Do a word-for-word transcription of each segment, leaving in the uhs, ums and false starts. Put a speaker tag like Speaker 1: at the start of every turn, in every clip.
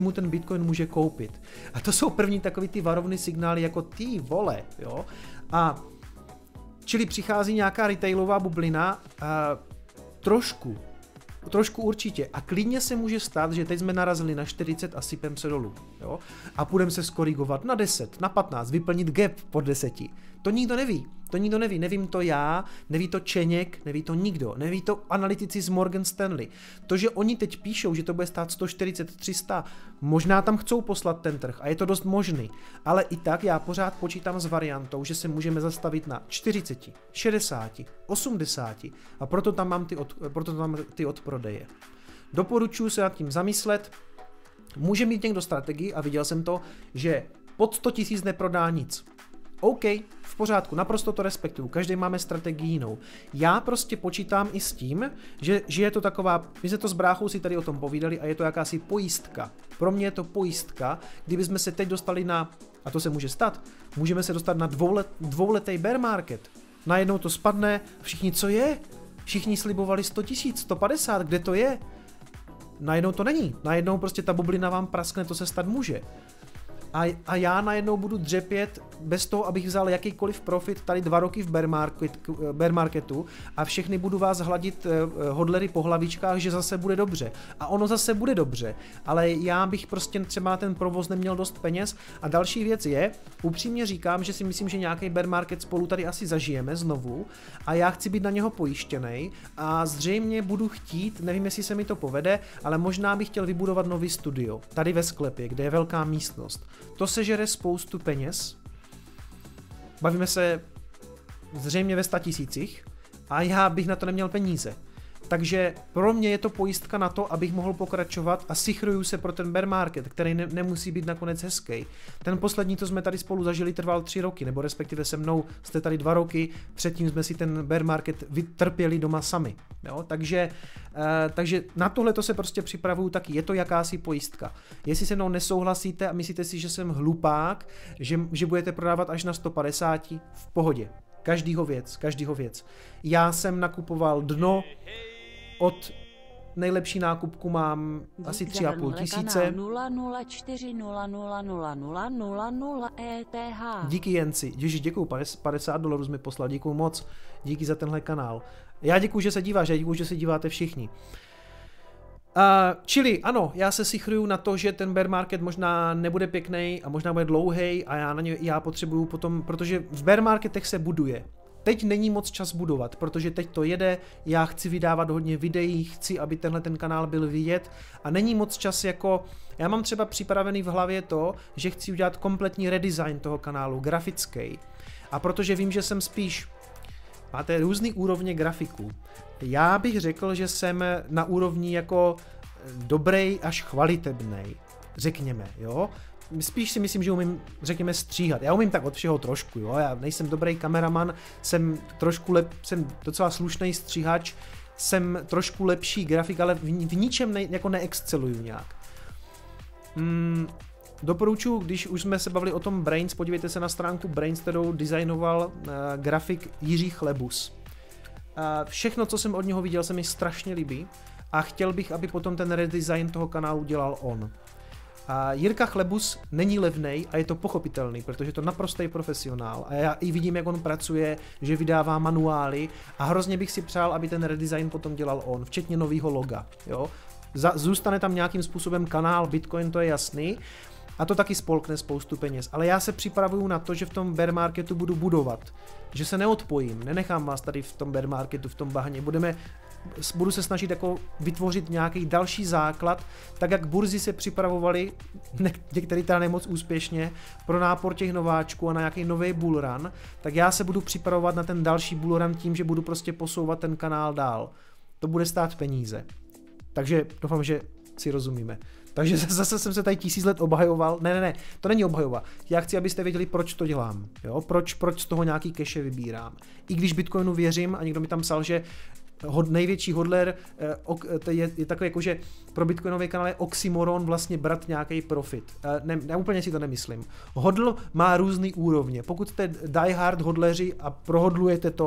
Speaker 1: mu ten Bitcoin může koupit. A to jsou první takový ty varovný signály jako ty vole, jo. A čili přichází nějaká retailová bublina, a trošku, trošku určitě. A klidně se může stát, že teď jsme narazili na čtyřicet a sypem se dolů, jo. A půjdeme se skorigovat na deset, na patnáct, vyplnit gap pod deseti. To nikdo neví. To nikdo neví, nevím to já, neví to Čeněk, neví to nikdo, neví to analytici z Morgan Stanley. To, že oni teď píšou, že to bude stát sto čtyřicet, tři sta, možná tam chcou poslat ten trh a je to dost možný, ale i tak já pořád počítám s variantou, že se můžeme zastavit na čtyřicet, šedesát, osmdesát a proto tam mám ty, od, proto tam mám ty odprodeje. Doporučuji se nad tím zamyslet, může mít někdo strategii a viděl jsem to, že pod sto tisíc neprodá nic. OK, v pořádku, naprosto to respektuju, každý máme strategii jinou. Já prostě počítám i s tím, že, že je to taková, my jsme to s bráchou si tady o tom povídali a je to jakási pojistka. Pro mě je to pojistka, kdyby jsme se teď dostali na, a to se může stát, můžeme se dostat na dvoulet, dvouletý bear market. Najednou to spadne, všichni co je? Všichni slibovali sto tisíc, sto padesát, kde to je? Najednou to není, najednou prostě ta bublina vám praskne, to se stát může. A, a já najednou budu dřepět bez toho, abych vzal jakýkoliv profit tady dva roky v bear, market, bear marketu a všechny budu vás hladit hodlery po hlavičkách, že zase bude dobře. A ono zase bude dobře, ale já bych prostě třeba na ten provoz neměl dost peněz. A další věc je, upřímně říkám, že si myslím, že nějaký bear market spolu tady asi zažijeme znovu a já chci být na něho pojištěnej a zřejmě budu chtít, nevím, jestli se mi to povede, ale možná bych chtěl vybudovat nový studio tady ve sklepě, kde je velká místnost. To sežere spoustu peněz, bavíme se zřejmě ve sta tisících a já bych na to neměl peníze. Takže pro mě je to pojistka na to, abych mohl pokračovat a sichruju se pro ten bear market, který ne, nemusí být nakonec hezký. Ten poslední, co jsme tady spolu zažili, trval tři roky, nebo respektive se mnou jste tady dva roky, předtím jsme si ten bear market vytrpěli doma sami. Jo? Takže, eh, takže na tohle to se prostě připravuju taky, je to jakási pojistka. Jestli se mnou nesouhlasíte a myslíte si, že jsem hlupák, že, že budete prodávat až na sto padesát, v pohodě. Každýho věc, každýho věc. Já jsem nakupoval dno, od nejlepší nákupku mám asi tři a půl tisíce. Díky Jenci, Ježiš, děkuju, padesát dolarů jsi mi poslal, děkuju moc, díky za tenhle kanál. Já děkuju, že se díváš, já děkuju, že se díváte všichni. Uh, čili ano, já se sichruju na to, že ten bear market možná nebude pěkný a možná bude dlouhý a já na ně já potřebuju potom, protože v bear marketech se buduje. Teď není moc čas budovat, protože teď to jede, já chci vydávat hodně videí, chci, aby tenhle ten kanál byl vidět a není moc čas jako, já mám třeba připravený v hlavě to, že chci udělat kompletní redesign toho kanálu, grafický. A protože vím, že jsem spíš, máte různý úrovně grafiků, já bych řekl, že jsem na úrovni jako dobrý až chvalitebnej, řekněme, jo. Spíš si myslím, že umím, řekněme, stříhat. Já umím tak od všeho trošku, jo. Já nejsem dobrý kameraman, jsem trošku lep, jsem docela slušný stříhač, jsem trošku lepší grafik, ale v, v ničem ne, jako neexceluju nějak. Hmm, doporučuji, když už jsme se bavili o tom Brains, podívejte se na stránku Brains, kterou designoval uh, grafik Jiří Chlebus. Uh, všechno, co jsem od něho viděl, se mi strašně líbí a chtěl bych, aby potom ten redesign toho kanálu dělal on. A Jirka Chlebus není levnej a je to pochopitelný, protože je to naprostý profesionál a já i vidím, jak on pracuje, že vydává manuály a hrozně bych si přál, aby ten redesign potom dělal on, včetně nového loga, jo. Zůstane tam nějakým způsobem kanál Bitcoin, to je jasný, a to taky spolkne spoustu peněz, ale já se připravuju na to, že v tom bear marketu budu budovat, že se neodpojím, nenechám vás tady v tom bear marketu, v tom bahně, budeme budu se snažit jako vytvořit nějaký další základ, tak jak burzy se připravovaly, některý teda nemoc úspěšně, pro nápor těch nováčků a na nějaký nový bullrun, tak já se budu připravovat na ten další bullrun tím, že budu prostě posouvat ten kanál dál. To bude stát peníze. Takže doufám, že si rozumíme. Takže zase jsem se tady tisíc let obhajoval. Ne, ne, ne, to není obhajova. Já chci, abyste věděli, proč to dělám. Jo? Proč, proč z toho nějaký cache vybírám. I když Bitcoinu věřím a někdo mi tam psal, že hod, největší hodler je, je takový jako, že pro Bitcoinový kanál je oxymoron vlastně brát nějaký profit. Ne, ne, úplně si to nemyslím. Hodl má různý úrovně. Pokud jste diehard hodleři a prohodlujete to,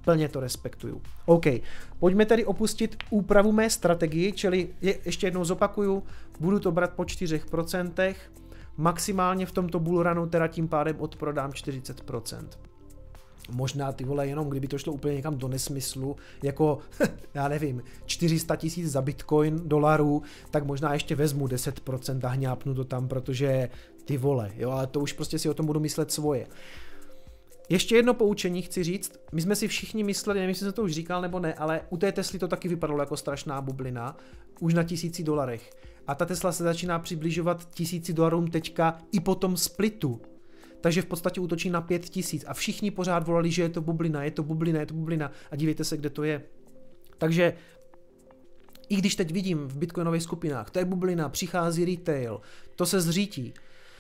Speaker 1: plně to respektuju. OK, pojďme tedy opustit úpravu mé strategii, čili je, ještě jednou zopakuju, budu to brát po čtyřech procentech, maximálně v tomto bullrunu teda tím pádem odprodám čtyřicet procent. Možná ty vole, jenom kdyby to šlo úplně někam do nesmyslu, jako, já nevím, čtyři sta tisíc za bitcoin dolarů, tak možná ještě vezmu deset procent a hňápnu to tam, protože ty vole, jo, ale to už prostě si o tom budu myslet svoje. Ještě jedno poučení chci říct, my jsme si všichni mysleli, nevím, jestli jsem to už říkal nebo ne, ale u té Tesly to taky vypadalo jako strašná bublina, už na tisíci dolarech. A ta Tesla se začíná přibližovat tisíci dolarům teďka i po tom splitu. Takže v podstatě útočí na pět tisíc a všichni pořád volali, že je to bublina, je to bublina, je to bublina a dívejte se, kde to je. Takže i když teď vidím v bitcoinových skupinách, to je bublina, přichází retail, to se zřítí.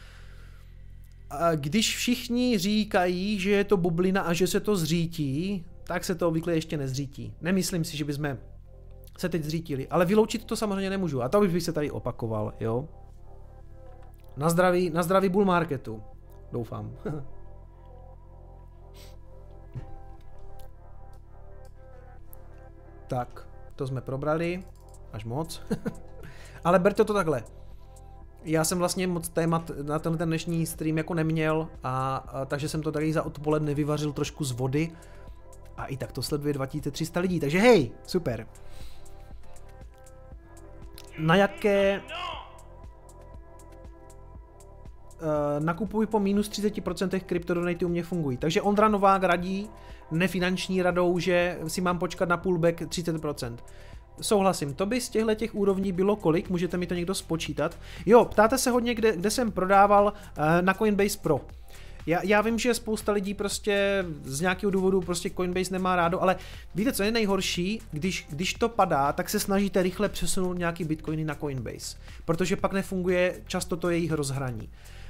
Speaker 1: A když všichni říkají, že je to bublina a že se to zřítí, tak se to obvykle ještě nezřítí. Nemyslím si, že bychom se teď zřítili, ale vyloučit to samozřejmě nemůžu a to bych se tady opakoval, jo. Na zdraví, na zdraví bull marketu. Doufám. Tak, to jsme probrali, až moc. Ale berte to takhle. Já jsem vlastně moc témat na ten, ten dnešní stream jako neměl, a, a takže jsem to tady za odpoledne vyvařil trošku z vody. A i tak to sleduje dva tisíce tři sta lidí, takže hej, super. Na jaké... Uh, nakupuj po minus třicet procent kryptodonaty u mě fungují. Takže Ondra Novák radí nefinanční radou, že si mám počkat na pullback třicet procent. Souhlasím, to by z těchto těch úrovní bylo kolik? Můžete mi to někdo spočítat? Jo, ptáte se hodně, kde, kde jsem prodával uh, na Coinbase Pro. Já, já vím, že spousta lidí prostě z nějakého důvodu prostě Coinbase nemá rádo, ale víte, co je nejhorší? Když, když to padá, tak se snažíte rychle přesunout nějaký bitcoiny na Coinbase, protože pak nefunguje často to jejich rozhraní.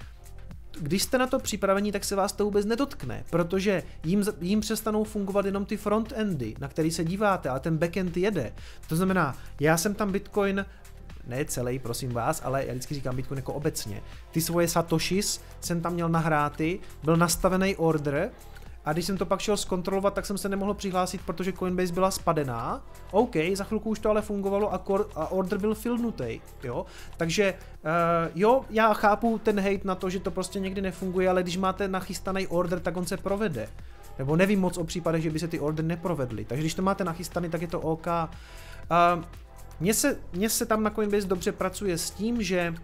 Speaker 1: Když jste na to připravení, tak se vás to vůbec nedotkne, protože jim, jim přestanou fungovat jenom ty frontendy, na který se díváte, ale ten backend jede. To znamená, já jsem tam Bitcoin, ne celý, prosím vás, ale já vždycky říkám Bitcoin jako obecně. Ty svoje satoshis jsem tam měl nahráty, byl nastavený order a když jsem to pak šel zkontrolovat, tak jsem se nemohl přihlásit, protože Coinbase byla spadená. OK, za chvilku už to ale fungovalo a, kor, a order byl fillnutý, jo. Takže uh, jo, já chápu ten hate na to, že to prostě někdy nefunguje, ale když máte nachystaný order, tak on se provede. Nebo nevím moc o případech, že by se ty order neprovedly. Takže když to máte nachystaný, tak je to OK. Uh, Mně se, mně se tam na Coinbase dobře pracuje s tím, že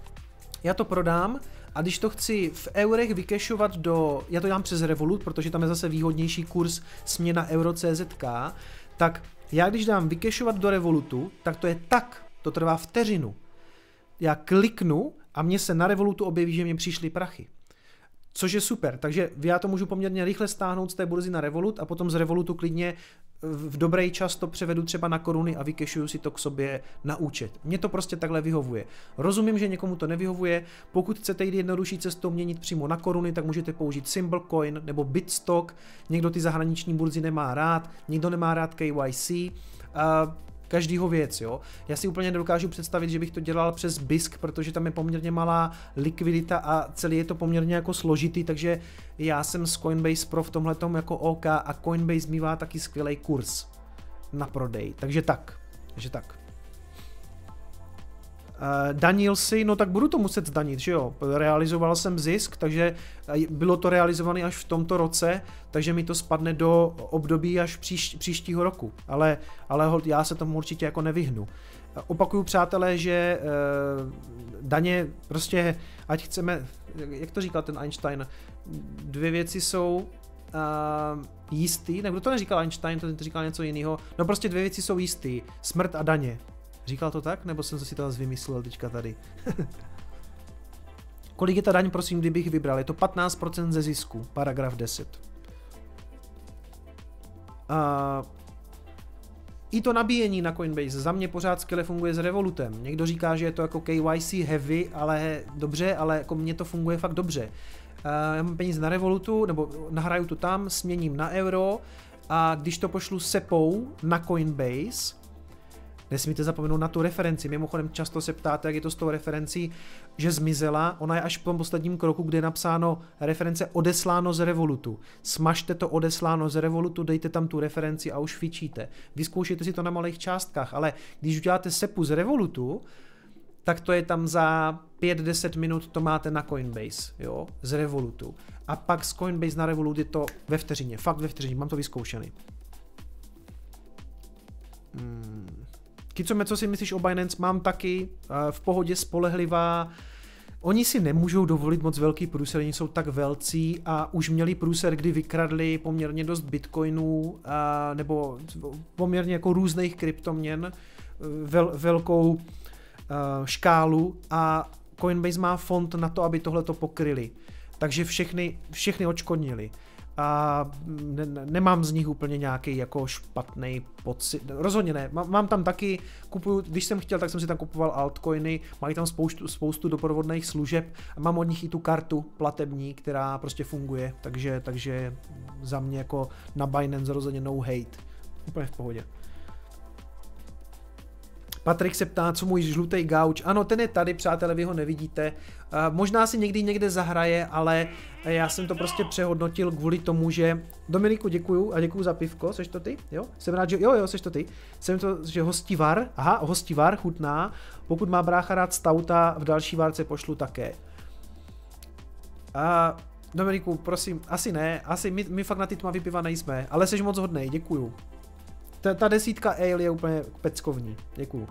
Speaker 1: já to prodám a když to chci v eurech vykešovat do, já to dám přes Revolut, protože tam je zase výhodnější kurz směna euro tečka cé zet ká, tak já když dám vykešovat do Revolutu, tak to je tak, to trvá vteřinu. Já kliknu a mně se na Revolutu objeví, že mě přišly prachy. Což je super, takže já to můžu poměrně rychle stáhnout z té burzy na Revolut a potom z Revolutu klidně v dobrý čas to převedu třeba na koruny a vykešuju si to k sobě na účet. Mně to prostě takhle vyhovuje. Rozumím, že někomu to nevyhovuje, pokud chcete jít jednodušší cestou měnit přímo na koruny, tak můžete použít Symbolcoin nebo Bitstock, někdo ty zahraniční burzy nemá rád, někdo nemá rád K Y C, uh, každýho věc, jo. Já si úplně nedokážu představit, že bych to dělal přes B I S K, protože tam je poměrně malá likvidita a celý je to poměrně jako složitý, takže já jsem s Coinbase Pro v tomhletom jako OK a Coinbase mívá taky skvělý kurz na prodej, takže tak, takže tak. Uh, danil si, no tak budu to muset zdanit, že jo, realizoval jsem zisk, takže bylo to realizované až v tomto roce, takže mi to spadne do období až příš, příštího roku, ale, ale já se tomu určitě jako nevyhnu. Opakuju, přátelé, že uh, daně prostě, ať chceme, jak to říkal ten Einstein, dvě věci jsou uh, jistý, nebo to neříkal Einstein, to, to říkal něco jiného, no prostě dvě věci jsou jistý, smrt a daně. Říkal to tak? Nebo jsem si to zase vymyslel teďka tady? Kolik je ta daň, prosím, kdybych vybral? Je to patnáct procent ze zisku, paragraf deset. A i to nabíjení na Coinbase za mě pořád skvěle funguje s Revolutem. Někdo říká, že je to jako K Y C heavy, ale dobře, ale jako mně to funguje fakt dobře. Já mám peníze na Revolutu, nebo nahraju to tam, směním na euro a když to pošlu sepou na Coinbase, Nesmíte zapomenout na tu referenci. Mimochodem často se ptáte, jak je to s tou referencí, že zmizela. Ona je až v tom posledním kroku, kde je napsáno reference odesláno z Revolutu. Smažte to odesláno z Revolutu, dejte tam tu referenci a už fičíte. Vyzkoušejte si to na malých částkách, ale když uděláte sepu z Revolutu, tak to je tam za pět deset minut, to máte na Coinbase, jo, z Revolutu. A pak z Coinbase na Revolut je to ve vteřině, fakt ve vteřině, mám to vyzkoušený. Hmm. Kico, co si myslíš o Binance? Mám taky, v pohodě, spolehlivá. Oni si nemůžou dovolit moc velký průser, oni jsou tak velcí a už měli průser, kdy vykradli poměrně dost bitcoinů nebo poměrně jako různých kryptoměn, vel, velkou škálu a Coinbase má fond na to, aby tohle to pokryli. Takže všechny, všechny odškodnili. A ne, nemám z nich úplně nějaký jako špatný pocit. Rozhodně ne. Mám, mám tam taky, kupuju, když jsem chtěl, tak jsem si tam kupoval altcoiny, mají tam spoustu, spoustu doprovodných služeb a mám od nich i tu kartu platební, která prostě funguje, takže, takže za mě jako na Binance rozhodně no hate. Úplně v pohodě. Patrik se ptá, co můj žlutý gauč. Ano, ten je tady, přátelé, vy ho nevidíte. Uh, možná si někdy někde zahraje, ale já jsem to prostě přehodnotil kvůli tomu, že... Dominiku, děkuju a děkuju za pivko, seš to ty? Jo? Jsem rád, že... Jo, jo, seš to ty. Jsem to, že hostivar, aha, hostivar, chutná. Pokud má brácha rád stauta, v další várce pošlu také. Uh, Dominiku, prosím, asi ne, asi my, my fakt na ty tmavý piva nejsme, ale seš moc hodnej, děkuju. Ta, ta desítka ale je úplně peckovní. Děkuju.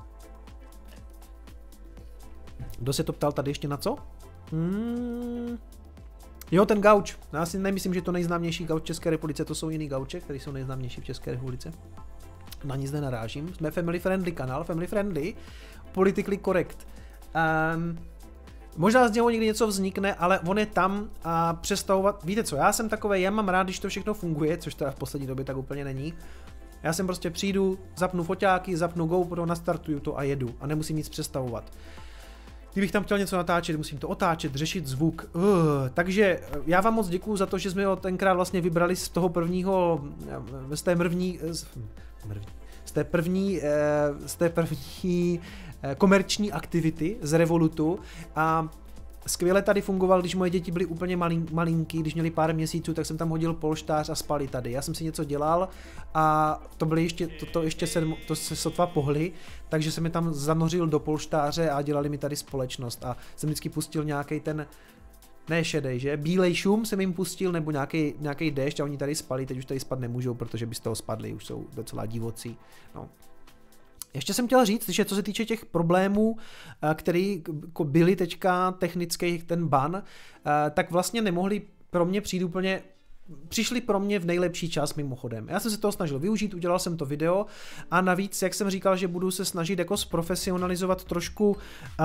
Speaker 1: Kdo se to ptal tady ještě na co? Hmm. Jo, ten gauč. Já si nemyslím, že to nejznámější gauč v České republice, to jsou jiný gauče, které jsou nejznámější v České republice. Na nic nenarážím. Jsme family friendly kanál, family friendly, politically correct. Um, možná z něho někdy něco vznikne, ale on je tam a přestavovat. Víte co, já jsem takovej, já mám rád, když to všechno funguje, což teda v poslední době tak úplně není. Já sem prostě přijdu, zapnu foťáky, zapnu GoPro, nastartuju to a jedu a nemusím nic přestavovat. Kdybych tam chtěl něco natáčet, musím to otáčet, řešit zvuk. Uh, takže já vám moc děkuju za to, že jsme ho tenkrát vlastně vybrali z toho prvního, z té mrvní, z té první, z té první komerční aktivity z Revolutu a skvěle tady fungoval, když moje děti byly úplně malin, malinký, když měli pár měsíců, tak jsem tam hodil polštář a spali tady. Já jsem si něco dělal a to byly ještě, to, to ještě se, to se sotva pohli, takže jsem mi tam zanořil do polštáře a dělali mi tady společnost a jsem vždycky pustil nějaký ten, ne šedej, že? Bílej šum jsem jim pustil nebo nějaký, nějaký déšť a oni tady spali, teď už tady spad nemůžou, protože by z toho spadli, už jsou docela divocí. No. Ještě jsem chtěl říct, že co se týče těch problémů, které byly teďka technický ten ban, tak vlastně nemohli pro mě přijít úplně, přišli pro mě v nejlepší čas mimochodem. Já jsem se toho snažil využít, udělal jsem to video a navíc, jak jsem říkal, že budu se snažit jako zprofesionalizovat trošku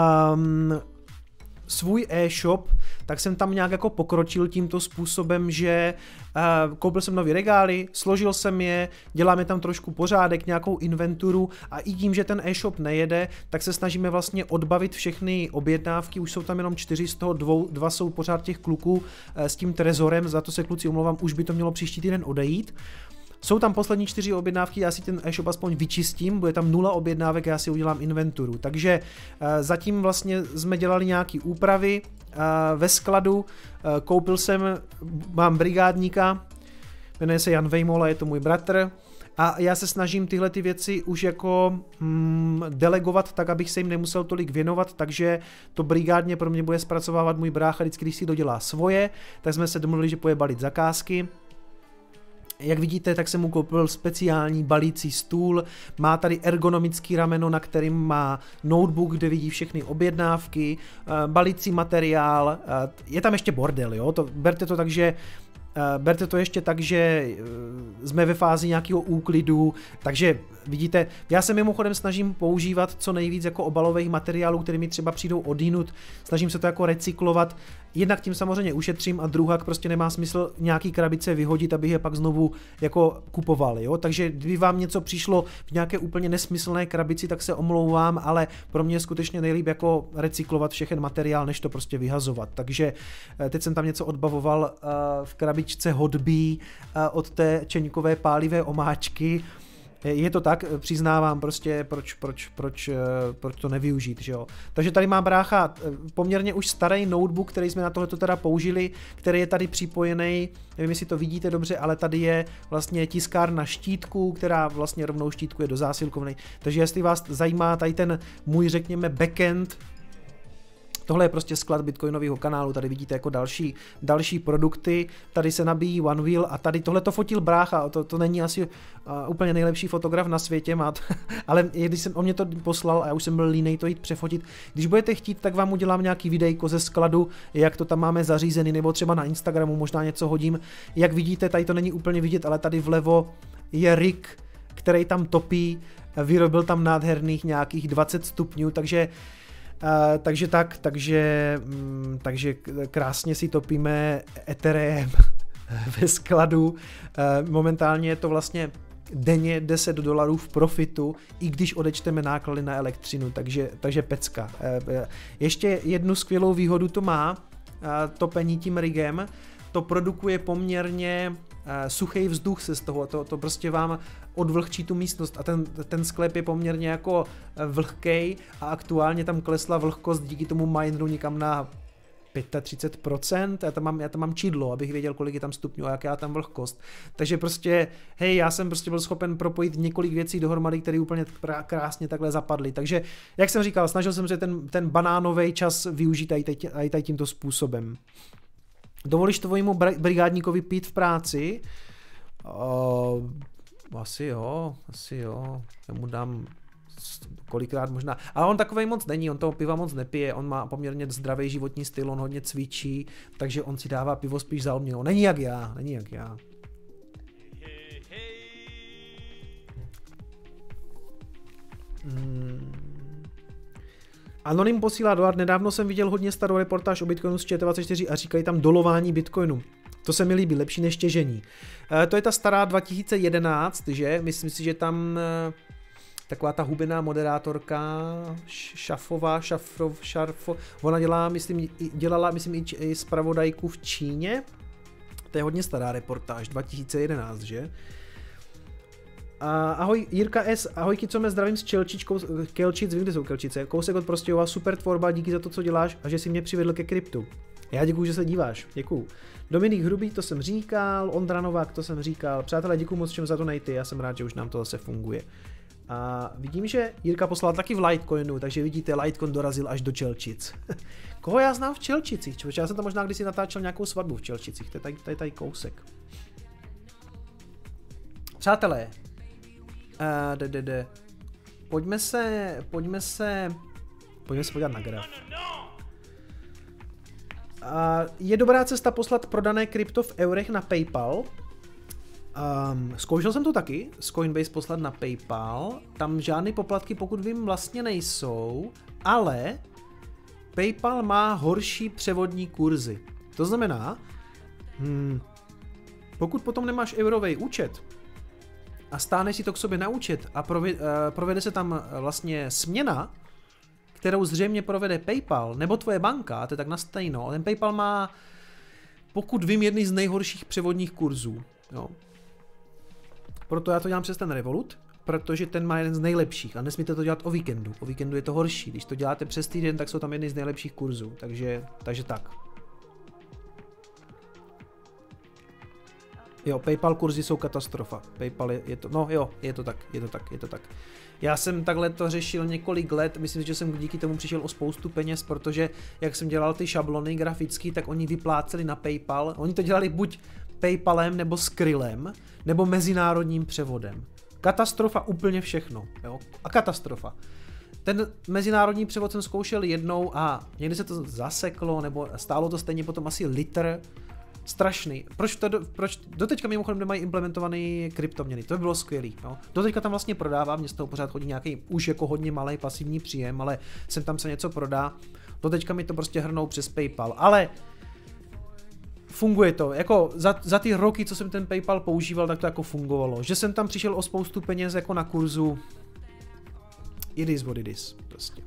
Speaker 1: um, svůj e-shop, tak jsem tam nějak jako pokročil tímto způsobem, že uh, koupil jsem nový regály, složil jsem je, děláme tam trošku pořádek, nějakou inventuru a i tím, že ten e-shop nejede, tak se snažíme vlastně odbavit všechny objednávky, už jsou tam jenom čtyři, z toho dvou, dva jsou pořád těch kluků uh, s tím trezorem, za to se kluci omlouvám, už by to mělo příští týden odejít. Jsou tam poslední čtyři objednávky, já si ten e-shop aspoň vyčistím, bude tam nula objednávek, já si udělám inventuru. Takže uh, zatím vlastně jsme dělali nějaké úpravy uh, ve skladu, uh, koupil jsem, mám brigádníka, jmenuje se Jan Vejmola, je to můj bratr a já se snažím tyhle ty věci už jako hmm, delegovat tak, abych se jim nemusel tolik věnovat, takže to brigádně pro mě bude zpracovávat můj brácha vždycky, když si dodělá svoje, tak jsme se domluvili, že půjde balit zakázky. Jak vidíte, tak jsem mu koupil speciální balící stůl, má tady ergonomický rameno, na kterým má notebook, kde vidí všechny objednávky, balící materiál, je tam ještě bordel, jo? To, berte to tak, že Berte to ještě tak, že jsme ve fázi nějakého úklidu, takže vidíte, já se mimochodem snažím používat co nejvíc jako obalových materiálů, které mi třeba přijdou odinut, snažím se to jako recyklovat, jednak tím samozřejmě ušetřím a druhak prostě nemá smysl nějaký krabice vyhodit, abych je pak znovu jako kupoval, jo, takže kdyby vám něco přišlo v nějaké úplně nesmyslné krabici, tak se omlouvám, ale pro mě je skutečně nejlíp jako recyklovat všechen materiál, než to prostě vyhazovat, takže teď jsem tam něco odbavoval v krabičce Hotbee od té čeňkové pálivé omáčky Je to tak, přiznávám prostě, proč, proč, proč, proč to nevyužít, že jo. Takže tady má brácha poměrně už starý notebook, který jsme na tohleto teda použili, který je tady připojený, nevím, jestli to vidíte dobře, ale tady je vlastně tiskárna štítku, která vlastně rovnou štítkuje do zásilkovny. Takže jestli vás zajímá tady ten můj, řekněme, backend, tohle je prostě sklad bitcoinového kanálu, tady vidíte jako další, další produkty, tady se nabíjí OneWheel a tady tohle to fotil brácha, to, to není asi uh, úplně nejlepší fotograf na světě, má to, ale když jsem, on mě to poslal a já už jsem byl línej to jít přefotit, když budete chtít, tak vám udělám nějaký videjko ze skladu, jak to tam máme zařízený, nebo třeba na Instagramu možná něco hodím, jak vidíte, tady to není úplně vidět, ale tady vlevo je rig, který tam topí, vyrobil tam nádherných nějakých dvacet stupňů, takže Uh, takže tak, takže, um, takže krásně si topíme Ethereum ve skladu. Uh, momentálně je to vlastně denně deset dolarů v profitu, i když odečteme náklady na elektřinu, takže, takže pecka. Uh, ještě jednu skvělou výhodu to má, uh, topení tím rigem, to produkuje poměrně uh, suchý vzduch se z toho, to, to prostě vám odvlhčí tu místnost a ten, ten sklep je poměrně jako vlhkej a aktuálně tam klesla vlhkost díky tomu mineru někam na třicet pět procent, já tam, mám, já tam mám čidlo, abych věděl, kolik je tam stupňů a jaká je tam vlhkost. Takže prostě, hej, já jsem prostě byl schopen propojit několik věcí dohromady, které úplně krásně takhle zapadly. Takže, jak jsem říkal, snažil jsem se ten, ten banánový čas využít i tady, tady tímto způsobem. Dovolíš tvojímu brigádníkovi pít v práci? Uh, asi jo, asi jo. Já mu dám kolikrát možná. Ale on takovej moc není, on toho piva moc nepije, on má poměrně zdravý životní styl, on hodně cvičí, takže on si dává pivo spíš za odměnu. Není jak já, není jak já. Hmm. Anonym posílá dolar, nedávno jsem viděl hodně starou reportáž o Bitcoinu z Č T dvacet čtyři a říkají tam dolování Bitcoinu. To se mi líbí, lepší než těžení. E, to je ta stará dva tisíce jedenáct, že? Myslím si, že tam e, taková ta hubená moderátorka Šafová, Šafrov, Šarfo, ona dělá, myslím, dělala, myslím, i, i zpravodajku v Číně. To je hodně stará reportáž, dva tisíce jedenáct, že? A ahoj Jirka S, ahoj Kicome, zdravím s Čelčičkou, Kelčic, vím, kde jsou Kelčice, kousek od Prostějova, super tvorba, díky za to, co děláš a že jsi mě přivedl ke kryptu. Já děkuju, že se díváš, děkuju. Dominik Hrubý, to jsem říkal, Ondra Novák, to jsem říkal, přátelé, děkuju moc všem za to nejty, já jsem rád, že už nám to zase funguje. A vidím, že Jirka poslal taky v Litecoinu, takže vidíte, Litecoin dorazil až do Čelčic. Koho já znám v Čelčicích? Člověče, já jsem tam možná kdysi natáčel nějakou svatbu v Čelčicích, to je tady, tady, tady kousek. Přátelé, uh, de, de, de. pojďme se, pojďme se, pojďme se podívat na graf. Uh, je dobrá cesta poslat prodané krypto v eurech na PayPal. Um, zkoušel jsem to taky, z Coinbase poslat na PayPal, tam žádné poplatky, pokud vím, vlastně nejsou, ale PayPal má horší převodní kurzy. To znamená, hmm, pokud potom nemáš eurový účet a stáneš si to k sobě na účet a provede, uh, provede se tam vlastně směna, kterou zřejmě provede PayPal, nebo tvoje banka, to je tak na stejno, ten PayPal má, pokud vím, jedný z nejhorších převodních kurzů. Jo. Proto já to dělám přes ten Revolut, protože ten má jeden z nejlepších a nesmíte to dělat o víkendu. O víkendu je to horší, když to děláte přes týden, tak jsou tam jedny z nejlepších kurzů, takže, takže tak. Jo, PayPal kurzy jsou katastrofa. PayPal je, je to, no jo, je to tak, je to tak, je to tak. Já jsem takhle to řešil několik let, myslím, že jsem díky tomu přišel o spoustu peněz, protože jak jsem dělal ty šablony grafický, tak oni vypláceli na PayPal, oni to dělali buď PayPalem nebo Skrillem, nebo mezinárodním převodem. Katastrofa úplně všechno, jo, a katastrofa. Ten mezinárodní převod jsem zkoušel jednou a někdy se to zaseklo, nebo stálo to stejně potom asi litr. Strašný. Proč, to, proč doteďka mimochodem nemají implementovaný kryptoměny, to by bylo skvělý. No. Doteďka tam vlastně prodává, mě z toho pořád chodí nějaký už jako hodně malý pasivní příjem, ale sem tam se něco prodá. Doteďka mi to prostě hrnou přes PayPal, ale funguje to, jako za, za ty roky, co jsem ten PayPal používal, tak to jako fungovalo. Že jsem tam přišel o spoustu peněz jako na kurzu, it is what it is, prostě.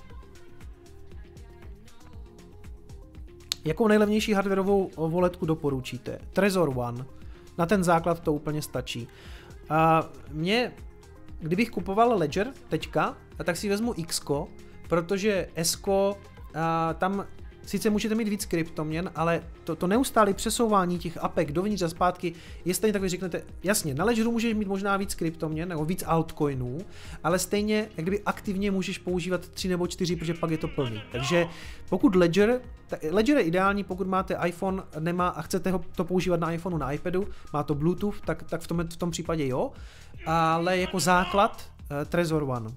Speaker 1: Jakou nejlevnější hardwareovou walletku doporučíte? Trezor One. Na ten základ to úplně stačí. A mě kdybych kupoval Ledger teďka, tak si vezmu X, protože S, tam sice můžete mít víc kryptoměn, ale to, to neustálé přesouvání těch apek dovnitř a zpátky je stejně tak, vy řeknete, jasně, na Ledgeru můžeš mít možná víc kryptoměn nebo víc altcoinů, ale stejně, jak kdyby aktivně můžeš používat tři nebo čtyři, protože pak je to plný. Takže pokud Ledger, Ledger je ideální, pokud máte iPhone nemá a chcete ho, to používat na iPhoneu, na iPadu, má to Bluetooth, tak, tak v, tom, v tom případě jo, ale jako základ uh, Trezor One.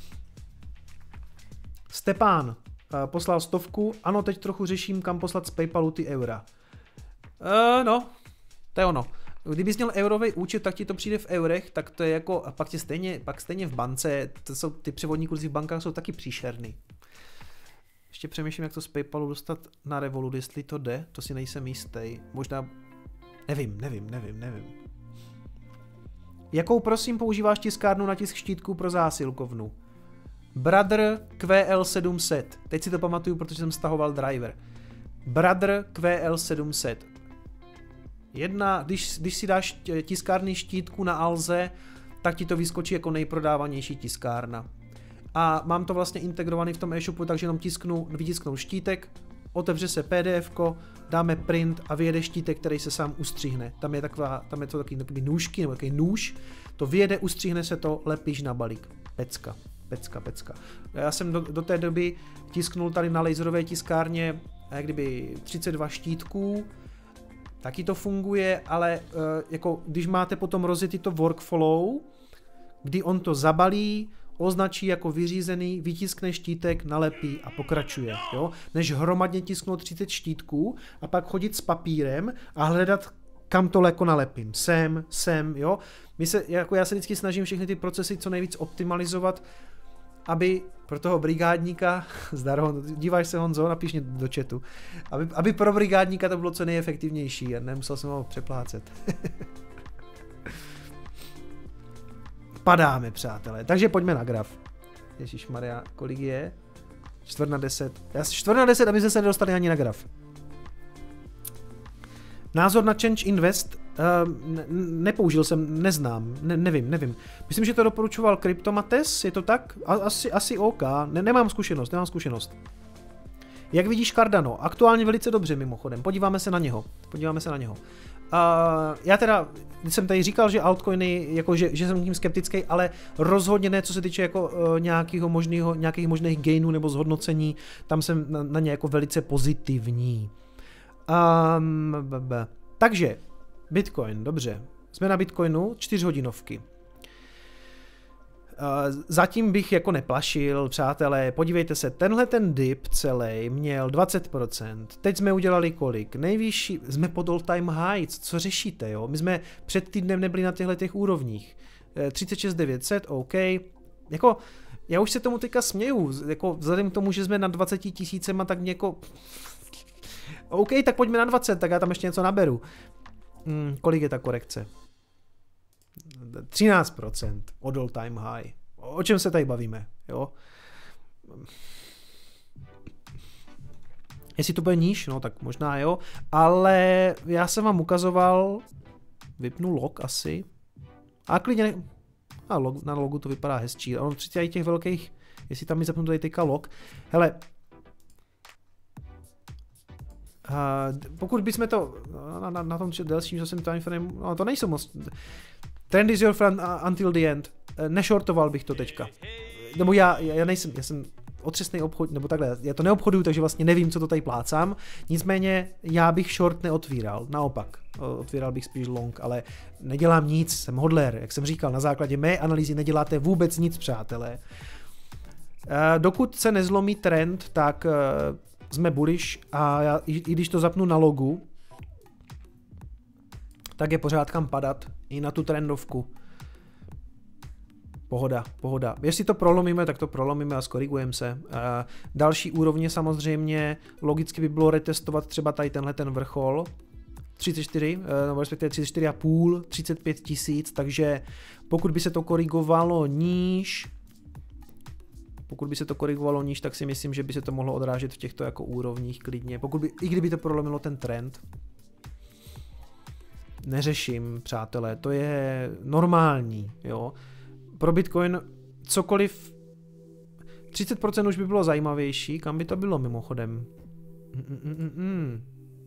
Speaker 1: Stepán poslal stovku, ano, teď trochu řeším, kam poslat z PayPalu ty eura. E, no, to je ono. Kdybys měl eurový účet, tak ti to přijde v eurech, tak to je jako, a pak tě stejně, pak stejně v bance, to jsou, ty převodní kurzy v bankách jsou taky příšerný. Ještě přemýšlím, jak to z PayPalu dostat na Revolut, jestli to jde, to si nejsem jistý. Možná, nevím, nevím, nevím, nevím. Jakou prosím používáš tiskárnu na tisk štítků pro zásilkovnu? Brother Q L sedm set. Teď si to pamatuju, protože jsem stahoval driver. Brother Q L sedm set. Jedna, když, když si dáš tiskárny štítku na Alze, tak ti to vyskočí jako nejprodávanější tiskárna. A mám to vlastně integrovaný v tom e-shopu, takže jenom tisknu, vytisknu štítek, otevře se PDFko, dáme print a vyjede štítek, který se sám ustřihne. Tam je taková, tam je to takový, takový nůžky, nebo takový nůž, to vyjede, ustřihne se to, lepíš na balík. Pecka. Pecka, pecka. Já jsem do, do té doby tisknul tady na laserové tiskárně jak kdyby třicet dva štítků, taky to funguje, ale uh, jako když máte potom rozjetý to workflow, kdy on to zabalí, označí jako vyřízený, vytiskne štítek, nalepí a pokračuje, jo? Než hromadně tisknout třicet štítků a pak chodit s papírem a hledat, kam to jako nalepím. Sem, sem, jo? My se, jako já se vždycky snažím všechny ty procesy co nejvíc optimalizovat, aby pro toho brigádníka, zdar, díváš se Honzo, napiš mě do chatu, aby, aby pro brigádníka to bylo co nejefektivnější a nemusel jsem ho přeplácet. Padáme, přátelé, takže pojďme na graf. Ježišmarja, kolik je? Čtvrt na deset. Já čtvrt na deset, aby jsme se nedostali ani na graf. Názor na Change Invest, uh, ne, nepoužil jsem, neznám, ne, nevím, nevím. Myslím, že to doporučoval Kryptomates, je to tak? A, asi, asi OK, ne, nemám zkušenost, nemám zkušenost. Jak vidíš Cardano? Aktuálně velice dobře mimochodem, podíváme se na něho, podíváme se na něho. Uh, já teda jsem tady říkal, že altcoiny, jako že, že jsem tím skeptický, ale rozhodně ne, co se týče jako uh, nějakého možného, nějakých možných gainů nebo zhodnocení, tam jsem na, na ně jako velice pozitivní. Um, b, b. Takže, Bitcoin, dobře, jsme na Bitcoinu, čtyřhodinovky. Uh, zatím bych jako neplašil, přátelé, podívejte se, tenhle ten dip celý měl dvacet procent, teď jsme udělali kolik, nejvyšší, jsme pod all time highs, co řešíte, jo, my jsme před týdnem nebyli na těchto těch úrovních, třicet šest devět set, OK, jako, já už se tomu teďka směju, jako vzhledem k tomu, že jsme na dvacet tisícema, tak mě jako... OK, tak pojďme na dvacet, tak já tam ještě něco naberu. Hmm, kolik je ta korekce? třináct procent od all time high. O čem se tady bavíme? Jo? Jestli to bude níž, no tak možná jo, ale já jsem vám ukazoval, vypnu log asi, a klidně, ne... a log, na logu to vypadá hezčí, ale při těch velkých, jestli tam mi zapnu tady teďka log, hele, Uh, pokud bychom to na, na, na tom delším časem time frame, no to nejsou moc. Trend is your friend until the end. Uh, nešortoval bych to teďka. Nebo já, já nejsem, já jsem otřesný obchod, nebo takhle, já to neobchoduju, takže vlastně nevím, co to tady plácám. Nicméně já bych short neotvíral, naopak. Otvíral bych spíš long, ale nedělám nic, jsem hodler, jak jsem říkal, na základě mé analýzy neděláte vůbec nic, přátelé. Uh, dokud se nezlomí trend, tak uh, jsme bullish a já, i, i když to zapnu na logu, tak je pořád kam padat i na tu trendovku. Pohoda, pohoda. Jestli to prolomíme, tak to prolomíme a skorigujeme se. Uh, další úrovně samozřejmě logicky by bylo retestovat třeba tady tenhle ten vrchol. třicet čtyři, nebo respektive třicet čtyři a půl, třicet pět tisíc, takže pokud by se to korigovalo níž, Pokud by se to korigovalo níž, tak si myslím, že by se to mohlo odrážet v těchto jako úrovních klidně. Pokud by, i kdyby to prolomilo ten trend. Neřeším, přátelé, to je normální, jo. pro Bitcoin cokoliv, třicet procent už by bylo zajímavější, kam by to bylo mimochodem? Mm, mm, mm, mm.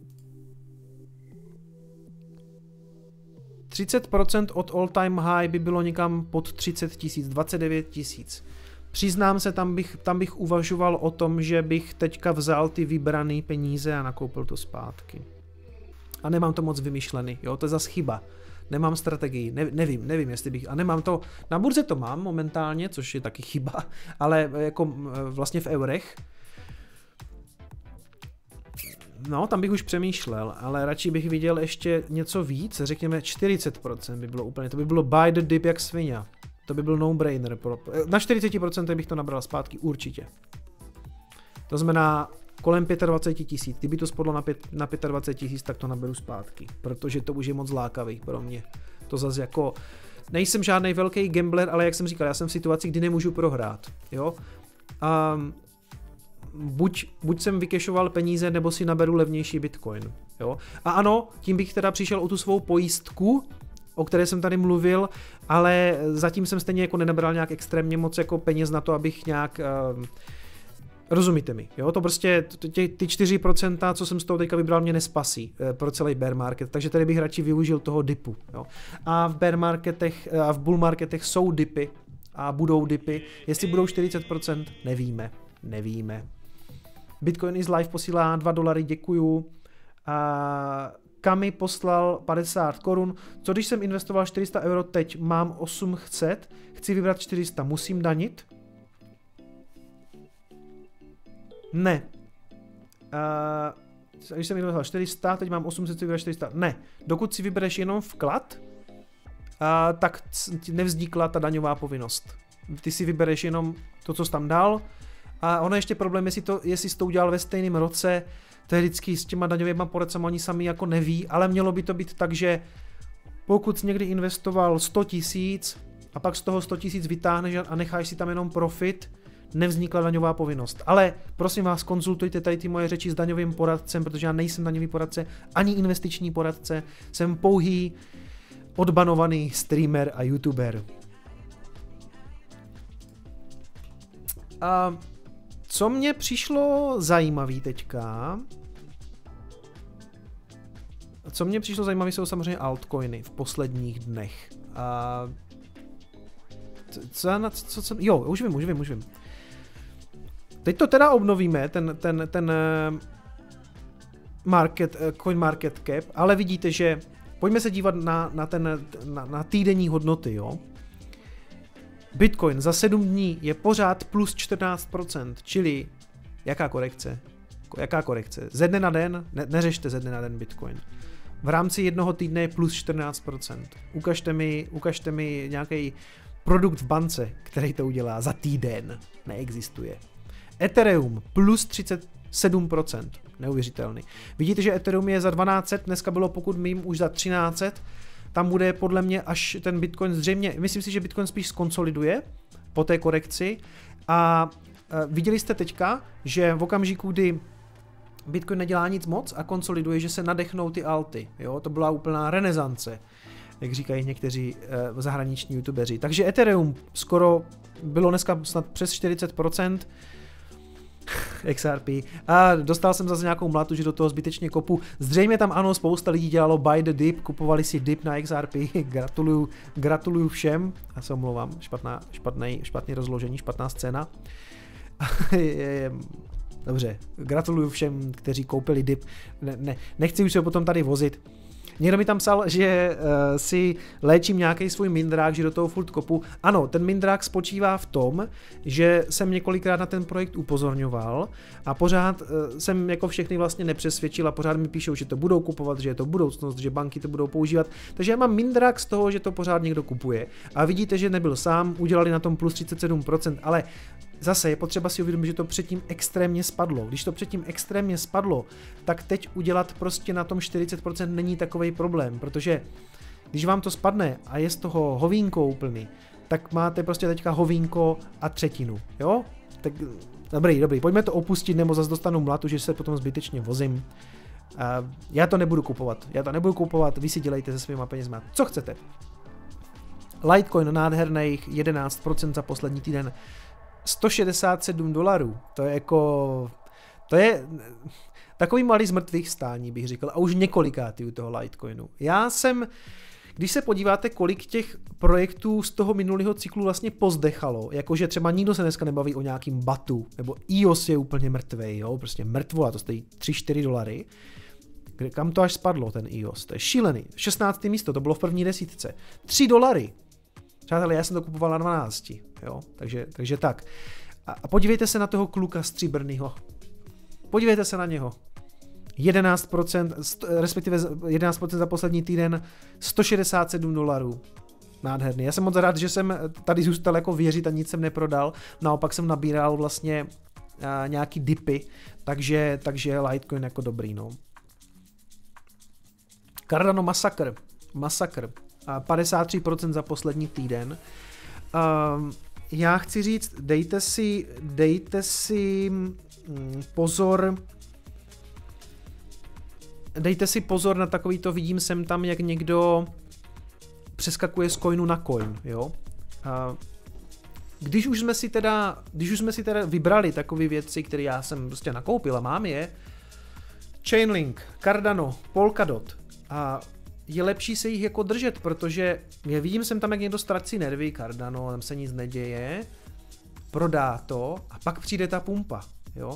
Speaker 1: třicet procent od all time high by bylo někam pod třicet tisíc, dvacet devět tisíc. Přiznám se, tam bych, tam bych uvažoval o tom, že bych teďka vzal ty vybrané peníze a nakoupil to zpátky. A nemám to moc vymyšlený, jo, to je zas chyba. Nemám strategii, ne, nevím, nevím, jestli bych, a nemám to, na burze to mám momentálně, což je taky chyba, ale jako vlastně v eurech. No, tam bych už přemýšlel, ale radši bych viděl ještě něco víc, řekněme čtyřicet procent by bylo úplně, to by bylo buy the dip jak svině. To by byl no-brainer. Na čtyřicet procent bych to nabral zpátky, určitě. To znamená kolem dvacet pět tisíc. Kdyby to spadlo na, na dvacet pět tisíc, tak to naberu zpátky, protože to už je moc lákavý pro mě. To zase jako, nejsem žádný velký gambler, ale jak jsem říkal, já jsem v situaci, kdy nemůžu prohrát. Jo? Um, buď, buď jsem vykešoval peníze, nebo si naberu levnější Bitcoin. Jo? A ano, tím bych teda přišel o tu svou pojistku, o které jsem tady mluvil, ale zatím jsem stejně jako nenabral nějak extrémně moc jako peněz na to, abych nějak... Uh, rozumíte mi, jo? To prostě tě, ty čtyři procenta, co jsem z toho teďka vybral, mě nespasí uh, pro celý bear market, takže tady bych radši využil toho dipu. Jo? A v bear marketech a v bull marketech jsou dipy a budou dipy. Jestli budou čtyřicet procent, nevíme. Nevíme. Bitcoin is live posílá dva dolary, děkuju. A Kami poslal padesát korun. Co když jsem investoval čtyři sta euro teď, mám osm set, chci vybrat čtyři sta, musím danit? Ne. Uh, když jsem investoval čtyři sta, teď mám osm set, chci vybrat čtyři sta. Ne. Dokud si vybereš jenom vklad, uh, tak nevznikla ta daňová povinnost. Ty si vybereš jenom to, co jsi tam dal. A ono ještě problém, jestli, to, jestli jsi to udělal ve stejném roce, to je vždycky s těma daňovými poradcemi, oni sami jako neví, ale mělo by to být tak, že pokud jsi někdy investoval sto tisíc a pak z toho sto tisíc vytáhneš a necháš si tam jenom profit, nevznikla daňová povinnost. Ale prosím vás, konzultujte tady ty moje řeči s daňovým poradcem, protože já nejsem daňový poradce, ani investiční poradce, jsem pouhý odbanovaný streamer a youtuber. A co mě přišlo zajímavý teďka, co mě přišlo zajímavé, jsou samozřejmě altcoiny v posledních dnech. A co, co, co, co, jo, už vím, už vím, už vím. Teď to teda obnovíme, ten, ten, ten market, coin market cap, ale vidíte, že pojďme se dívat na, na, ten, na, na týdenní hodnoty, jo. Bitcoin za sedm dní je pořád plus čtrnáct procent, čili jaká korekce? Jaká korekce? Ze dne na den, ne, neřešte ze dne na den Bitcoin. V rámci jednoho týdne je plus čtrnáct procent. Ukažte mi, ukažte mi nějaký produkt v bance, který to udělá za týden. Neexistuje. Ethereum plus třicet sedm procent. Neuvěřitelný. Vidíte, že Ethereum je za dvanáct set, dneska bylo pokud mým už za třináct set. Tam bude podle mě až ten Bitcoin zřejmě, myslím si, že Bitcoin spíš skonsoliduje po té korekci a e, viděli jste teďka, že v okamžiku, kdy Bitcoin nedělá nic moc a konsoliduje, že se nadechnou ty alty, jo, to byla úplná renesance, jak říkají někteří e, zahraniční youtubeři. Takže Ethereum skoro bylo dneska snad přes čtyřicet procent, X R P. A dostal jsem zase nějakou mlatu, že do toho zbytečně kopu. Zřejmě tam ano, spousta lidí dělalo buy the dip, kupovali si dip na X R P. Gratuluju, gratuluju všem. Já se omlouvám, špatná, špatný, špatný rozložení, špatná scéna. Dobře, gratuluju všem, kteří koupili dip. Ne, ne, nechci už se potom tady vozit. Někdo mi tam psal, že uh, si léčím nějaký svůj mindrák, že do toho furt kopu. Ano, ten mindrák spočívá v tom, že jsem několikrát na ten projekt upozorňoval a pořád uh, jsem jako všechny vlastně nepřesvědčil a pořád mi píšou, že to budou kupovat, že je to budoucnost, že banky to budou používat. Takže já mám mindrák z toho, že to pořád někdo kupuje. A vidíte, že nebyl sám, udělali na tom plus třicet sedm procent, ale zase je potřeba si uvědomit, že to předtím extrémně spadlo. Když to předtím extrémně spadlo, tak teď udělat prostě na tom čtyřicet procent není takový problém, protože když vám to spadne a je z toho hovínko úplný, tak máte prostě teďka hovínko a třetinu, jo? Tak dobrý, dobrý, pojďme to opustit, nebo zase dostanu mlatu, že se potom zbytečně vozím. Uh, já to nebudu kupovat, já to nebudu kupovat, vy si dělejte se svýma penězma, co chcete. Litecoin nádherných jedenáct procent za poslední týden. sto šedesát sedm dolarů. To je jako... To je takový malý z mrtvých stání, bych říkal. A už několikátý u toho Litecoinu. Já jsem... Když se podíváte, kolik těch projektů z toho minulého cyklu vlastně pozdechalo, jakože třeba nikdo se dneska nebaví o nějakým batu, nebo E O S je úplně mrtvej, jo, prostě mrtvo a to stojí tři čtyři dolary. Kam to až spadlo, ten E O S? To je šílený. šestnácté místo, to bylo v první desítce. tři dolary. Přátelé, já jsem to kupoval na dvanáct, jo, takže, takže tak. A, a podívejte se na toho kluka stříbrnýho. Podívejte se na něho. jedenáct procent, respektive jedenáct procent za poslední týden, sto šedesát sedm dolarů. Nádherný. Já jsem moc rád, že jsem tady zůstal jako věřit a nic jsem neprodal. Naopak jsem nabíral vlastně uh, nějaký dipy, takže, takže Litecoin jako dobrý, no. Cardano masakr. Masakr. Uh, padesát tři procent za poslední týden. Uh, já chci říct, dejte si, dejte si mm, pozor, Dejte si pozor na takový to, vidím sem tam, jak někdo přeskakuje z coinu na coin, jo. A když už jsme si teda, když už jsme si teda vybrali takové věci, které já jsem prostě nakoupil a mám je, Chainlink, Cardano, Polkadot, a je lepší se jich jako držet, protože já vidím sem tam, jak někdo ztratí nervy, Cardano, tam se nic neděje, prodá to a pak přijde ta pumpa, jo.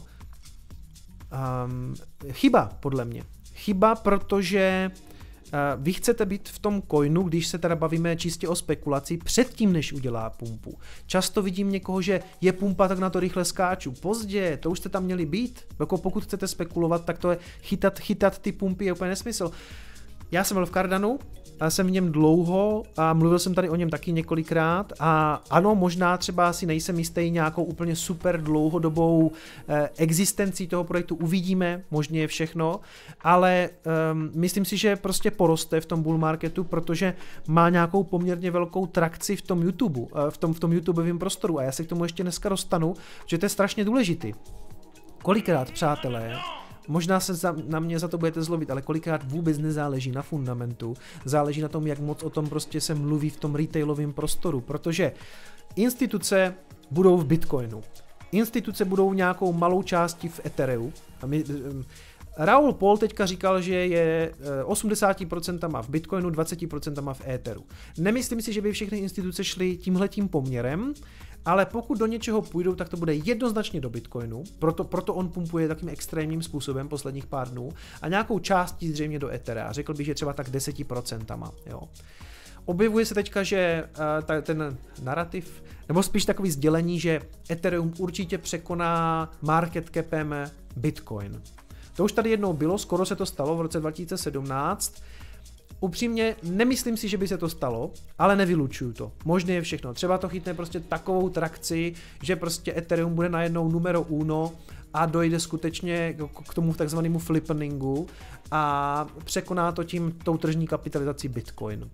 Speaker 1: Um, chyba, podle mě. Chyba, protože uh, vy chcete být v tom coinu, když se teda bavíme čistě o spekulaci, předtím, než udělá pumpu. Často vidím někoho, že je pumpa, tak na to rychle skáču. Pozdě, to už jste tam měli být. Jako pokud chcete spekulovat, tak to je chytat, chytat ty pumpy je úplně nesmysl. Já jsem byl v Cardanu, a jsem v něm dlouho a mluvil jsem tady o něm taky několikrát a ano, možná třeba si nejsem jistý nějakou úplně super dlouhodobou eh, existencí toho projektu, uvidíme, možně je všechno, ale um, myslím si, že prostě poroste v tom bull marketu, protože má nějakou poměrně velkou trakci v tom YouTube, eh, v tom, v tom YouTubeovém prostoru a já se k tomu ještě dneska dostanu, že to je strašně důležitý. Kolikrát, přátelé, možná se za, na mě za to budete zlobit, ale kolikrát vůbec nezáleží na fundamentu, záleží na tom, jak moc o tom prostě se mluví v tom retailovém prostoru, protože instituce budou v Bitcoinu, instituce budou nějakou malou částí v Ethereu. A my, um, Raoul Pal teďka říkal, že je osmdesát procent v Bitcoinu, dvacet procent v Etheru. Nemyslím si, že by všechny instituce šly tímhletím poměrem, ale pokud do něčeho půjdou, tak to bude jednoznačně do Bitcoinu, proto, proto on pumpuje takým extrémním způsobem posledních pár dnů a nějakou částí zřejmě do Ethera. Řekl bych, že třeba tak deset procent. Jo. Objevuje se teďka, že uh, ta, ten narrativ, nebo spíš takový sdělení, že Ethereum určitě překoná market capem Bitcoin. To už tady jednou bylo, skoro se to stalo v roce dva tisíce sedmnáct. Upřímně nemyslím si, že by se to stalo, ale nevylučuju to. Možné je všechno. Třeba to chytne prostě takovou trakci, že prostě Ethereum bude najednou numero uno a dojde skutečně k tomu takzvanému flippeningu a překoná to tím tou tržní kapitalizací Bitcoin.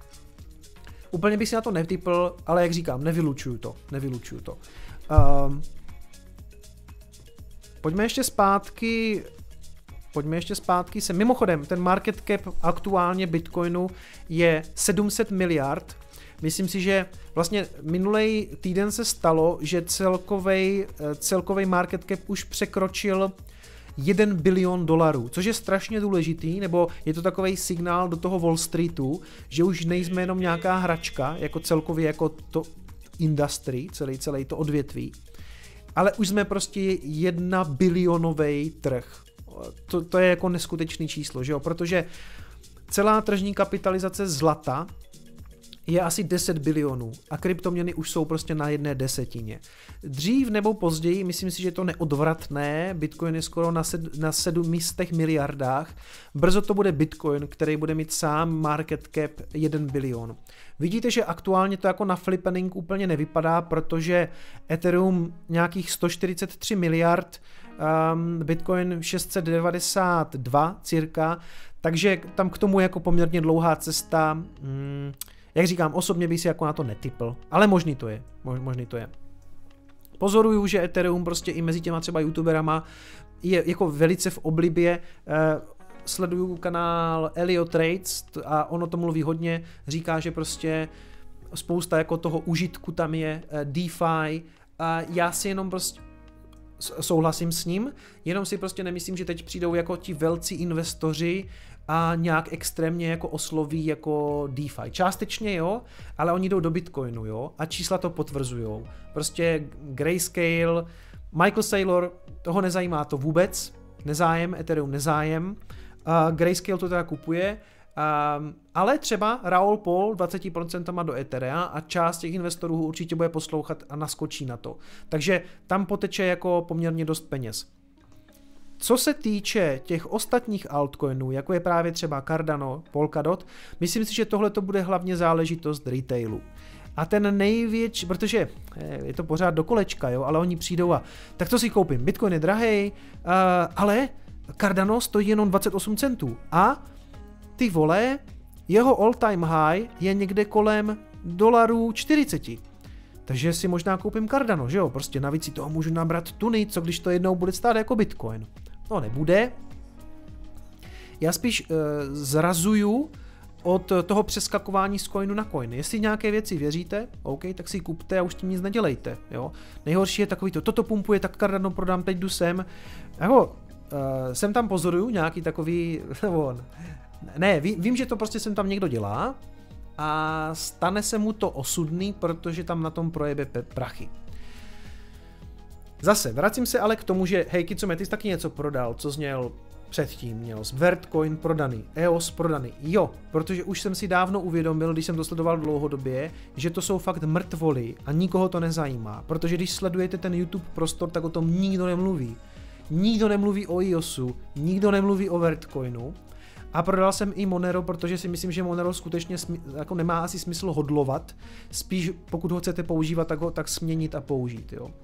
Speaker 1: Úplně bych si na to nevtypl, ale jak říkám, nevylučuju to. Nevylučuju to. Um, pojďme ještě zpátky... Pojďme ještě zpátky se. Mimochodem, ten market cap aktuálně Bitcoinu je sedm set miliard. Myslím si, že vlastně minulý týden se stalo, že celkovej, celkovej market cap už překročil jeden bilion dolarů, což je strašně důležitý, nebo je to takovej signál do toho Wall Streetu, že už nejsme jenom nějaká hračka, jako celkově jako to industry, celý, celý to odvětví, ale už jsme prostě jedna bilionový trh. To, to je jako neskutečný číslo, že jo? Protože celá tržní kapitalizace zlata je asi deset bilionů a kryptoměny už jsou prostě na jedné desetině. Dřív nebo později, myslím si, že je to neodvratné, Bitcoin je skoro na, sed, na sedmi miliardách, brzo to bude Bitcoin, který bude mít sám market cap jeden bilion. Vidíte, že aktuálně to jako na flippening úplně nevypadá, protože Ethereum nějakých sto čtyřicet tři miliard, um, Bitcoin šest set devadesát dva cirka, takže tam k tomu je jako poměrně dlouhá cesta. Hmm, jak říkám, osobně bych si jako na to netypl, ale možný to je, Mož, možný to je. Pozoruju, že Ethereum prostě i mezi těma třeba youtuberama je jako velice v oblibě. Eh, sleduju kanál Elio Trades a ono to mluví hodně, říká, že prostě spousta jako toho užitku tam je, DeFi, a já si jenom prostě souhlasím s ním, jenom si prostě nemyslím, že teď přijdou jako ti velcí investoři a nějak extrémně jako osloví jako DeFi. Částečně jo, ale oni jdou do Bitcoinu, jo, a čísla to potvrzujou. Prostě Grayscale, Michael Saylor, toho nezajímá to vůbec, nezájem, Ethereum nezájem, uh, Grayscale to teda kupuje, um, ale třeba Raoul Pal dvacet procent do Etherea a část těch investorů určitě bude poslouchat a naskočí na to. Takže tam poteče jako poměrně dost peněz. Co se týče těch ostatních altcoinů, jako je právě třeba Cardano, Polkadot, myslím si, že tohle to bude hlavně záležitost retailu. A ten největší, protože je to pořád do kolečka, jo, ale oni přijdou a tak to si koupím, Bitcoin je drahej, uh, ale Cardano stojí jenom dvacet osm centů a ty vole, jeho all time high je někde kolem dolarů čtyřicet. Takže si možná koupím Cardano, že jo, prostě navíc si toho můžu nabrat tuny, co když to jednou bude stát jako Bitcoin. No nebude. Já spíš uh, zrazuju od toho přeskakování z coinu na coin. Jestli nějaké věci věříte, OK, tak si ji kupte a už tím nic nedělejte. Jo? Nejhorší je takový to, toto pumpuje, tak Cardano prodám, teď jdu sem. Jako, uh, sem tam pozoruju nějaký takový, nebo ne, ví, vím, že to prostě sem tam někdo dělá a stane se mu to osudný, protože tam na tom projebe prachy. Zase, vracím se ale k tomu, že hej, Kicome, ty jsi taky něco prodal, co jsi měl předtím, měl jsi Vertcoin prodaný, E O S prodaný, jo, protože už jsem si dávno uvědomil, když jsem to sledoval dlouhodobě, že to jsou fakt mrtvoly a nikoho to nezajímá, protože když sledujete ten YouTube prostor, tak o tom nikdo nemluví. Nikdo nemluví o E O Su, nikdo nemluví o Vertcoinu a prodal jsem i Monero, protože si myslím, že Monero skutečně jako nemá asi smysl hodlovat, spíš pokud ho chcete používat, tak ho tak směnit a použít, jo.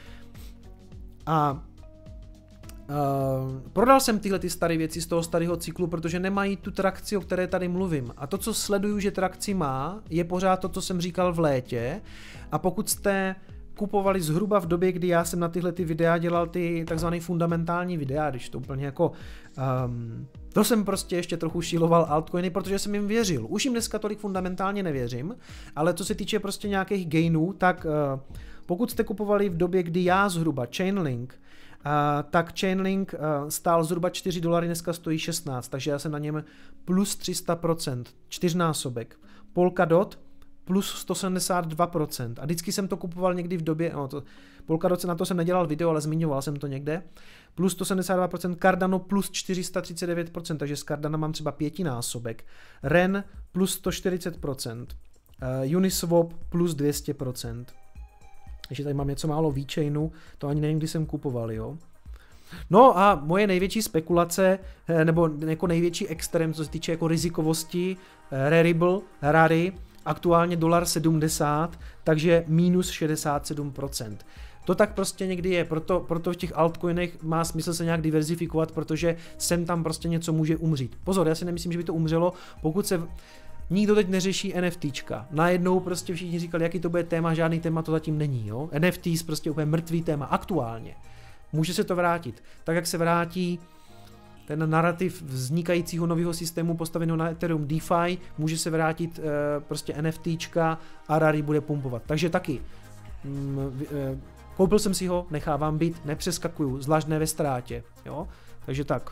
Speaker 1: A Uh, prodal jsem tyhle ty staré věci z toho starého cyklu, protože nemají tu trakci, o které tady mluvím. A to, co sleduju, že trakci má, je pořád to, co jsem říkal v létě. A pokud jste kupovali zhruba v době, kdy já jsem na tyhle ty videa dělal ty takzvané fundamentální videa, když to úplně jako... Um, to jsem prostě ještě trochu šiloval altcoiny, protože jsem jim věřil. Už jim dneska tolik fundamentálně nevěřím, ale co se týče prostě nějakých gainů, tak uh, pokud jste kupovali v době, kdy já zhruba Chainlink, Uh, tak Chainlink uh, stál zhruba čtyři dolary, dneska stojí šestnáct, takže já jsem na něm plus tři sta procent, čtyřnásobek. Polkadot plus sto sedmdesát dva procent a vždycky jsem to kupoval někdy v době, no to, Polkadot, na to jsem nedělal video, ale zmiňoval jsem to někde, plus sto sedmdesát dva procent, Cardano plus čtyři sta třicet devět procent, takže z Cardana mám třeba pětinásobek, R E N plus sto čtyřicet procent, uh, Uniswap plus dvě stě procent. Takže tady mám něco málo V-chainu, to ani nevím, kdy jsem kupoval, jo. No a moje největší spekulace, nebo jako největší extrém, co se týče jako rizikovosti, Rarible, Rary, aktuálně dolar sedmdesát, takže minus šedesát sedm procent. To tak prostě někdy je, proto, proto v těch altcoinech má smysl se nějak diverzifikovat, protože sem tam prostě něco může umřít. Pozor, já si nemyslím, že by to umřelo, pokud se... Nikdo teď neřeší NFTčka. Najednou prostě všichni říkali, jaký to bude téma, žádný téma to zatím není, jo. N F Ts prostě úplně mrtvý téma, aktuálně. Může se to vrátit. Tak jak se vrátí ten narrativ vznikajícího nového systému postaveného na Ethereum DeFi, může se vrátit e, prostě NFTčka a Rary bude pumpovat. Takže taky. Mm, e, koupil jsem si ho, nechávám být, nepřeskakuju, zvlášť ne ve ztrátě, jo. Takže tak.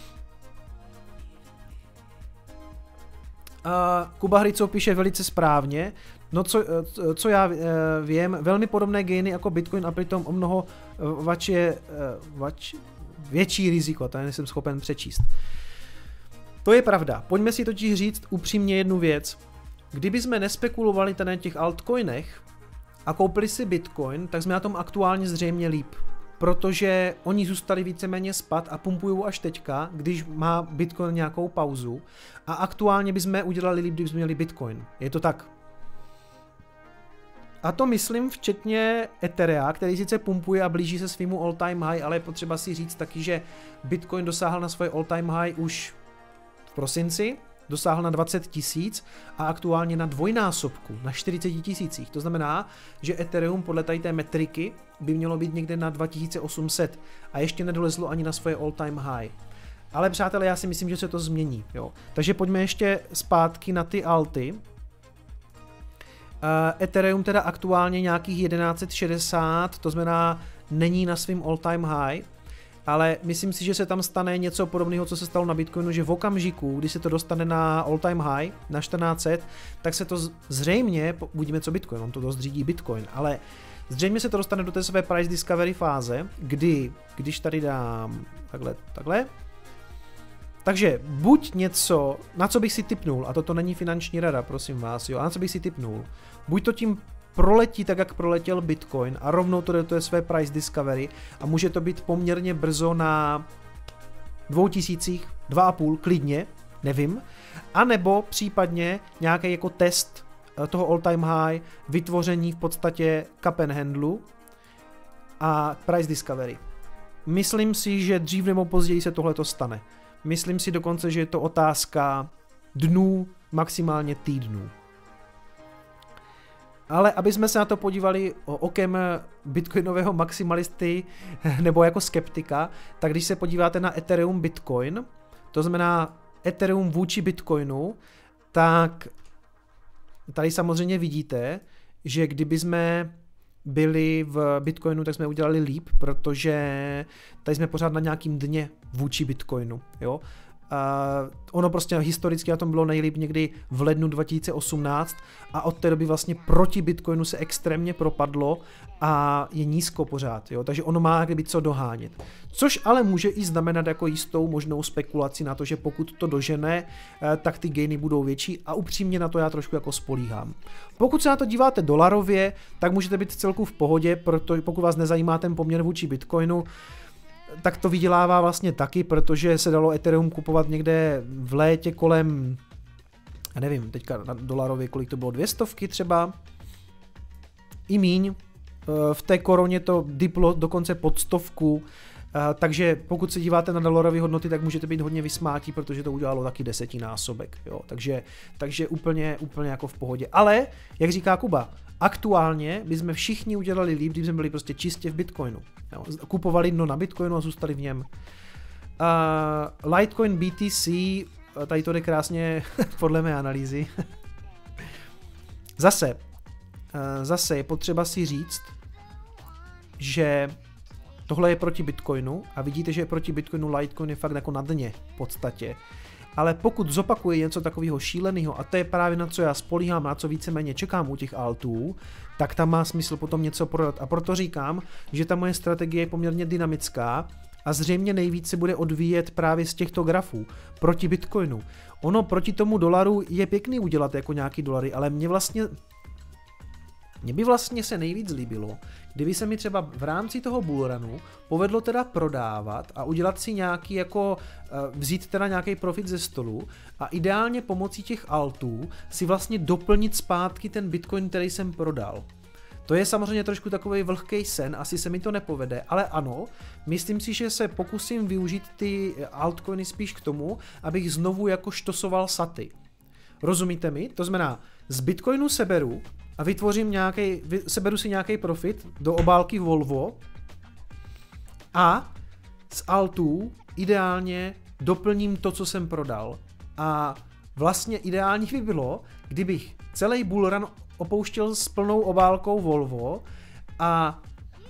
Speaker 1: Uh, Kuba Hryco píše velice správně, no co, co já uh, vím, velmi podobné gainy jako Bitcoin a přitom o mnoho uh, vač je, uh, vač, větší riziko, to nejsem schopen přečíst. To je pravda, pojďme si totiž říct upřímně jednu věc. Kdyby jsme nespekulovali tady na těch altcoinech a koupili si Bitcoin, tak jsme na tom aktuálně zřejmě líp. Protože oni zůstali víceméně spad a pumpují až teďka, když má Bitcoin nějakou pauzu a aktuálně bychom udělali líp, kdybychom měli Bitcoin. Je to tak. A to myslím včetně Etherea, který sice pumpuje a blíží se svýmu all time high, ale je potřeba si říct taky, že Bitcoin dosáhl na svoje all time high už v prosinci, dosáhl na dvacet tisíc a aktuálně na dvojnásobku, na čtyřicet tisících. To znamená, že Ethereum podle tady té metriky by mělo být někde na dva tisíce osm set a ještě nedolezlo ani na svoje all time high. Ale přátelé, já si myslím, že se to změní. Jo. Takže pojďme ještě zpátky na ty alty. Ethereum teda aktuálně nějakých jedenáct set šedesát, to znamená není na svým all time high, ale myslím si, že se tam stane něco podobného, co se stalo na Bitcoinu, že v okamžiku, kdy se to dostane na all time high, na čtrnáct set, tak se to zřejmě, uvidíme co Bitcoin, on to dost řídí Bitcoin, ale zřejmě se to dostane do té své price discovery fáze, kdy, když tady dám takhle, takhle, takže buď něco, na co bych si tipnul, a toto není finanční rada, prosím vás, jo, a na co bych si tipnul, buď to tím proletí tak, jak proletěl Bitcoin a rovnou to jde do té své price discovery a může to být poměrně brzo na dvou tisících, dva a půl, klidně, nevím, anebo případně nějaký jako test toho all time high, vytvoření v podstatě cup and handlu a price discovery. Myslím si, že dřív nebo později se tohleto stane. Myslím si dokonce, že je to otázka dnů, maximálně týdnů. Ale aby jsme se na to podívali okem bitcoinového maximalisty nebo jako skeptika, tak když se podíváte na Ethereum Bitcoin, to znamená Ethereum vůči Bitcoinu, tak tady samozřejmě vidíte, že kdyby jsme byli v Bitcoinu, tak jsme udělali líp, protože tady jsme pořád na nějakým dně vůči Bitcoinu, jo. Uh, ono prostě historicky na tom bylo nejlíp někdy v lednu dva tisíce osmnáct a od té doby vlastně proti Bitcoinu se extrémně propadlo a je nízko pořád, jo? Takže ono má kdyby co dohánět. Což ale může i znamenat jako jistou možnou spekulaci na to, že pokud to dožene, tak ty gainy budou větší a upřímně na to já trošku jako spolíhám. Pokud se na to díváte dolarově, tak můžete být celku v pohodě, protože pokud vás nezajímá ten poměr vůči Bitcoinu, tak to vydělává vlastně taky, protože se dalo Ethereum kupovat někde v létě kolem, já nevím, teďka na dolarově, kolik to bylo, dvě stovky třeba, i míň, v té koroně to diplo dokonce pod stovku, takže pokud se díváte na dolarové hodnoty, tak můžete být hodně vysmátí, protože to udělalo taky desetinásobek, jo, takže, takže úplně, úplně jako v pohodě, ale, jak říká Kuba, aktuálně bychom všichni udělali líp, když jsme byli prostě čistě v Bitcoinu. Jo. Kupovali dno na Bitcoinu a zůstali v něm. Uh, Litecoin B T C, tady to jde krásně podle mé analýzy. Zase, uh, zase je potřeba si říct, že tohle je proti Bitcoinu a vidíte, že je proti Bitcoinu Litecoin je fakt jako na dně v podstatě. Ale pokud zopakuje něco takového šíleného, a to je právě na co já spolíhám, na co víceméně čekám u těch altů, tak tam má smysl potom něco prodat. A proto říkám, že ta moje strategie je poměrně dynamická a zřejmě nejvíce bude odvíjet právě z těchto grafů proti Bitcoinu. Ono proti tomu dolaru je pěkný udělat jako nějaký dolary, ale mě vlastně... Mně by vlastně se nejvíc líbilo, kdyby se mi třeba v rámci toho bullrunu povedlo teda prodávat a udělat si nějaký jako, vzít teda nějaký profit ze stolu a ideálně pomocí těch altů si vlastně doplnit zpátky ten Bitcoin, který jsem prodal. To je samozřejmě trošku takový vlhký sen, asi se mi to nepovede, ale ano, myslím si, že se pokusím využít ty altcoiny spíš k tomu, abych znovu jako štosoval saty. Rozumíte mi? To znamená, z Bitcoinu seberu a vytvořím nějaký, seberu si nějaký profit do obálky Volvo a z altů ideálně doplním to, co jsem prodal. A vlastně ideální by bylo, kdybych celý bullrun opouštěl s plnou obálkou Volvo a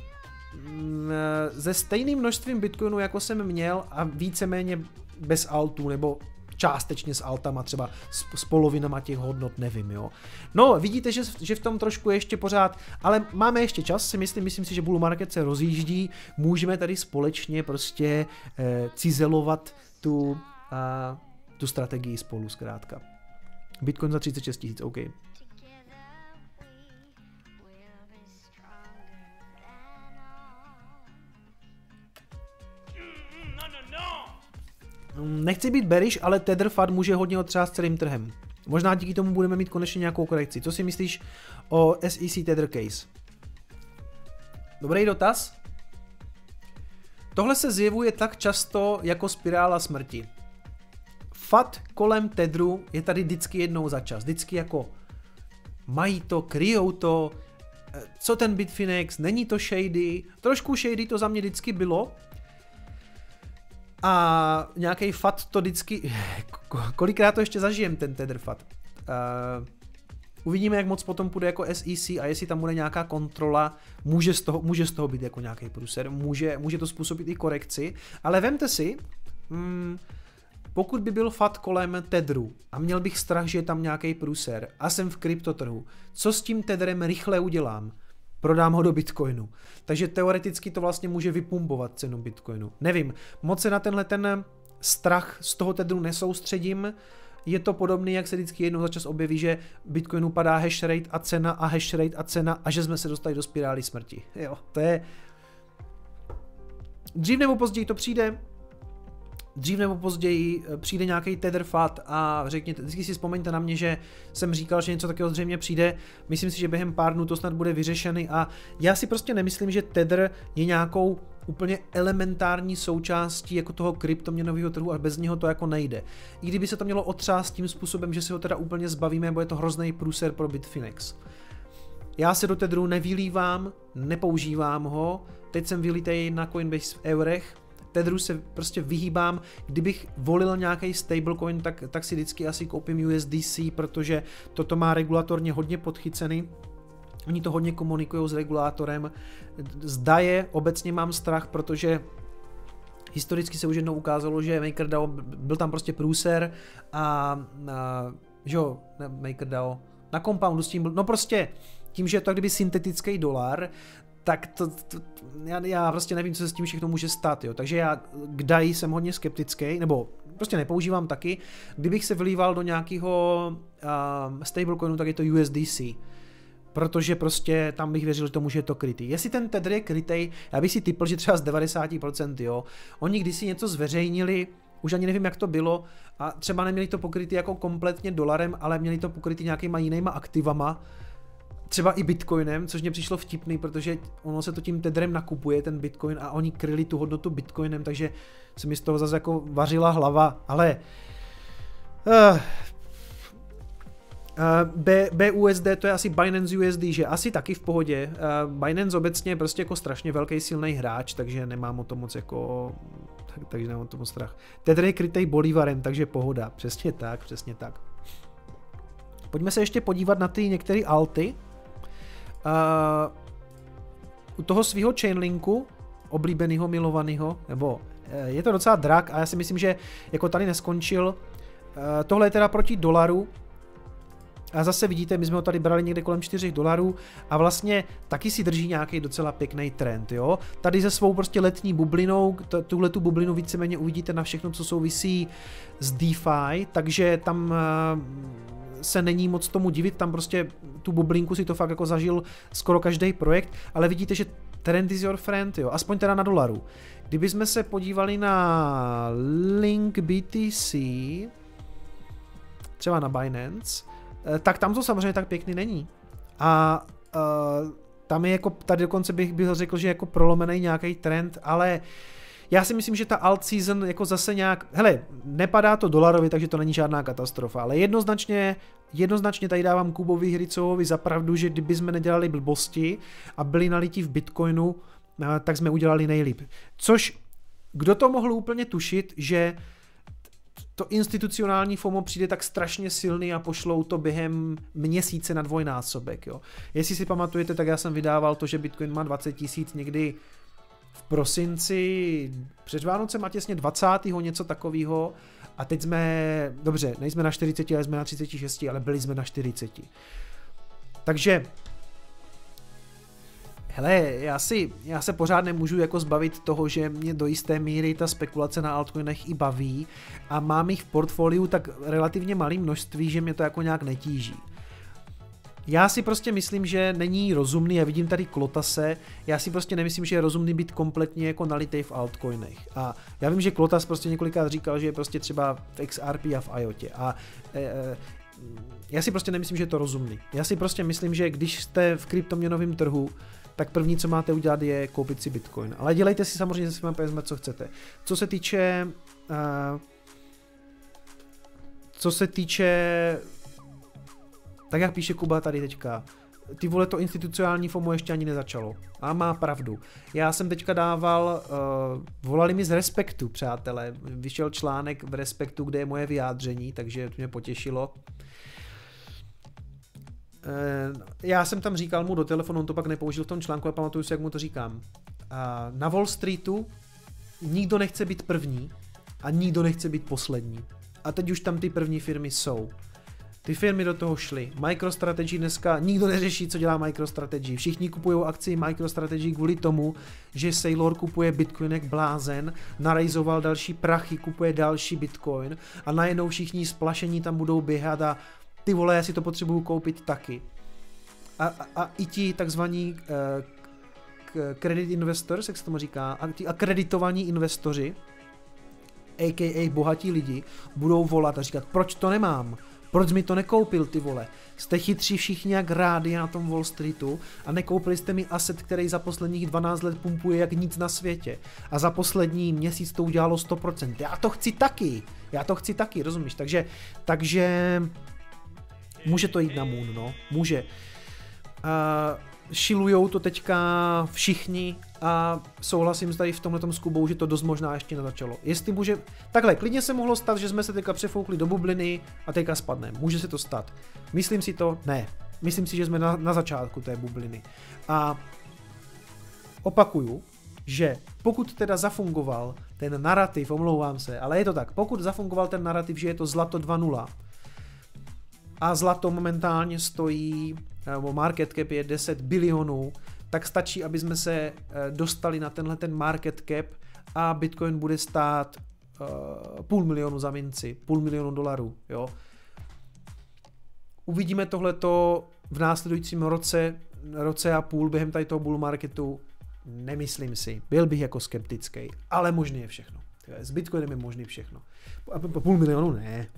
Speaker 1: se stejným množstvím Bitcoinu, jako jsem měl a víceméně bez altů, nebo částečně s altama, třeba s, s polovinama těch hodnot, nevím, jo. No, vidíte, že, že v tom trošku ještě pořád, ale máme ještě čas, si myslím, myslím si, že bull market se rozjíždí, můžeme tady společně prostě eh, cizelovat tu, a, tu strategii spolu zkrátka. Bitcoin za třicet šest tisíc, OK. Nechci být bearish, ale Tether F U D může hodně otřást celým trhem. Možná díky tomu budeme mít konečně nějakou korekci. Co si myslíš o S E C Tether case? Dobrý dotaz. Tohle se zjevuje tak často jako spirála smrti. F U D kolem Tetheru je tady vždycky jednou za čas. Vždycky jako mají to, kryjou to, co ten Bitfinex, není to shady. Trošku shady to za mě vždycky bylo. A nějaký F U D to vždycky, kolikrát to ještě zažijem ten Tether F U D. Uh, Uvidíme, jak moc potom půjde jako S E C a jestli tam bude nějaká kontrola, může z toho, může z toho být jako nějaký průser, může, může to způsobit i korekci, ale vemte si, hmm, pokud by byl F A T kolem Tetheru a měl bych strach, že je tam nějaký průser a jsem v kryptotrhu, co s tím Tetherem rychle udělám? Prodám ho do Bitcoinu. Takže teoreticky to vlastně může vypumpovat cenu Bitcoinu. Nevím, moc se na tenhle ten strach z toho Tetheru nesoustředím. Je to podobné, jak se vždycky jednou za čas objeví, že Bitcoinu padá hash rate a cena a hash rate a cena a že jsme se dostali do spirály smrti. Jo, to je... Dřív nebo později to přijde. Dřív nebo později přijde nějaký Tether F A T a řekněte, vždycky si vzpomeňte na mě, že jsem říkal, že něco takového zřejmě přijde. Myslím si, že během pár dnů to snad bude vyřešený a já si prostě nemyslím, že Tether je nějakou úplně elementární součástí jako toho kryptoměnového trhu a bez něho to jako nejde. I kdyby se to mělo otřást tím způsobem, že se ho teda úplně zbavíme, bo je to hrozný průser pro Bitfinex. Já se do Tetheru nevylívám, nepoužívám ho, teď jsem vylítej na Coinbase v eurech, Tetheru se prostě vyhýbám, kdybych volil nějaký stablecoin, tak, tak si vždycky asi koupím U S D C, protože toto má regulatorně hodně podchycený. Oni to hodně komunikují s regulátorem. Zda je, obecně mám strach, protože historicky se už jednou ukázalo, že MakerDAO, byl tam prostě průser a, a že jo, ne, MakerDAO, na Compoundu s tím byl, no prostě tím, že je to kdyby syntetický dolar, tak to, to já, já prostě nevím, co se s tím všechno může stát, jo. Takže já k D A I jsem hodně skeptický, nebo prostě nepoužívám taky. Kdybych se vlíval do nějakého uh, stablecoinu, tak je to U S D C. Protože prostě tam bych věřil, že tomu, že je to krytý. Jestli ten Tether je krytej, já bych si tipl, že třeba z devadesát procent, jo. Oni kdysi něco zveřejnili, už ani nevím, jak to bylo, a třeba neměli to pokrytý jako kompletně dolarem, ale měli to pokrytý nějakýma jinýma aktivama, třeba i Bitcoinem, což mě přišlo vtipný, protože ono se to tím Tetherem nakupuje, ten Bitcoin, a oni kryli tu hodnotu Bitcoinem, takže se mi z toho zase jako vařila hlava, ale uh, Uh, B, B U S D to je asi Binance U S D, že asi taky v pohodě. Uh, Binance obecně je prostě jako strašně velký silný hráč, takže nemám o to moc jako, tak, takže nemám o to moc strach. Tether je krytej bolivarem, takže pohoda, přesně tak, přesně tak. Pojďme se ještě podívat na ty některé alty. Uh, u toho svého Chainlinku, oblíbeného, milovaného, nebo uh, je to docela drak a já si myslím, že jako tady neskončil. Uh, tohle je teda proti dolaru. A zase vidíte, my jsme ho tady brali někde kolem čtyři dolarů a vlastně taky si drží nějaký docela pěkný trend, jo. Tady se svou prostě letní bublinou, tuhle tu bublinu víceméně uvidíte na všechno, co souvisí s DeFi, takže tam se není moc tomu divit, tam prostě tu bublinku si to fakt jako zažil skoro každý projekt, ale vidíte, že trend is your friend, jo, aspoň teda na dolaru. Kdyby jsme se podívali na link B T C, třeba na Binance, tak tam to samozřejmě tak pěkný není. A uh, tam je jako, tady dokonce bych, bych řekl, že je jako prolomený nějaký trend, ale já si myslím, že ta alt season jako zase nějak, hele, nepadá to dolarově, takže to není žádná katastrofa, ale jednoznačně, jednoznačně tady dávám Kubovi Hrycovovi za pravdu, že kdyby jsme nedělali blbosti a byli nalití v Bitcoinu, tak jsme udělali nejlíp. Což, kdo to mohl úplně tušit, že to institucionální FOMO přijde tak strašně silný a pošlou to během měsíce na dvojnásobek. Jo. Jestli si pamatujete, tak já jsem vydával to, že Bitcoin má dvacet tisíc někdy v prosinci, před Vánocem a těsně dvacátého něco takového. A teď jsme, dobře, nejsme na čtyřiceti, ale jsme na třicet šest, ale byli jsme na čtyřiceti. Takže hele, já, si, já se pořád nemůžu jako zbavit toho, že mě do jisté míry ta spekulace na altcoinech i baví a mám jich v portfoliu tak relativně malé množství, že mě to jako nějak netíží. Já si prostě myslím, že není rozumný, já vidím tady Klotase, já si prostě nemyslím, že je rozumný být kompletně jako nalitej v altcoinech. A já vím, že Klotas prostě několikrát říkal, že je prostě třeba v X R P a v IoTě. A e, e, já si prostě nemyslím, že je to rozumný. Já si prostě myslím, že když jste v kryptoměnovém trhu, tak první, co máte udělat, je koupit si Bitcoin. Ale dělejte si samozřejmě se svými penězmi, co chcete. Co se týče... Uh, co se týče... Tak jak píše Kuba tady teďka, ty vole, to institucionální FOMO ještě ani nezačalo. A má pravdu. Já jsem teďka dával, uh, volali mi z Respektu, přátelé. Vyšel článek v Respektu, kde je moje vyjádření, takže to mě potěšilo. já jsem tam říkal mu do telefonu, on to pak nepoužil v tom článku, a pamatuju si, jak mu to říkám. Na Wall Streetu nikdo nechce být první a nikdo nechce být poslední. A teď už tam ty první firmy jsou. Ty firmy do toho šly. MicroStrategy dneska, nikdo neřeší, co dělá MicroStrategy. Všichni kupují akci MicroStrategy kvůli tomu, že Saylor kupuje Bitcoin jak blázen, narejzoval další prachy, kupuje další Bitcoin a najednou všichni splašení tam budou běhat a ty vole, já si to potřebuju koupit taky. A, a, a i ti takzvaní uh, credit investors, jak se tomu říká, a ti akreditovaní investoři, a k a bohatí lidi, budou volat a říkat, proč to nemám? Proč mi to nekoupil, ty vole? Jste chytří všichni jak rádi na tom Wall Streetu a nekoupili jste mi asset, který za posledních dvanáct let pumpuje jak nic na světě. A za poslední měsíc to udělalo sto procent. Já to chci taky. Já to chci taky, rozumíš? Takže, takže může to jít na moon, no. Může. Uh, šilujou to teďka všichni a souhlasím tady v tomhletom s Kubou, že to dost možná ještě nezačalo. Jestli může, takhle, klidně se mohlo stát, že jsme se teďka přefoukli do bubliny a teďka spadne. Může se to stát. Myslím si to? Ne. Myslím si, že jsme na, na začátku té bubliny. A opakuju, že pokud teda zafungoval ten narrativ, omlouvám se, ale je to tak, pokud zafungoval ten narrativ, že je to zlato dva nula a zlato momentálně stojí, nebo market cap je deset bilionů, tak stačí, aby jsme se dostali na tenhle ten market cap a Bitcoin bude stát uh, půl milionu za minci, půl milionu dolarů, jo. Uvidíme tohleto v následujícím roce, roce a půl během tady toho bull marketu, nemyslím si, byl bych jako skeptický, ale možný je všechno. S Bitcoinem je možný všechno. A půl milionu ne.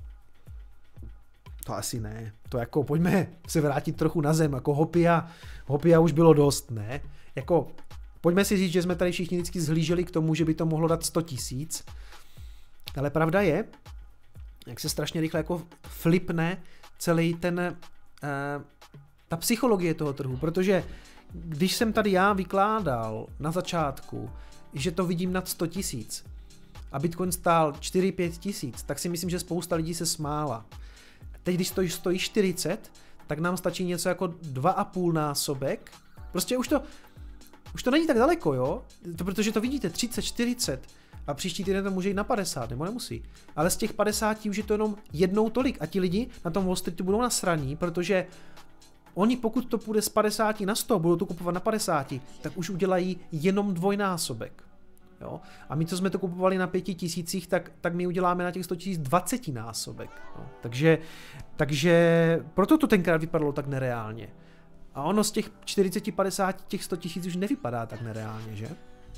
Speaker 1: To asi ne. To jako pojďme se vrátit trochu na zem, jako Hopia, Hopia už bylo dost, ne? Jako pojďme si říct, že jsme tady všichni vždycky zhlíželi k tomu, že by to mohlo dát sto tisíc, ale pravda je, jak se strašně rychle jako flipne celý ten, uh, ta psychologie toho trhu, protože když jsem tady já vykládal na začátku, že to vidím nad sto tisíc a Bitcoin stál čtyři pět tisíc, tak si myslím, že spousta lidí se smála. Teď, když stojí, stojí čtyřicet, tak nám stačí něco jako dva a půl násobek. Prostě už to, už to není tak daleko, jo? To, protože to vidíte, třicet, čtyřicet a příští týden to může jít na padesát, nebo nemusí. Ale z těch padesáti už je to jenom jednou tolik a ti lidi na tom Wall Streetu budou nasraní, protože oni pokud to půjde z padesáti na sto, budou to kupovat na padesáti, tak už udělají jenom dvojnásobek. Jo? A my, co jsme to kupovali na pěti tisících, tak, tak my uděláme na těch sto tisíc dvacetinásobek. Jo? Takže, takže proto to tenkrát vypadalo tak nereálně. A ono z těch čtyřicet padesát těch sto tisíc už nevypadá tak nereálně, že?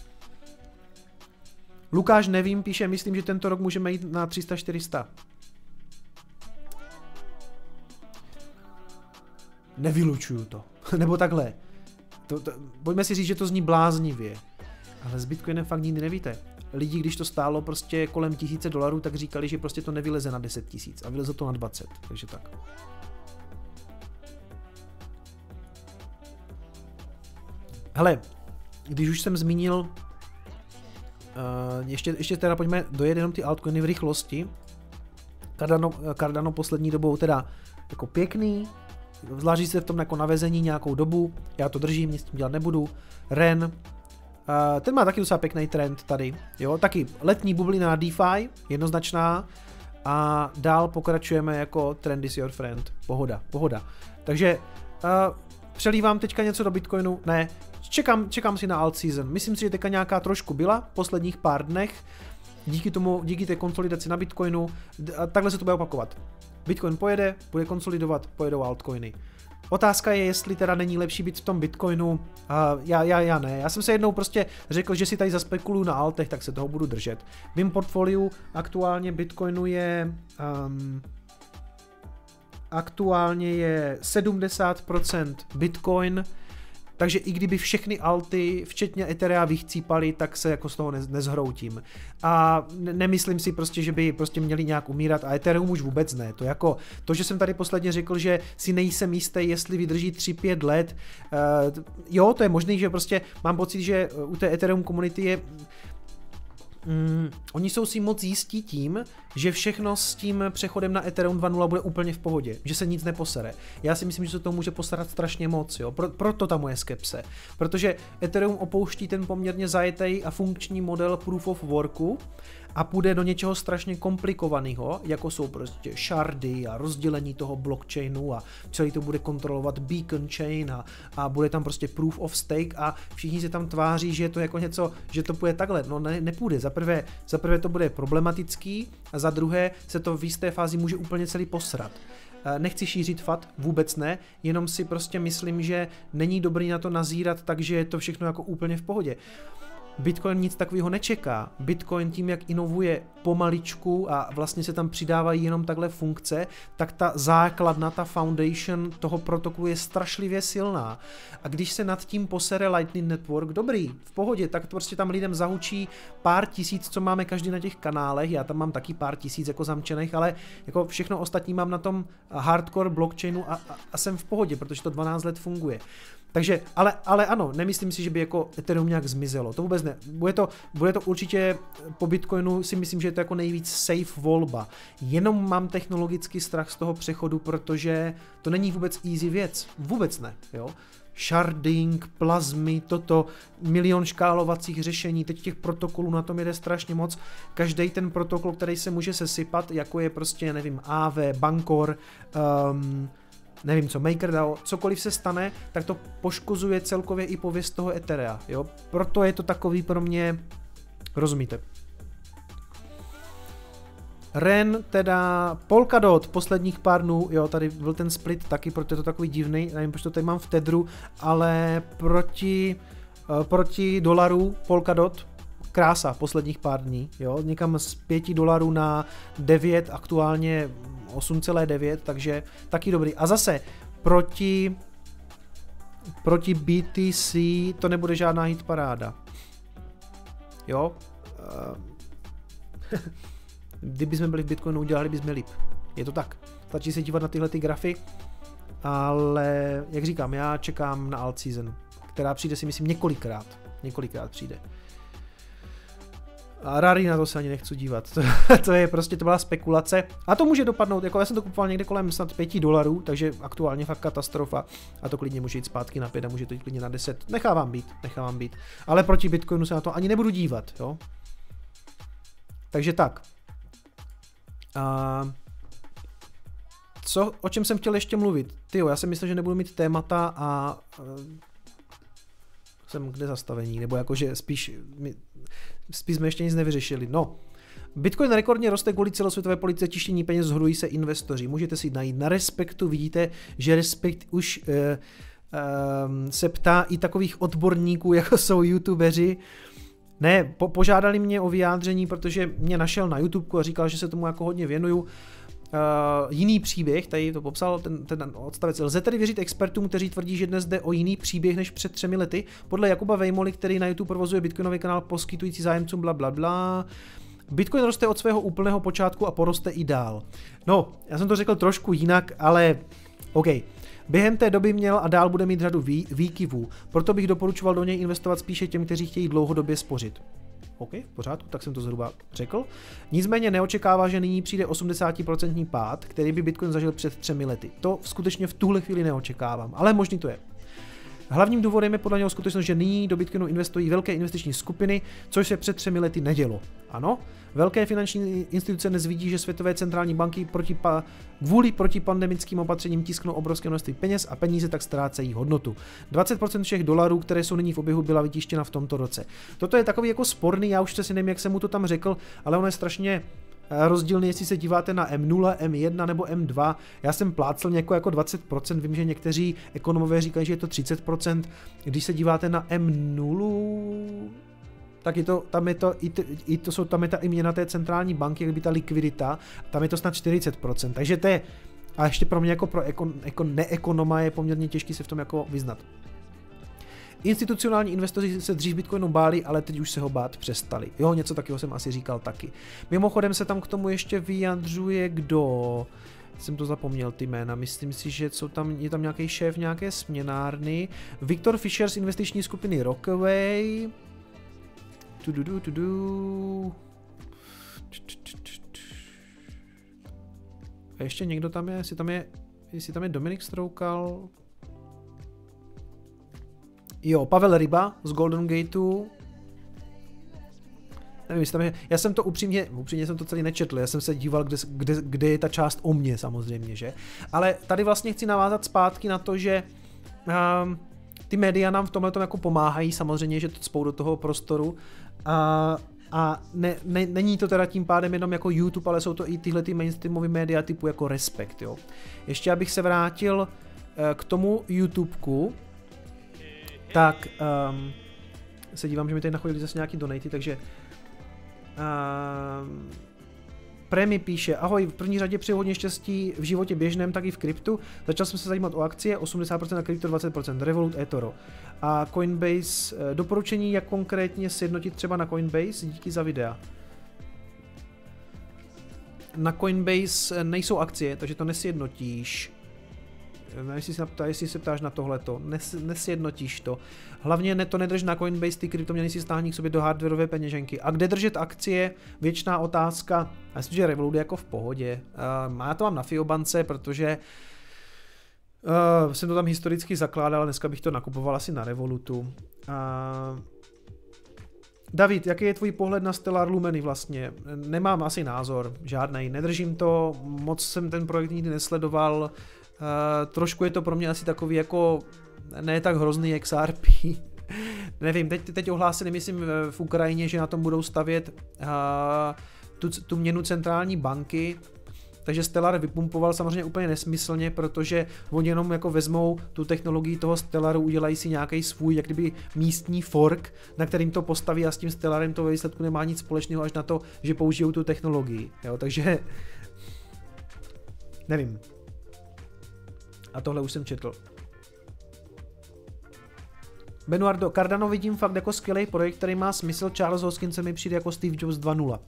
Speaker 1: Lukáš nevím, píše, myslím, že tento rok můžeme jít na tři sta čtyři sta. Nevylučuju to. Nebo takhle. To, to, pojďme si říct, že to zní bláznivě. Ale s Bitcoinem fakt nikdy nevíte. Lidi, když to stálo prostě kolem tisíce dolarů, tak říkali, že prostě to nevyleze na deset tisíc a vyleze to na dvacet, takže tak. Hele, když už jsem zmínil, uh, ještě, ještě teda pojďme dojet jenom ty altcoiny v rychlosti. Cardano, Cardano poslední dobou teda jako pěkný, zvlášť se v tom jako navezení nějakou dobu, já to držím, nic s tím dělat nebudu. Ren, uh, ten má taky docela pěkný trend tady, jo, taky letní bublina DeFi, jednoznačná, a dál pokračujeme jako trend is your friend, pohoda, pohoda. Takže uh, přelívám teďka něco do Bitcoinu, ne, čekám, čekám si na alt season, myslím si, že teďka nějaká trošku byla v posledních pár dnech, díky tomu, díky té konsolidaci na Bitcoinu, a takhle se to bude opakovat. Bitcoin pojede, bude konsolidovat, pojedou altcoiny. Otázka je, jestli teda není lepší být v tom Bitcoinu. Uh, já, já, já ne. Já jsem se jednou prostě řekl, že si tady zaspekuluju na altech, tak se toho budu držet. V mém portfoliu aktuálně Bitcoinu je um, aktuálně je sedmdesát procent Bitcoin, takže i kdyby všechny alty, včetně Etherea, vychcípaly, tak se jako z toho nezhroutím. A nemyslím si prostě, že by prostě měli nějak umírat, a Ethereum už vůbec ne. To jako, to, že jsem tady posledně řekl, že si nejsem jistý, jestli vydrží tři pět let, uh, jo, to je možný, že prostě mám pocit, že u té Ethereum komunity je mm, oni jsou si moc jistí tím, že všechno s tím přechodem na Ethereum dva tečka nula bude úplně v pohodě, že se nic neposere. Já si myslím, že se to může postarat strašně moc, jo? Pro, proto ta moje skepse. Protože Ethereum opouští ten poměrně zajetý a funkční model Proof of Worku a půjde do něčeho strašně komplikovaného, jako jsou prostě shardy a rozdělení toho blockchainu a celý to bude kontrolovat beacon chain a, a bude tam prostě proof of stake a všichni se tam tváří, že je to jako něco, že to půjde takhle. No ne, nepůjde. Za prvé, za prvé to bude problematický a za druhé se to v jisté fázi může úplně celý posrat. Nechci šířit fat, vůbec ne, jenom si prostě myslím, že není dobrý na to nazírat, takže je to všechno jako úplně v pohodě. Bitcoin nic takového nečeká. Bitcoin tím, jak inovuje pomaličku a vlastně se tam přidávají jenom takhle funkce, tak ta základna, ta foundation toho protokolu je strašlivě silná. A když se nad tím posere Lightning Network, dobrý, v pohodě, tak to prostě tam lidem zahučí pár tisíc, co máme každý na těch kanálech, já tam mám taky pár tisíc jako zamčených, ale jako všechno ostatní mám na tom hardcore blockchainu a, a, a jsem v pohodě, protože to dvanáct let funguje. Takže, ale, ale ano, nemyslím si, že by jako Ethereum nějak zmizelo, to vůbec ne. Bude to, bude to určitě po Bitcoinu, si myslím, že je to jako nejvíc safe volba. Jenom mám technologický strach z toho přechodu, protože to není vůbec easy věc. Vůbec ne, jo. Sharding, plazmy, toto, milion škálovacích řešení, teď těch protokolů na tom jede strašně moc. Každý ten protokol, který se může sesypat, jako je prostě, nevím, A V, Bancor, um, nevím co, MakerDAO, cokoliv se stane, tak to poškozuje celkově i pověst toho Etherea, jo. Proto je to takový pro mě, rozumíte. Ren, teda Polkadot, posledních pár dnů, jo, tady byl ten split taky, proto je to takový divný, nevím, proč to tady mám v Tedru, ale proti, uh, proti dolaru Polkadot, krása posledních pár dní, jo, někam z pěti dolarů na devět, aktuálně osm celá devět, takže taky dobrý. A zase proti, proti B T C to nebude žádná hitparáda. Jo? Kdyby jsme byli v Bitcoinu, udělali bychom líp. Je to tak. Stačí se dívat na tyhle ty grafy, ale jak říkám, já čekám na alt season, která přijde si myslím několikrát. Několikrát přijde. A Rary na to se ani nechci dívat, to, to je prostě, to byla spekulace a to může dopadnout, jako já jsem to kupoval někde kolem snad pěti dolarů, takže aktuálně fakt katastrofa a to klidně může jít zpátky na pět a může to jít klidně na deset, nechávám být, nechávám být, ale proti Bitcoinu se na to ani nebudu dívat, jo. Takže tak. A co, o čem jsem chtěl ještě mluvit? Tyjo, já jsem myslel, že nebudu mít témata a jsem kde zastavení, nebo jakože spíš, spíš jsme ještě nic nevyřešili. No, Bitcoin rekordně roste kvůli celosvětové politice tištění peněz, zhrují se investoři. Můžete si najít na Respektu, vidíte, že Respekt už uh, uh, se ptá i takových odborníků, jako jsou youtubeři. Ne, po, požádali mě o vyjádření, protože mě našel na YouTube a říkal, že se tomu jako hodně věnuju. Uh, jiný příběh, tady to popsal ten, ten odstavec. Lze tedy věřit expertům, kteří tvrdí, že dnes jde o jiný příběh než před třemi lety? Podle Jakuba Vejmoly, který na YouTube provozuje Bitcoinový kanál poskytující zájemcům bla bla bla. Bitcoin roste od svého úplného počátku a poroste i dál. No, já jsem to řekl trošku jinak, ale OK. Během té doby měl a dál bude mít řadu vý, výkyvů, proto bych doporučoval do něj investovat spíše těm, kteří chtějí dlouhodobě spořit. OK, v pořádku, tak jsem to zhruba řekl. Nicméně neočekává, že nyní přijde osmdesátprocentní pád, který by Bitcoin zažil před třemi lety. To skutečně v tuhle chvíli neočekávám, ale možný to je. Hlavním důvodem je podle něho skutečnost, že nyní do Bitcoinu investují velké investiční skupiny, což se před třemi lety nedělo. Ano, velké finanční instituce dnes vidí, že světové centrální banky proti pa, kvůli protipandemickým opatřením tisknou obrovské množství peněz a peníze tak ztrácejí hodnotu. dvacet procent všech dolarů, které jsou nyní v oběhu, byla vytištěna v tomto roce. Toto je takový jako sporný, já už si nevím, jak jsem mu to tam řekl, ale ono je strašně rozdílný, jestli se díváte na M nula, M jedna nebo M dva. Já jsem plácel něko jako dvacet procent, vím, že někteří ekonomové říkají, že je to třicet procent. Když se díváte na M nula, tak je to, tam je to, i to, i to jsou, tam je ta i měna té centrální banky, jak by ta likvidita, tam je to snad čtyřicet procent. Takže to je, a ještě pro mě jako pro ekon, ekon, neekonoma je poměrně těžký se v tom jako vyznat. Institucionální investoři se dřív Bitcoinu báli, ale teď už se ho bát přestali. Jo, něco takového jsem asi říkal taky. Mimochodem se tam k tomu ještě vyjadřuje kdo? Jsem to zapomněl ty jména, myslím si, že jsou tam, je tam nějaký šéf nějaké směnárny. Viktor Fischer z investiční skupiny Rockaway. Tududu, tudu. A ještě někdo tam je, jestli tam je, jestli tam je Dominik Stroukal. Jo, Pavel Ryba z Golden Gateu. Nevím, jestli tam je, já jsem to upřímně, upřímně jsem to celý nečetl, já jsem se díval, kde, kde, kde je ta část o mně samozřejmě, že? Ale tady vlastně chci navázat zpátky na to, že um, ty média nám v tomhle jako pomáhají, samozřejmě, že to cpou do toho prostoru. A, a ne, ne, není to teda tím pádem jenom jako YouTube, ale jsou to i tyhle ty mainstreamové média typu jako Respekt, jo. Ještě abych se vrátil uh, k tomu YouTubeku, tak um, se dívám, že mi tady nachodili zase nějaký donaty, takže um, Premi píše, ahoj, v první řadě přeji hodně štěstí v životě běžném, tak i v kryptu. Začal jsem se zajímat o akcie, osmdesát procent na krypto, dvacet procent Revolut, eToro. A Coinbase, doporučení, jak konkrétně sjednotit třeba na Coinbase, díky za videa. Na Coinbase nejsou akcie, takže to nesjednotíš. Jestli se, ptá, jestli se ptáš na tohleto, Nes, nesjednotíš to. Hlavně ne, to nedrž na Coinbase, ty kryptoměny si stáhní k sobě do hardwareové peněženky. A kde držet akcie? Věčná otázka. Já myslím, že Revolut je jako v pohodě. Uh, já to mám na Fiobance, protože uh, jsem to tam historicky zakládal, dneska bych to nakupoval asi na Revolutu. Uh, David, jaký je tvůj pohled na Stellar Lumeny vlastně? Nemám asi názor, žádnej. Nedržím to, moc jsem ten projekt nikdy nesledoval. Uh, trošku je to pro mě asi takový jako ne tak hrozný X R P. Nevím, teď, teď ohlásili, myslím, v Ukrajině, že na tom budou stavět uh, tu, tu měnu centrální banky, takže Stellar vypumpoval samozřejmě úplně nesmyslně, protože oni jenom jako vezmou tu technologii toho Stellaru, udělají si nějaký svůj, jak kdyby místní fork, na kterým to postaví a s tím Stellarem to ve výsledku nemá nic společného až na to, že použijou tu technologii. Jo, takže nevím. A tohle už jsem četl. Benuardo, Cardano vidím fakt jako skvělý projekt, který má smysl. Charles Hoskinson mi přijde jako Steve Jobs dva nula.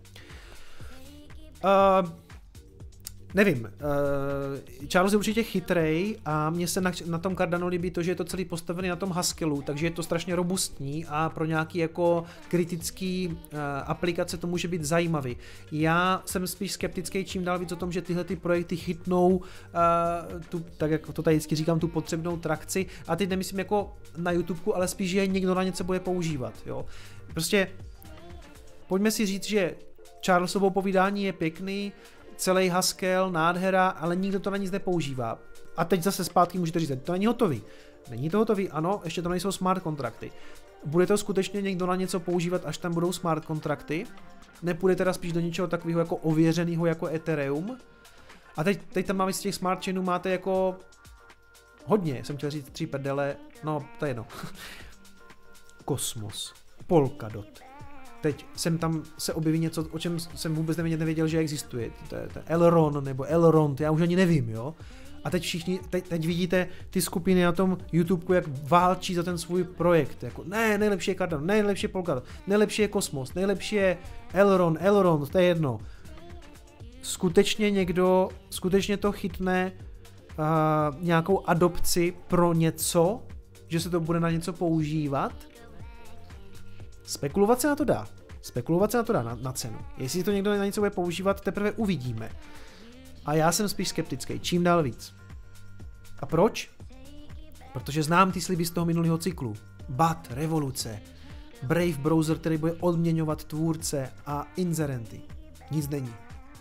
Speaker 1: Uh, nevím. Uh, Charles je určitě chytrej a mně se na, na tom Cardano líbí to, že je to celý postavený na tom Haskellu, takže je to strašně robustní a pro nějaký jako kritický uh, aplikace to může být zajímavý. Já jsem spíš skeptický čím dál víc o tom, že tyhle ty projekty chytnou uh, tu, tak jak to tady vždycky říkám, tu potřebnou trakci a teď nemyslím jako na YouTubeku, ale spíš, že někdo na něco bude používat. Jo. Prostě pojďme si říct, že Charlesovo povídání je pěkný, celý Haskell, nádhera, ale nikdo to na nic nepoužívá. A teď zase zpátky můžete říct, to není hotový. Není to hotový, ano, ještě to nejsou smart kontrakty. Bude to skutečně někdo na něco používat, až tam budou smart kontrakty? Nepůjde teda spíš do něčeho takového jako ověřeného jako Ethereum? A teď, teď tam máme z těch smart chainů máte jako hodně, jsem chtěl říct tři prdele, no to je jedno. Kosmos, Polkadot. Teď jsem tam se objeví něco, o čem jsem vůbec nevěděl, že existuje. To je, to je Elrond nebo Elrond, já už ani nevím, jo. A teď všichni, teď, teď vidíte ty skupiny na tom YouTubeku, jak válčí za ten svůj projekt. Jako, ne, nejlepší je Cardano, nejlepší je Polkadot, nejlepší je Kosmos, nejlepší je Elrond, Elrond, to je jedno. Skutečně někdo, skutečně to chytne uh, nějakou adopci pro něco, že se to bude na něco používat. Spekulovat se na to dá. Spekulovat se na to dá na, na cenu. Jestli to někdo na něco bude používat, teprve uvidíme. A já jsem spíš skeptický, čím dál víc. A proč? Protože znám ty sliby z toho minulého cyklu. B A T, revoluce, Brave browser, který bude odměňovat tvůrce a inzerenty. Nic není.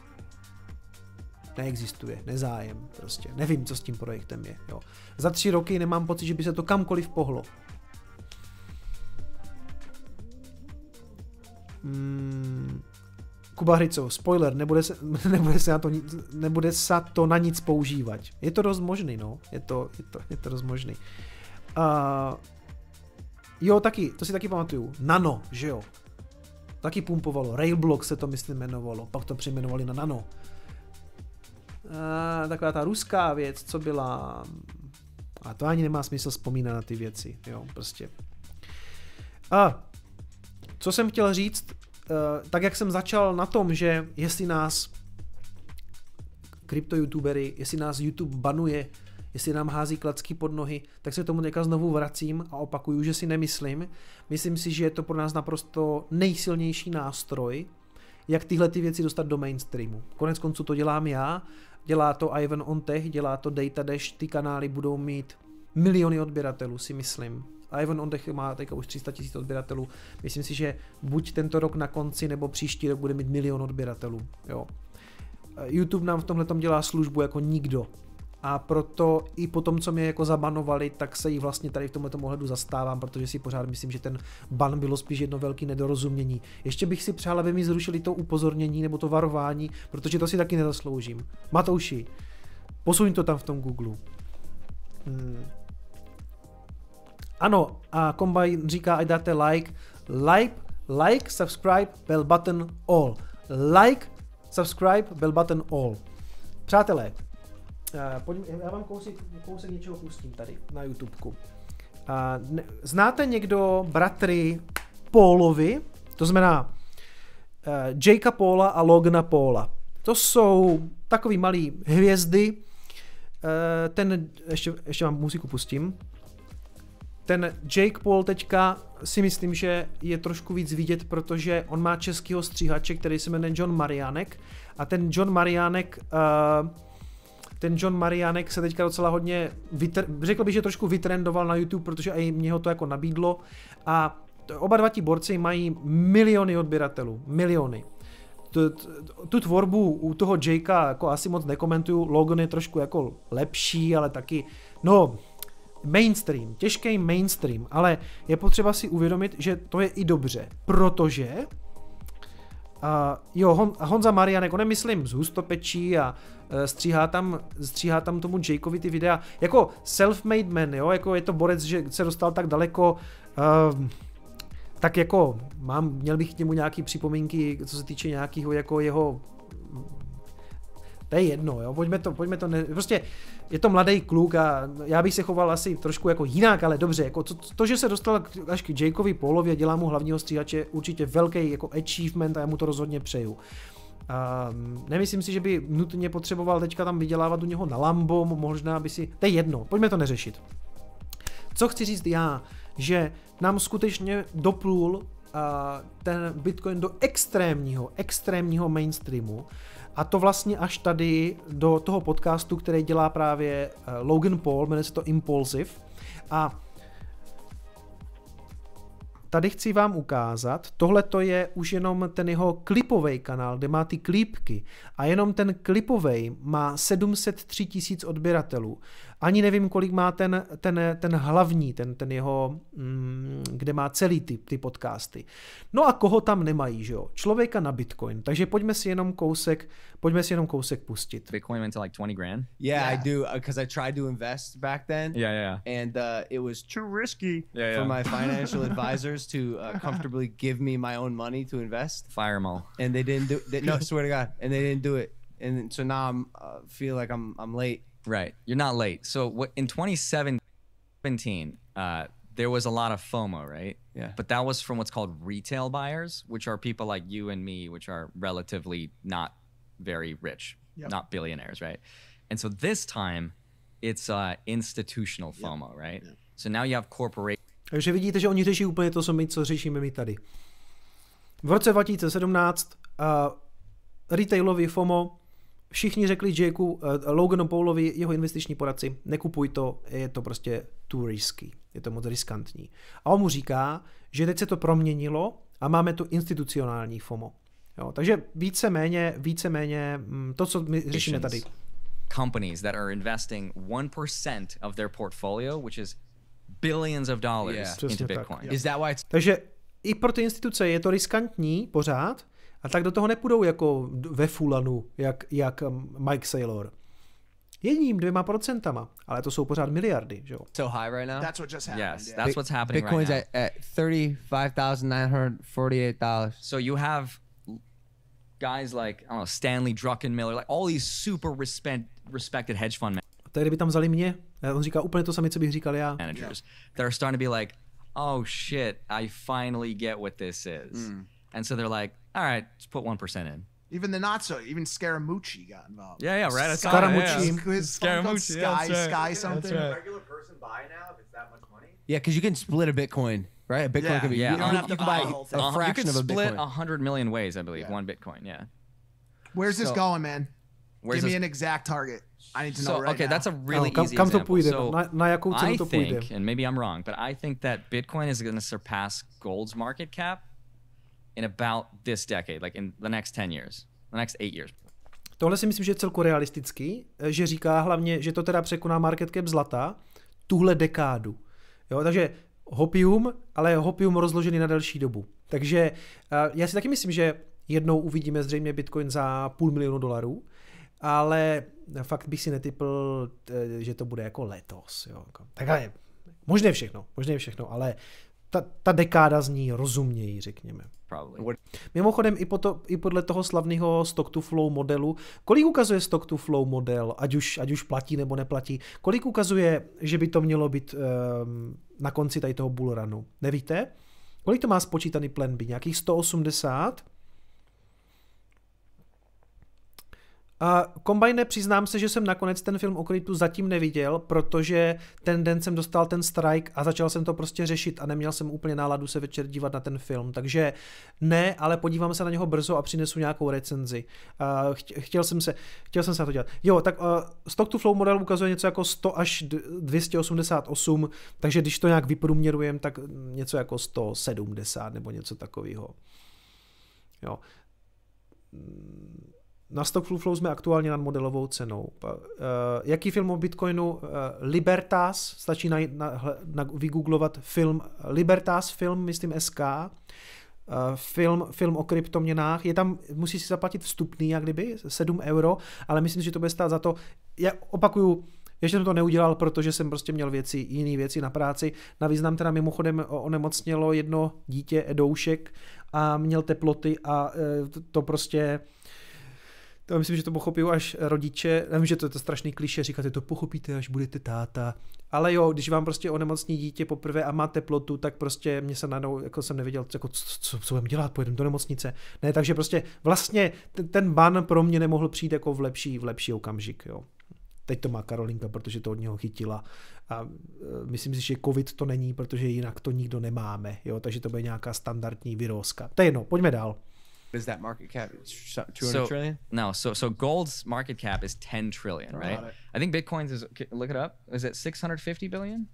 Speaker 1: Neexistuje, nezájem, prostě. Nevím, co s tím projektem je. Jo. Za tři roky nemám pocit, že by se to kamkoliv pohlo. Hmm. Kuba Hryco, spoiler, nebude se, nebude, se na to, nebude se to na nic používat. Je to dost možný, no. Je to, je to, je to dost možný. Uh, jo, taky, to si taky pamatuju. Nano, že jo. Taky pumpovalo. Railblock se to, myslím, jmenovalo. Pak to přejmenovali na Nano. Uh, taková ta ruská věc, co byla... A to ani nemá smysl vzpomínat na ty věci, jo, prostě. A co jsem chtěl říct, uh, tak jak jsem začal na tom, že jestli nás krypto youtubery, jestli nás YouTube banuje, jestli nám hází klacky pod nohy, tak se tomu teďka znovu vracím a opakuju, že si nemyslím. Myslím si, že je to pro nás naprosto nejsilnější nástroj, jak tyhle ty věci dostat do mainstreamu. Konec konců to dělám já, dělá to Ivan on Tech, dělá to DataDash, ty kanály budou mít miliony odběratelů, si myslím. Ivan on Tech má teďka už tři sta tisíc odběratelů. Myslím si, že buď tento rok na konci, nebo příští rok bude mít milion odběratelů. Jo. YouTube nám v tomhletom dělá službu jako nikdo. A proto i po tom, co mě jako zabanovali, tak se jí vlastně tady v tomhletom ohledu zastávám, protože si pořád myslím, že ten ban bylo spíš jedno velké nedorozumění. Ještě bych si přál, aby mi zrušili to upozornění nebo to varování, protože to si taky nezasloužím. Matouši, posuň to tam v tom Google. Hmm. Ano, a Combine říká, ať dáte like, like, like, subscribe, bell button, all. Like, subscribe, bell button, all. Přátelé, pojďme, já vám kousek, kousek něčeho pustím tady na YouTubeku. Znáte někdo bratry Paulovi, to znamená Jakea Paula a Logana Paula. To jsou takový malý hvězdy. Ten, ještě, ještě vám muziku pustím. Ten Jake Paul teďka si myslím, že je trošku víc vidět, protože on má českýho stříhače, který se jmenuje John Mariánek. A ten John Mariánek, uh, ten John Mariánek se teďka docela hodně, vytr- řekl bych, že trošku vytrendoval na YouTube, protože i mě ho to jako nabídlo. A oba dva ti borci mají miliony odběratelů, miliony. Tu, tu tvorbu u toho Jakea jako asi moc nekomentuju, Logan je trošku jako lepší, ale taky, no... mainstream, těžký mainstream, ale je potřeba si uvědomit, že to je i dobře, protože uh, jo, Hon, Honza Mariánek, on nemyslím z hustopečí a uh, stříhá tam, stříhá tam tomu Jakeovi ty videa, jako self-made man, jo, jako je to borec, že se dostal tak daleko, uh, tak jako mám, měl bych k němu nějaký připomínky, co se týče nějakého jako jeho, to je jedno, jo, pojďme to, pojďme to, ne, prostě je to mladý kluk a já bych se choval asi trošku jako jinak, ale dobře, jako to, to že se dostal až k Jakeovi Paulovi a dělá mu hlavního stříhače, určitě velký jako achievement a já mu to rozhodně přeju. A nemyslím si, že by nutně potřeboval teďka tam vydělávat u něho na Lambo, možná by si, to je jedno, pojďme to neřešit. Co chci říct já, že nám skutečně doplul ten Bitcoin do extrémního, extrémního mainstreamu. A to vlastně až tady do toho podcastu, který dělá právě Logan Paul, jmenuje se to Impulsive. A tady chci vám ukázat, tohle to je už jenom ten jeho klipový kanál, kde má ty klípky. A jenom ten klipový má sedm set tři tisíc odběratelů. Ani nevím, kolik má ten, ten, ten hlavní, ten, ten jeho, mm, kde má celý ty, ty podcasty. No a koho tam nemají, že jo? Člověka na Bitcoin. Takže pojďme si jenom kousek, pojďme si jenom kousek pustit.
Speaker 2: Bitcoin went to like twenty grand?
Speaker 3: Yeah, yeah. I do, because I tried to invest back then.
Speaker 2: Yeah, yeah, yeah.
Speaker 3: And uh, it was too risky
Speaker 2: yeah, yeah.
Speaker 3: for my financial advisors to uh, comfortably give me my own money to invest.
Speaker 2: Fire them all.
Speaker 3: And they didn't do it. No, swear to God. And they didn't do it. And so now I'm uh, feel like I'm I'm late.
Speaker 2: Right, you're not late. So what in twenty seventeen, uh, there was a lot of FOMO, right?
Speaker 3: Yeah.
Speaker 2: But that was from what's called retail buyers, which are people like you and me, which are relatively not very rich, yep. not billionaires, right? And so this time, it's uh, institutional FOMO, yep. right? Yep. So now you have corporations.
Speaker 1: Takže vidíte, že oni řeší úplně to, co my, co řešíme my tady. V roce dva tisíce sedmnáct uh, retailový FOMO. Všichni řekli Jakeu, uh, Loganu Paulovi, jeho investiční poradci, nekupuj to, je to prostě too risky, je to moc riskantní. A on mu říká, že teď se to proměnilo a máme tu institucionální FOMO. Jo, takže víceméně, víceméně to, co my řešíme tady.
Speaker 2: Companies that are investing one percent of their portfolio, which is billions of dollars
Speaker 3: yeah.
Speaker 2: into Bitcoin.
Speaker 3: Yeah. Is that why it's...
Speaker 1: Takže i pro ty instituce je to riskantní pořád, a tak do toho nepůjdou jako ve fulanu, jak, jak Mike Saylor. Jedním, dvěma procentama, ale to jsou pořád miliardy, že jo?
Speaker 3: So high right now?
Speaker 4: That's what just happened.
Speaker 2: Yes,
Speaker 4: yeah.
Speaker 2: that's what's happening
Speaker 3: Bitcoin's
Speaker 2: right now.
Speaker 3: at, at thirty-five thousand nine hundred forty-eight dollars.
Speaker 2: So you have guys like, I don't know, Stanley Druckenmiller, like all these super respect, respected hedge fund
Speaker 1: Tak kdyby tam vzali mě, on říká úplně to samé, co bych říkal já.
Speaker 2: managers yeah. that are starting to be like, oh shit, I finally get what this is. Mm. And so they're like, all right, just put one percent in.
Speaker 4: Even the not so, even Scaramucci got involved.
Speaker 2: Yeah, yeah, right. I saw
Speaker 1: Scaramucci.
Speaker 2: that, yeah.
Speaker 4: His phone called
Speaker 2: Scaramucci, yeah,
Speaker 4: Sky,
Speaker 2: that's right.
Speaker 4: Sky something.
Speaker 3: right.
Speaker 5: A regular person buy now if it's that much money?
Speaker 3: Yeah, because you can split a Bitcoin, right? A Bitcoin
Speaker 4: Yeah.
Speaker 3: could be.
Speaker 2: Yeah,
Speaker 3: you,
Speaker 2: you don't
Speaker 3: you
Speaker 4: have to
Speaker 3: can
Speaker 4: buy
Speaker 3: buy
Speaker 4: the whole thing.
Speaker 3: a
Speaker 2: Uh-huh.
Speaker 3: fraction
Speaker 2: You can
Speaker 3: of a
Speaker 2: split
Speaker 3: Bitcoin.
Speaker 2: a hundred million ways, I believe.
Speaker 4: Yeah.
Speaker 2: One Bitcoin, yeah.
Speaker 4: Where's this
Speaker 2: So-
Speaker 4: going, man?
Speaker 2: Where's
Speaker 4: Give me
Speaker 2: this-
Speaker 4: an exact target. I need to know
Speaker 2: So,
Speaker 4: right
Speaker 2: okay,
Speaker 4: now.
Speaker 2: that's a really
Speaker 1: kam,
Speaker 2: easy
Speaker 1: kam to
Speaker 2: example.
Speaker 1: půjde,
Speaker 2: So,
Speaker 1: na, na jakou cenu
Speaker 2: I
Speaker 1: to půjde?
Speaker 2: think, and maybe I'm wrong, but I think that Bitcoin is going to surpass gold's market cap in about this decade, like in the next ten years, the next eight years.
Speaker 1: Tohle si myslím, že je celku realistický, že říká hlavně, že to teda překoná market cap zlata tuhle dekádu. Jo, takže hopium, ale hopium rozložený na delší dobu. Takže já si taky myslím, že jednou uvidíme zřejmě Bitcoin za půl milionu dolarů, ale fakt bych si netypl, že to bude jako letos. Jo. Takhle, možné všechno, možné všechno, ale ta, ta dekáda zní rozumněji, řekněme.
Speaker 2: Probably.
Speaker 1: Mimochodem i, po to, i podle toho slavného stock to flow modelu, kolik ukazuje stock to flow model, ať už, ať už platí nebo neplatí, kolik ukazuje, že by to mělo být um, na konci tady toho bullrunu? Nevíte? Kolik to má spočítaný plan B? Nějakých sto osmdesát? A Combine, přiznám se, že jsem nakonec ten film o kryptu zatím neviděl, protože ten den jsem dostal ten strike a začal jsem to prostě řešit a neměl jsem úplně náladu se večer dívat na ten film, takže ne, ale podívám se na něho brzo a přinesu nějakou recenzi. Uh, chtěl jsem se, chtěl jsem se na to dělat. Jo, tak uh, stock to flow model ukazuje něco jako sto až dvě stě osmdesát osm, takže když to nějak vyprůměrujeme, tak něco jako sto sedmdesát nebo něco takového. Jo. Na Stock to Flow jsme aktuálně nad modelovou cenou. Uh, jaký film o Bitcoinu? Uh, Libertas, stačí na, na, na, vygooglovat film Libertas film, myslím S K. Uh, film, film o kryptoměnách. Je tam, musí si zaplatit vstupný, jak kdyby, sedm euro, ale myslím, že to bude stát za to. Já opakuju, ještě jsem to neudělal, protože jsem prostě měl věci, jiné věci na práci. Navíc nám teda mimochodem onemocnělo jedno dítě, Edoušek, a měl teploty a uh, to, to prostě... To myslím, že to pochopí až rodiče. Nevím, že to je to strašný klišé, říkáte, to pochopíte, až budete táta. Ale jo, když vám prostě onemocní dítě poprvé a má teplotu, tak prostě mě se najednou, jako jsem nevěděl, jako, co, co, co budeme dělat, pojedeme do nemocnice. Ne, takže prostě vlastně ten, ten ban pro mě nemohl přijít jako v lepší, v lepší okamžik, jo. Teď to má Karolinka, protože to od něho chytila. A myslím si, že covid to není, protože jinak to nikdo nemáme, jo, takže to bude nějaká standardní virózka. To je jedno, pojďme dál.
Speaker 3: Is that market cap two hundred
Speaker 2: So,
Speaker 3: trillion?
Speaker 2: No, so so gold's market cap is ten trillion, right?
Speaker 4: Got it.
Speaker 2: I think Bitcoin's is look it up. Is it six hundred fifty billion?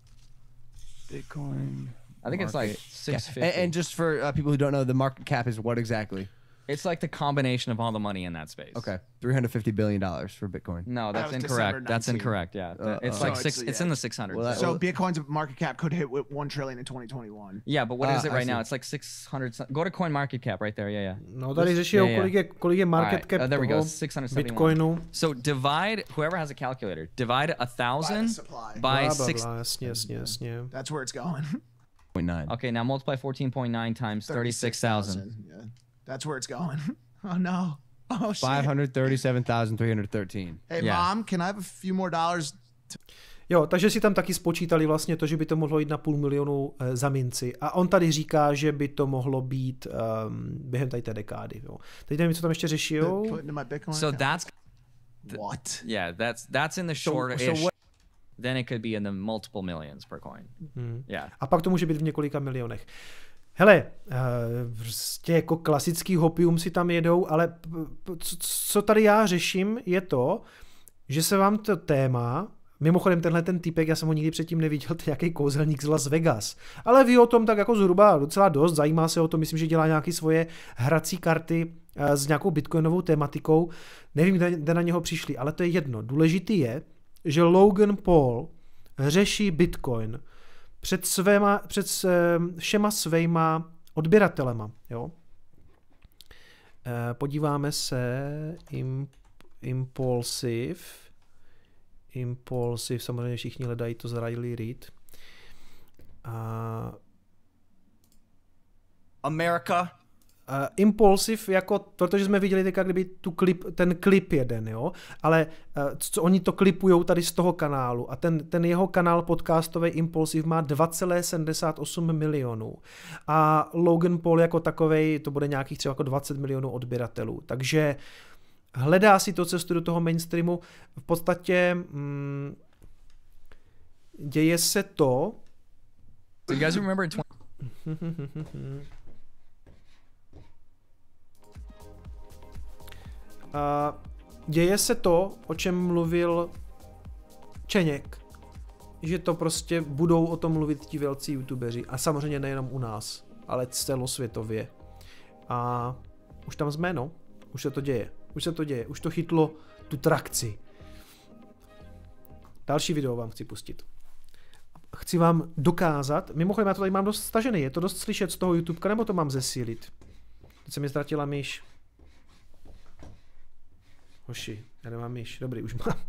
Speaker 3: Bitcoin.
Speaker 2: I think it's like
Speaker 3: market
Speaker 2: six
Speaker 3: cap.
Speaker 2: fifty.
Speaker 3: And, and just for uh, people who don't know, the market cap is what exactly?
Speaker 2: It's like the combination of all the money in that space.
Speaker 3: Okay, three hundred fifty billion dollars for Bitcoin.
Speaker 2: No, that's
Speaker 4: was
Speaker 2: incorrect.
Speaker 4: December
Speaker 2: That's
Speaker 4: nineteenth.
Speaker 2: incorrect. Yeah,
Speaker 3: Uh,
Speaker 2: it's
Speaker 3: uh,
Speaker 2: like
Speaker 4: So
Speaker 2: six.
Speaker 4: it's-
Speaker 2: It's,
Speaker 4: yeah.
Speaker 2: in the six hundred.
Speaker 3: Well, that-
Speaker 4: So Bitcoin's market cap could hit with one trillion in twenty twenty-one.
Speaker 2: yeah, but what is
Speaker 3: Ah,
Speaker 2: it
Speaker 3: I
Speaker 2: right
Speaker 3: see.
Speaker 2: now? It's like six hundred. Go to Coin Market Cap right there. Yeah, yeah.
Speaker 1: No tady řeší,
Speaker 2: Yeah, yeah.
Speaker 1: kolik je, kolik je market
Speaker 2: Alright,
Speaker 1: cap
Speaker 2: uh, there we go.
Speaker 1: toho
Speaker 2: six hundred seventy-one.
Speaker 1: Bitcoinu.
Speaker 2: So divide whoever has a calculator. Divide a thousand
Speaker 4: supply.
Speaker 2: by
Speaker 1: Bla, bla,
Speaker 2: six.
Speaker 1: bla, jasně, jasně, jasně.
Speaker 4: That's where it's going.
Speaker 3: Point nine.
Speaker 2: Okay, now multiply fourteen point nine times thirty-six thousand.
Speaker 4: Yeah. That's where it's going. Oh no. Oh shit.
Speaker 3: Five hundred thirty-seven thousand three hundred thirteen.
Speaker 4: Hey
Speaker 2: Yeah.
Speaker 4: mom, can I have a few more dollars?
Speaker 1: Jo, takže si tam taky spočítali vlastně to, že by to mohlo jít na půl milionu e, za minci. A on tady říká, že by to mohlo být um, během tady té dekády. Jo. Teď nevím, co tam ještě řeší.
Speaker 4: To put into my Bitcoin
Speaker 2: So
Speaker 4: account?
Speaker 2: that's
Speaker 4: What?
Speaker 2: yeah, that's that's in the
Speaker 3: So-
Speaker 2: short
Speaker 3: so
Speaker 2: ish.
Speaker 3: what-
Speaker 2: Then it could be in the multiple millions per coin.
Speaker 1: Hmm.
Speaker 2: Yeah.
Speaker 1: A pak to může být v několika milionech. Hele, uh, prostě jako klasický hopium si tam jedou, ale p- p- co, co tady já řeším, je to, že se vám to téma, mimochodem tenhle ten týpek, já jsem ho nikdy předtím neviděl, to je nějaký kouzelník z Las Vegas, ale ví o tom tak jako zhruba docela dost, zajímá se o to, myslím, že dělá nějaké svoje hrací karty uh, s nějakou bitcoinovou tématikou, nevím, kde, kde na něho přišli, ale to je jedno. Důležitý je, že Logan Paul řeší Bitcoin před, svéma, před všema svýma odběratelema. Jo? Podíváme se Imp, Impulsive. Impulsive, samozřejmě všichni hledají to z Riley Reid. A
Speaker 3: America.
Speaker 1: Uh, Impulsive, jako, protože jsme viděli teďka, kdyby tu klip, ten klip jeden, jo, ale uh, co oni to klipujou tady z toho kanálu a ten, ten jeho kanál podcastový Impulsive má dva celé sedmdesát osm milionů a Logan Paul jako takovej, to bude nějakých třeba jako dvacet milionů odběratelů, takže hledá si to cestu do toho mainstreamu, v podstatě mm, děje se to.
Speaker 2: So you guys remember in
Speaker 1: Uh, děje se to, o čem mluvil Čeněk, že to prostě budou o tom mluvit ti velcí youtubeři a samozřejmě nejenom u nás, ale celosvětově. A už tam jsme, no, už se to děje, už se to děje, už to chytlo tu trakci. Další video vám chci pustit. Chci vám dokázat, mimochodem já to tady mám dost stažený, je to dost slyšet z toho YouTubeka, nebo to mám zesílit? Teď se mi ztratila myš. Hoši, já nemám myš, dobrý, už mám.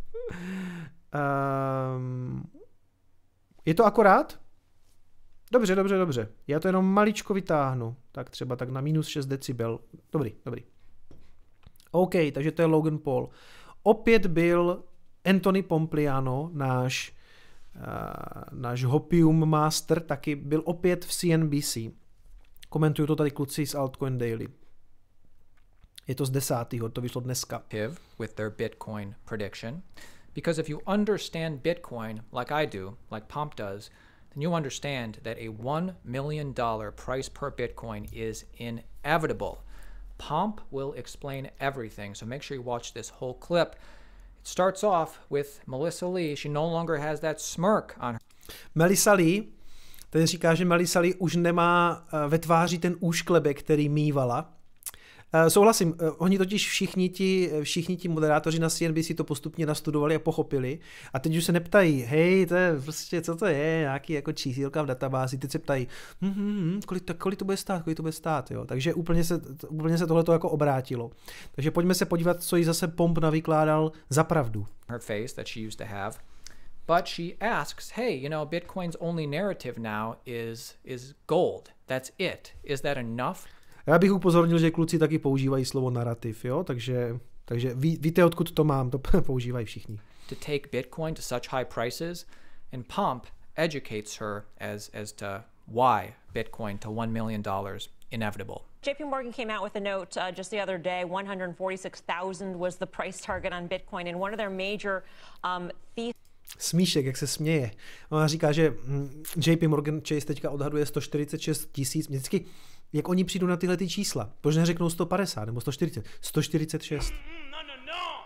Speaker 1: um, je to akorát? Dobře, dobře, dobře. Já to jenom maličko vytáhnu. Tak třeba tak na minus šest decibel. Dobrý, dobrý. OK, takže to je Logan Paul. Opět byl Anthony Pompliano, náš, uh, náš Hopium Master, taky byl opět v C N B C. Komentuju to tady kluci z Altcoin Daily. Je to z desátého, to vyšlo dneska.
Speaker 6: With their Bitcoin prediction, because if you understand Bitcoin like I do, like Pomp does, then you understand that a one million dollar price per Bitcoin is inevitable. Pomp will explain everything, so make sure you watch this whole clip. It starts off with Melissa Lee. She no longer has that smirk on her.
Speaker 1: Melissa Lee, ten říká, že Melissa Lee už nemá ve tváři ten úšklebek, který mívala. Uh, souhlasím, uh, oni totiž všichni ti, všichni ti moderátoři na C N B C to postupně nastudovali a pochopili a teď už se neptají, hej, to je prostě, co to je, nějaký jako čísílka v databázi, teď se ptají, hm, hm, hm, kolik, to, kolik to bude stát, kolik to bude stát, jo, takže úplně se, úplně se tohleto jako obrátilo. Takže pojďme se podívat, co jí zase Pomp navykládal za pravdu.
Speaker 6: Her face that she used to have. But she asks, hey, you know, Bitcoin's only narrative now is is gold. That's it. Is that enough?
Speaker 1: Já bych upozornil, že kluci taky používají slovo narrativ, jo, takže, takže ví, víte, odkud to mám, to používají všichni.
Speaker 6: To take Bitcoin to such high prices, and Pomp educates her as, as to why Bitcoin to one million dollars inevitable.
Speaker 7: J P Morgan came out with a note uh, just the other day. one hundred forty-six thousand was the price target on Bitcoin, and one of their major um, theses. Smíšek,
Speaker 1: jak se směje. Ona říká, že J P Morgan Chase teďka odhaduje sto čtyřicet šest tisíc. Vždycky, jak oni přijdou na tyhle ty čísla? Proč neřeknou sto padesát nebo sto čtyřicet? sto čtyřicet šest. No, no, no.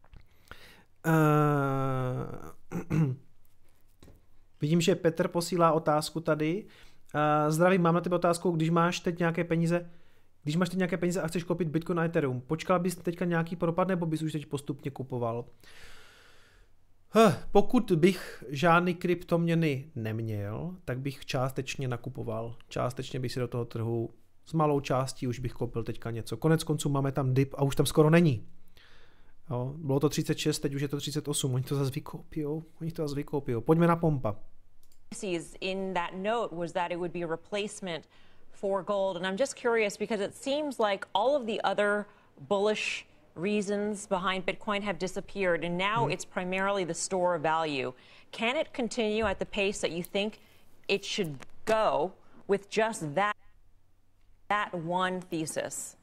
Speaker 1: Uh, vidím, že Petr posílá otázku tady. Uh, zdravím, mám na tebe otázku, když máš teď nějaké peníze, když máš teď nějaké peníze a chceš koupit Bitcoin a Ethereum, počkal bys teďka nějaký propad, nebo bys už teď postupně kupoval? Huh, pokud bych žádný kryptoměny neměl, tak bych částečně nakupoval. Částečně bych si do toho trhu s malou částí už bych koupil teďka něco. Konec konců máme tam dip a už tam skoro není. Jo, bylo to třicet šest, teď už je to třicet osm. Oni to zase vykoupijou. Oni to zase vykoupijou. Pojďme na Pompa.
Speaker 7: In that note was that it would be a replacement for gold, and I'm just curious because it seems like all of the other bullish reasons behind Bitcoin have disappeared, and now mm. it's primarily the store of value. Can it continue at the pace that you think it should go with just that that one thesis?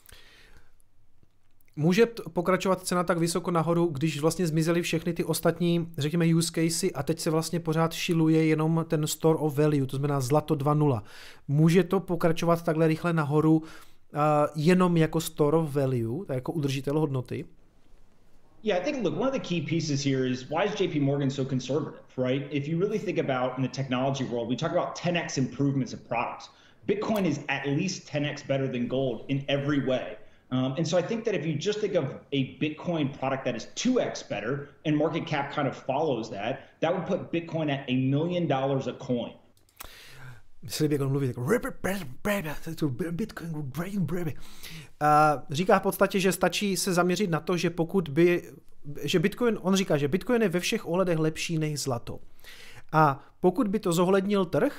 Speaker 1: Může pokračovat cena tak vysoko nahoru, když vlastně zmizely všechny ty ostatní, řekněme, use casey a teď se vlastně pořád šiluje jenom ten store of value, to znamená zlato dva nula. Může to pokračovat takhle rychle nahoru uh, jenom jako store of value, tak jako udržitel hodnoty?
Speaker 8: Yeah, I think, look, one of the key pieces here is why is J P Morgan so conservative, right? If you really think about in the technology world, we talk about ten x improvements of products. Bitcoin is at least ten x better than gold in every way. Um, and so I think that if you just think of a Bitcoin product that is two x better and market cap kind of follows that, that would put Bitcoin at a million dollars a coin.
Speaker 1: Myslím, jak on mluví, Bitcoin, říká v podstatě, že stačí se zaměřit na to, že pokud by, že Bitcoin, on říká, že Bitcoin je ve všech ohledech lepší než zlato. A pokud by to zohlednil trh,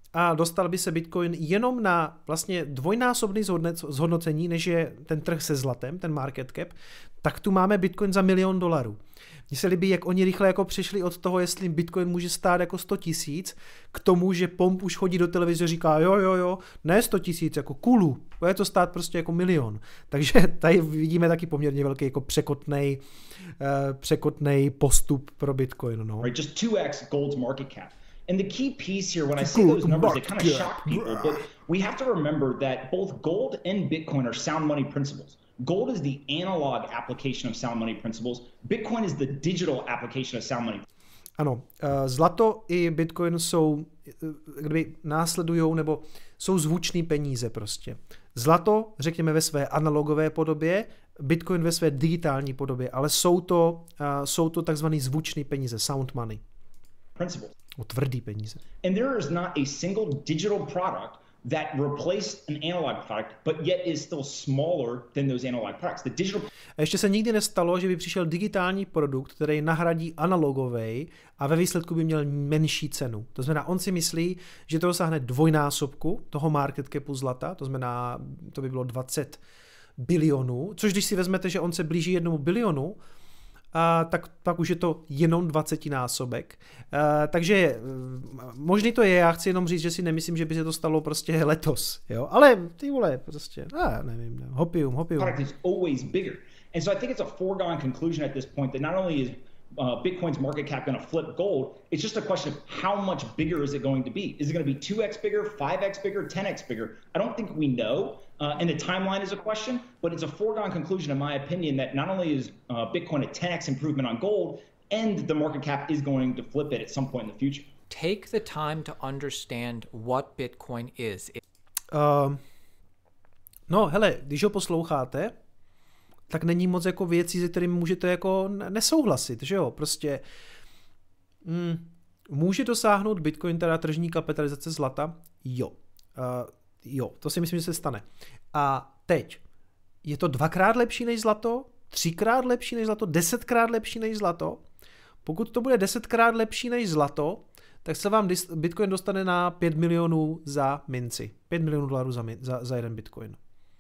Speaker 1: a dostal by se Bitcoin jenom na vlastně dvojnásobný zhodnocení, než je ten trh se zlatem, ten market cap, tak tu máme Bitcoin za milion dolarů. Mně se líbí, jak oni rychle jako přišli od toho, jestli Bitcoin může stát jako sto tisíc, k tomu, že Pomp už chodí do televize a říká, jo, jo, jo, ne sto tisíc, jako kulu, bude to stát prostě jako milion. Takže tady vidíme taky poměrně velký jako překotnej, uh, překotnej postup pro Bitcoin. No.
Speaker 8: Right, just two x gold's market cap. And the key piece here, when I see those numbers, they kind of shock people, but we have to remember that both gold and Bitcoin are sound money principles. Gold is the analog application of sound money principles. Bitcoin is the digital application of sound money.
Speaker 1: Ano, zlato i Bitcoin jsou, kdyby následujou, nebo jsou zvučný peníze prostě. Zlato, řekněme, ve své analogové podobě, Bitcoin ve své digitální podobě, ale jsou to, jsou to takzvaný zvučný peníze, sound money.
Speaker 8: Principles.
Speaker 1: O tvrdý peníze.
Speaker 8: And there is not a single digital product that replaced an analog product, but yet is still smaller than those analog products. The digital...
Speaker 1: A ještě se nikdy nestalo, že by přišel digitální produkt, který nahradí analogovej a ve výsledku by měl menší cenu. To znamená, on si myslí, že to dosáhne dvojnásobku toho market capu zlata, to znamená, to by bylo dvacet bilionů, což když si vezmete, že on se blíží jednomu bilionu, a tak pak už je to jenom dvacetinásobek. A, takže možný to je, já chci jenom říct, že si nemyslím, že by se to stalo prostě letos, jo, ale ty vole, prostě, a nevím, ne, hopium, hopium.
Speaker 8: Product is always bigger. And so I think it's a foregone conclusion at this point that not only is uh, Bitcoin's market cap going to flip gold, it's just a question of how much bigger is it going to be? Is it going to be two x bigger, five x bigger, ten x bigger? I don't think we know. Uh, and the timeline is a question, but it's a foregone conclusion, in my opinion, that not only is uh, Bitcoin a ten x improvement on gold, and the market cap is going to flip it at some point in the future.
Speaker 6: Take the time to understand what Bitcoin is.
Speaker 1: Uh, no, hele, když ho posloucháte, tak není moc jako věcí, se kterými můžete jako nesouhlasit, že jo? Prostě mm, může dosáhnout Bitcoin teda tržní kapitalizace zlata? Jo. Uh, Jo, to si myslím, že se stane. A teď, je to dvakrát lepší než zlato, třikrát lepší než zlato, desetkrát lepší než zlato? Pokud to bude desetkrát lepší než zlato, tak se vám Bitcoin dostane na pět milionů za minci. pět milionů dolarů za, za, za jeden Bitcoin.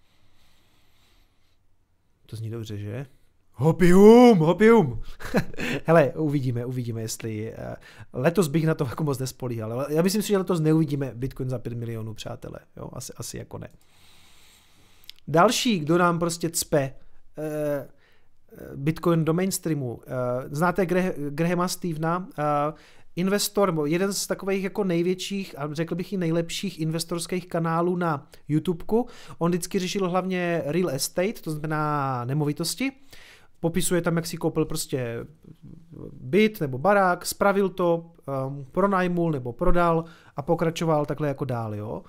Speaker 1: To zní dobře, že? Hopium, hopium. Hele, uvidíme, uvidíme, jestli uh, letos bych na to jako moc nespolíhal, ale já myslím si, že letos neuvidíme Bitcoin za pět milionů, přátelé, jo, asi, asi jako ne. Další, kdo nám prostě cpe uh, Bitcoin do mainstreamu, uh, znáte Greh- Grahama Stevena, uh, investor, jeden z takových jako největších a řekl bych i nejlepších investorských kanálů na YouTubeku. On vždycky řešil hlavně real estate, to znamená nemovitosti. Popisuje tam, jak si koupil prostě byt nebo barák, spravil to, um, pronajmul nebo prodal a pokračoval takhle jako dál, jo.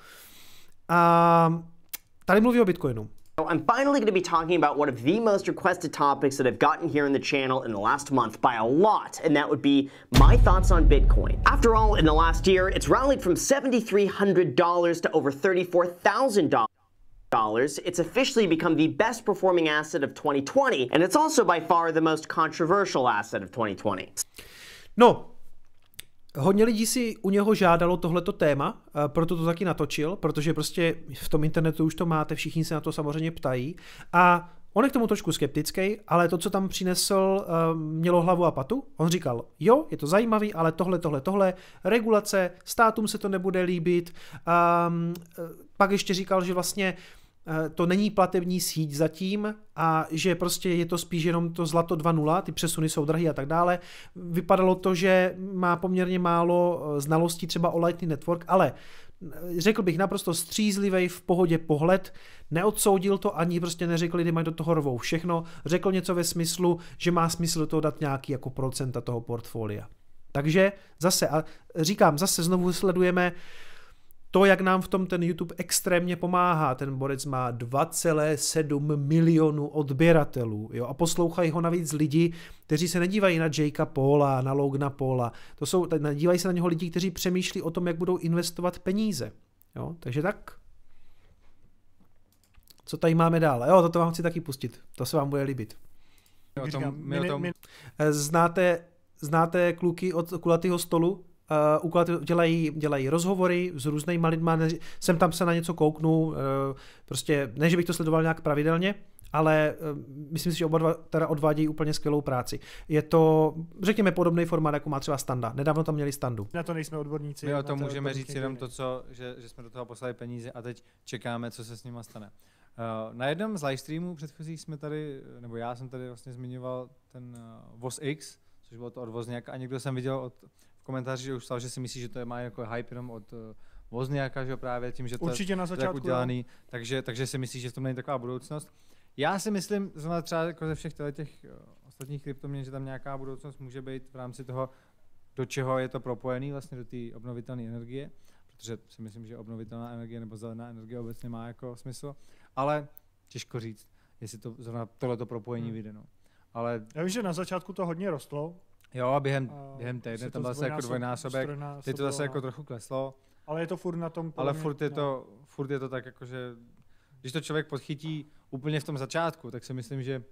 Speaker 1: A tady mluví o Bitcoinu.
Speaker 9: I'm finally going to be talking about one of the most requested topics that I've gotten here in the channel in the last month by a lot, and that would be my thoughts on Bitcoin. After all, in the last year, it's rallied from seven thousand three hundred dollars to over thirty-four thousand dollars. It's officially become the best performing asset of twenty twenty, and it's also by far the most controversial asset of twenty twenty.
Speaker 1: No, hodně lidí si u něho žádalo tohleto téma, proto to taky natočil, protože prostě v tom internetu už to máte, všichni se na to samozřejmě ptají a on je k tomu trošku skeptický, ale to, co tam přinesl, mělo hlavu a patu. On říkal, jo, je to zajímavý, ale tohle, tohle, tohle, regulace, státům se to nebude líbit. A pak ještě říkal, že vlastně to není platební síť zatím a že prostě je to spíš jenom to zlato dva nula, ty přesuny jsou drahý a tak dále. Vypadalo to, že má poměrně málo znalostí třeba o Lightning Network, ale řekl bych naprosto střízlivý, v pohodě pohled, neodsoudil to ani prostě neřekl, lidi mají do toho rovou všechno, řekl něco ve smyslu, že má smysl do toho dát nějaký jako procenta toho portfolia. Takže zase, a říkám, zase znovu sledujeme to, jak nám v tom ten YouTube extrémně pomáhá. Ten borec má dva celé sedm milionů odběratelů, jo, a poslouchají ho navíc lidi, kteří se nedívají na Jakea Paula, na Logana Paula. To jsou, dívají se na něho lidi, kteří přemýšlí o tom, jak budou investovat peníze. Jo, takže tak. Co tady máme dál? Jo, toto vám chci taky pustit. To se vám bude líbit.
Speaker 3: O tom, my o tom...
Speaker 1: Znáte, znáte kluky od kulatého stolu? uh, úkoly, dělají, dělají rozhovory s různýma lidma, ne, sem tam se na něco kouknu, uh, prostě ne, že bych to sledoval nějak pravidelně, ale uh, myslím si, že oba dva teda odvádějí úplně skvělou práci. Je to, řekněme, podobný formát, jako má třeba Standa. Nedávno tam měli Standu.
Speaker 10: Na to nejsme odborníci.
Speaker 11: My o tom můžeme říct jenom to, co, že, že jsme do toho poslali peníze a teď čekáme, co se s nima stane. Uh, na jednom z livestreamů předchozích jsme tady, nebo já jsem tady vlastně zmiňoval ten uh, Voz X, což bylo to od Wozniaka, a někdo jsem viděl od, v komentáři, že už stál, že si myslí, že to je, má jako hype jenom od uh, Wozniaka, že právě tím, že to
Speaker 10: určitě
Speaker 11: je
Speaker 10: na začátku,
Speaker 11: tak udělaný, takže, takže si myslí, že v tom není taková budoucnost. Já si myslím, že třeba jako ze všech těch uh, ostatních kryptoměn, že tam nějaká budoucnost může být v rámci toho, do čeho je to propojený, vlastně do té obnovitelné energie, protože si myslím, že obnovitelná energie nebo zelená energie obecně má jako smysl, ale těžko říct, jestli to zrovna tohleto propojení hmm. vyjde. No. Ale
Speaker 10: já vím, že na začátku to hodně rostlo.
Speaker 11: Jo, a během, a během týdne tam zase jako dvojnásobek, teď to zase jako trochu kleslo.
Speaker 10: Ale je to furt na tom.
Speaker 11: Ale furt je, to, furt je to tak jako, že když to člověk podchytí úplně v tom začátku, tak si myslím, že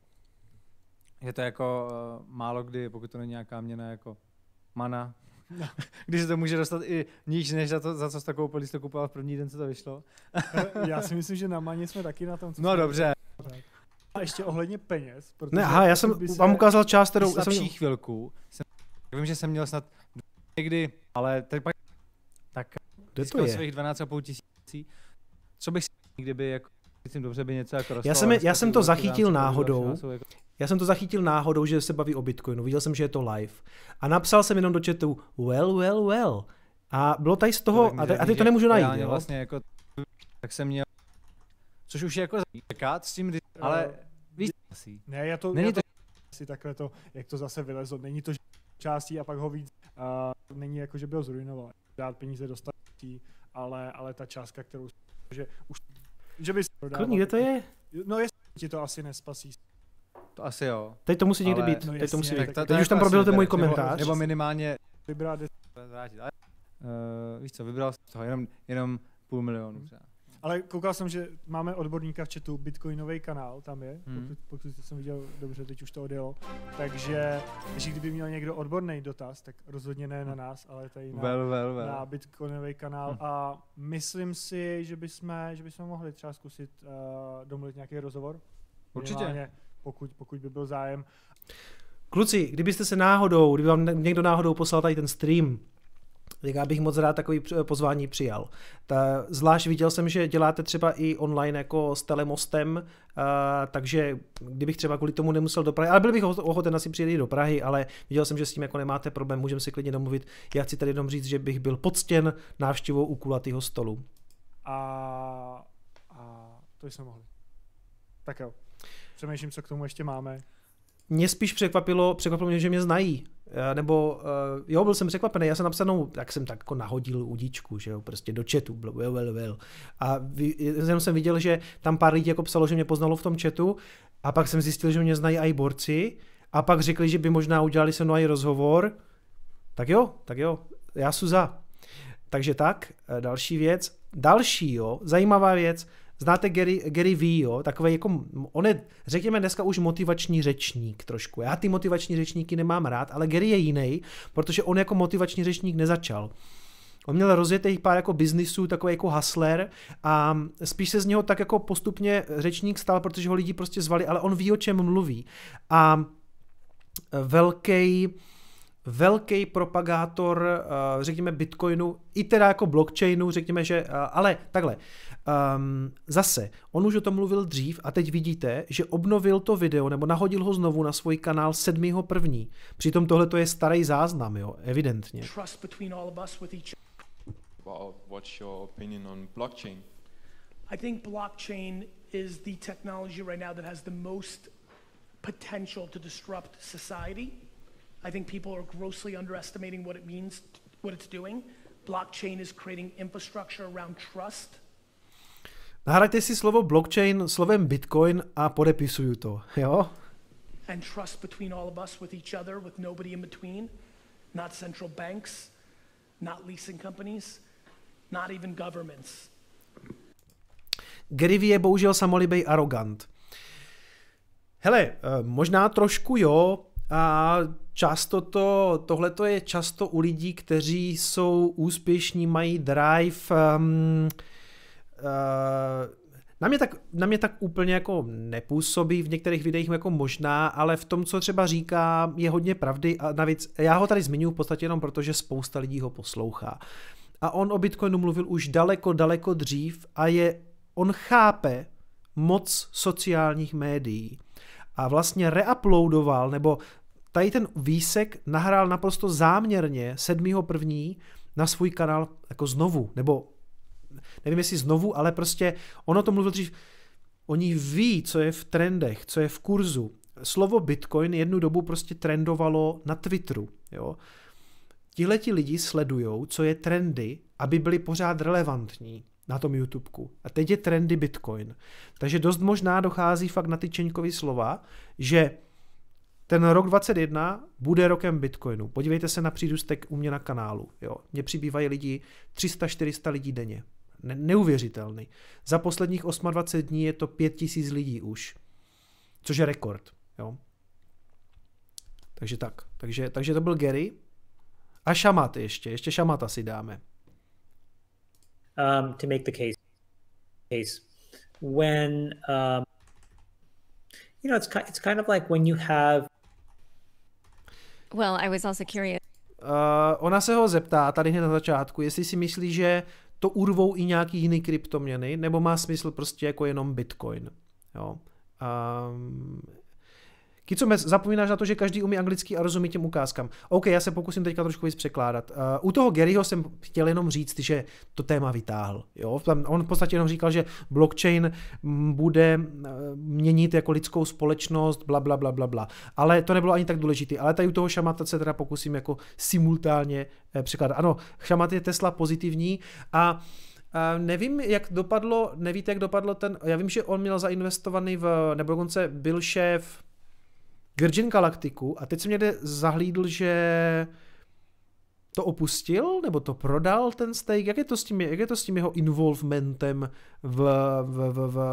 Speaker 11: je to jako uh, málo kdy, pokud to není nějaká měna jako mana, no. Když se to může dostat i níž, než za, to, za co jsi to koupil, když to kupoval v první den, co to vyšlo.
Speaker 10: Já si myslím, že na maně jsme taky na tom. Co
Speaker 11: no dobře.
Speaker 10: A ještě ohledně peněz.
Speaker 1: Ne, aha, já jsem vám se... ukázal část, kterou...
Speaker 11: Slabší jsem... chvilku. Jsem, vím, že jsem měl snad někdy, ale teď pak tak získal svých dvanáct a půl tisící. Co bych si kdyby jako myslím, dobře by něco jako rostlo.
Speaker 1: Já jsem, já jsem to zachytil náhodou. Já jsem to zachytil náhodou, že se baví o Bitcoinu. Viděl jsem, že je to live. A napsal jsem jenom do chatu well, well, well. A bylo tady z toho, to a, te, a teď to nemůžu najít. Jo?
Speaker 11: Vlastně jako, tak jsem měl, což už je jako zakat s tím, ale víš, asi.
Speaker 10: Ne, já to,
Speaker 11: není
Speaker 10: já to,
Speaker 11: to
Speaker 10: asi takhle to, jak to zase vylezlo. Není to částí a pak ho víc, uh, není jako, že by ho zrujnoval. Dát peníze dostat, ale, ale ta částka, kterou, že už, že by se prodával.
Speaker 1: Kde to je?
Speaker 10: No jestli ti to asi nespasí.
Speaker 11: To asi jo.
Speaker 1: Teď to musí někdy
Speaker 11: ale,
Speaker 1: být.
Speaker 10: No
Speaker 1: teď
Speaker 10: jasně,
Speaker 1: to musí být.
Speaker 11: To,
Speaker 1: teď už tam proběhl ten můj komentář.
Speaker 11: Nebo, nebo minimálně
Speaker 10: vybrat
Speaker 11: vrátit. Ale, uh, víš co, vybral jsem toho jenom, jenom půl milionu třeba.
Speaker 10: Ale koukal jsem, že máme odborníka v chatu, Bitcoinový kanál, tam je,
Speaker 11: hmm.
Speaker 10: pokud, pokud jsem viděl dobře, teď už to odjelo. Takže, takže kdyby měl někdo odborný dotaz, tak rozhodně ne na nás, ale tady na,
Speaker 11: well, well, well.
Speaker 10: na Bitcoinový kanál. Hmm. A myslím si, že bychom, že bychom mohli třeba zkusit uh, domluvit nějaký rozhovor.
Speaker 11: Určitě.
Speaker 10: Pokud, pokud by byl zájem.
Speaker 1: Kluci, kdybyste se náhodou, kdyby vám někdo náhodou poslal tady ten stream, tak já bych moc rád takový pozvání přijal. Ta, zvlášť viděl jsem, že děláte třeba i online jako s Telemostem, uh, takže kdybych třeba kvůli tomu nemusel do Prahy, ale byl bych ochoten asi přijet do Prahy, ale viděl jsem, že s tím jako nemáte problém, můžeme si klidně domluvit. Já chci tady jenom říct, že bych byl poctěn návštěvou u kulatého stolu.
Speaker 10: A, a to jsme mohli. Tak jo. Přemýšlím, co k tomu ještě máme.
Speaker 1: Mě spíš překvapilo, překvapilo mě, že mě znají. Nebo, uh, jo, byl jsem překvapený, já jsem napsanou, tak jsem tak jako nahodil udíčku, že jo, prostě do chatu, byl well, well, well. A jenom jsem viděl, že tam pár lidí jako psalo, že mě poznalo v tom chatu, a pak jsem zjistil, že mě znají i borci, a pak řekli, že by možná udělali se mnou i rozhovor. Tak jo, tak jo, já jsem za. Takže tak, další věc. Další, jo, zajímavá věc. Znáte Gary, Gary V, jo? Takový jako, on je, řekněme dneska už motivační řečník trošku. Já ty motivační řečníky nemám rád, ale Gary je jiný, protože on jako motivační řečník nezačal. On měl rozjetých pár jako biznisů, takový jako hustler, a spíš se z něho tak jako postupně řečník stal, protože ho lidi prostě zvali, ale on ví, o čem mluví. A velký velký propagátor, řekněme, Bitcoinu, i teda jako blockchainu, řekněme, že, ale takhle, um, zase, on už o tom mluvil dřív a teď vidíte, že obnovil to video, nebo nahodil ho znovu na svůj kanál sedmého prvního Přitom tohle to je starý záznam, jo, evidentně.
Speaker 12: Well, what's your opinion on blockchain?
Speaker 13: I think blockchain is the technology right now that has the most potential to disrupt society. I think people are grossly underestimating what it means, what it's doing. Blockchain is creating infrastructure around trust.
Speaker 1: Nahrajte si slovo blockchain slovem Bitcoin a podepisuju to, jo?
Speaker 13: And trust between all of us with each other, with nobody in between. Not central banks, not leasing companies, not even governments.
Speaker 1: Gary Vee je bohužel samolibej arrogant. Hele, možná trošku jo, a často to, tohleto je často u lidí, kteří jsou úspěšní, mají drive. Um, uh, na, mě tak, na mě tak úplně jako nepůsobí, v některých videích jako možná, ale v tom, co třeba říká, je hodně pravdy a navíc já ho tady zmiňuji v podstatě jenom proto, že spousta lidí ho poslouchá. A on o Bitcoinu mluvil už daleko, daleko dřív a je, on chápe moc sociálních médií a vlastně reuploadoval, nebo tady ten výsek nahrál naprosto záměrně sedmého prvního na svůj kanál jako znovu, nebo nevím jestli znovu, ale prostě ono to mluvil dřív, oni ví, co je v trendech, co je v kurzu. Slovo Bitcoin jednu dobu prostě trendovalo na Twitteru, jo. Tihleti lidi sledujou, co je trendy, aby byli pořád relevantní na tom YouTubeku. A teď je trendy Bitcoin. Takže dost možná dochází fakt na ty Čeňkovy slova, že ten rok dvacet jedna bude rokem Bitcoinu. Podívejte se na přírůstek u mě na kanálu. Jo. Mně přibývají lidi, tři sta čtyři sta lidí denně. Ne- neuvěřitelný. Za posledních dvacet osm dní je to pět tisíc lidí už. Což je rekord. Jo. Takže tak. Takže, takže to byl Gary. A Shamat ještě. Ještě Shamata si dáme.
Speaker 14: Um, to make the case. Case. When, um, you know, it's, it's kind of like when you have...
Speaker 15: Well, I was also curious.
Speaker 1: Uh, ona se ho zeptá tady hned na začátku, jestli si myslí, že to urvou i nějaký jiný kryptoměny, nebo má smysl prostě jako jenom Bitcoin. Jo. Um, Kico, zapomínáš na to, že každý umí anglicky a rozumí těm ukázkám. OK, já se pokusím teďka trošku víc překládat. Uh, u toho Garyho jsem chtěl jenom říct, že to téma vytáhl. Jo? On v podstatě jenom říkal, že blockchain bude měnit jako lidskou společnost, bla, bla, bla, bla, bla. Ale to nebylo ani tak důležité. Ale tady u toho Shamata se teda pokusím jako simultánně překládat. Ano, Shamat je Tesla pozitivní a Uh, nevím, jak dopadlo, nevíte, jak dopadlo ten, já vím, že on měl zainvestovaný v, nebo dokonce byl šéf Virgin Galacticu a teď jsem někde zahlídl, že to opustil, nebo to prodal ten stake, jak je to s tím, jak je to s tím jeho involvementem v, v, v, v,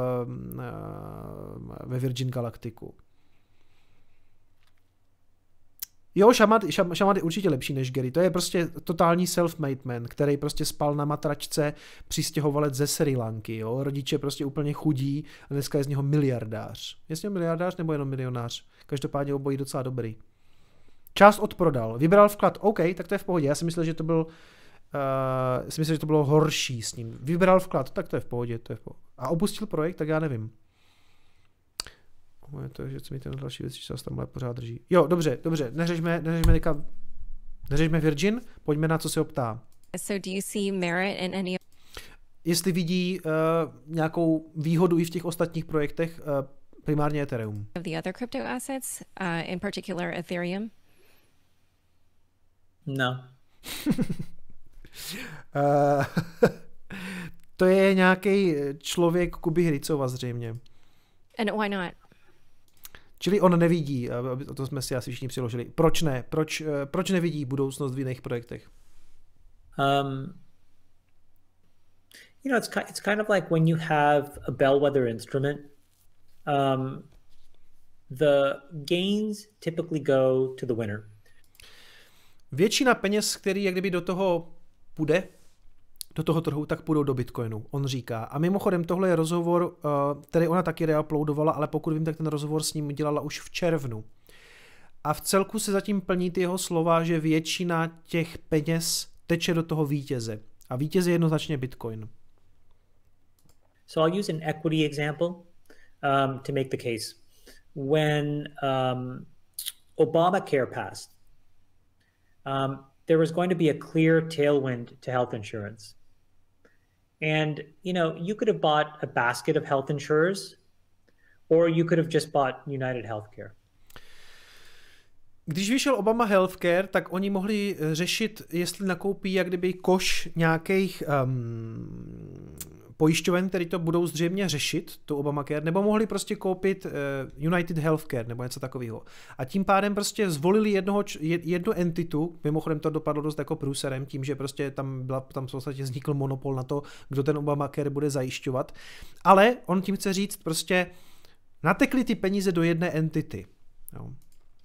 Speaker 1: ve Virgin Galacticu. Jo, Shamat, Shamat je určitě lepší než Gary. To je prostě totální self-made man, který prostě spal na matračce přistěhovalec ze Srí Lanky. Jo? Rodiče prostě úplně chudí a dneska je z něho miliardář. Je z něho miliardář nebo jenom milionář? Každopádně obojí docela dobrý. Část odprodal. Vybral vklad. OK, tak to je v pohodě. Já si myslel, že to byl uh, si myslel, že to bylo horší s ním. Vybral vklad, tak to je v pohodě. To je v pohodě. A opustil projekt, tak já nevím. Je to, že mi ten další věc, že se tam pořád drží. Jo, dobře, dobře, neřešme, neřešme, neka, neřešme Virgin, pojďme na co se optá.
Speaker 15: So do you see merit in any...
Speaker 1: Jestli vidí uh, nějakou výhodu i v těch ostatních projektech, uh, primárně Ethereum.
Speaker 15: Of the other crypto assets, uh, in particular Ethereum?
Speaker 14: No.
Speaker 1: uh, to je nějaký člověk Kuby Hricova zřejmě.
Speaker 15: And why not?
Speaker 1: Čili on nevidí, to jsme si asi všichni přiložili. Proč ne? Proč, proč nevidí budoucnost v jiných projektech?
Speaker 14: Um, you know, it's it's kind of like when you have a bellwether instrument. Um, the gains typically go to the winner.
Speaker 1: Většina peněz, který jak kdyby do toho půjde, do toho trhu, tak půjdou do Bitcoinu, on říká. A mimochodem tohle je rozhovor, který ona taky reuploadovala, ale pokud vím, tak ten rozhovor s ním dělala už v červnu. A v celku se zatím plní ty jeho slova, že většina těch peněz teče do toho vítěze. A vítěz je jednoznačně Bitcoin.
Speaker 14: So I'll use an equity example um, to make the case. When um, Obamacare passed, um, there was going to be a clear tailwind to health insurance. And, you know, you could have bought a basket of health insurers, or you could have just bought United Healthcare.
Speaker 1: Když vyšel Obama Healthcare, tak oni mohli řešit, jestli nakoupí jak kdyby koš nějakých um, pojišťoven, který to budou zřejmě řešit, to Obamacare, nebo mohli prostě koupit uh, United Healthcare nebo něco takového. A tím pádem prostě zvolili jednoho, jednu entitu, mimochodem to dopadlo dost jako průserem, tím, že prostě tam, byla, tam v podstatě vznikl monopol na to, kdo ten Obamacare bude zajišťovat. Ale on tím chce říct prostě, natekly ty peníze do jedné entity. Jo.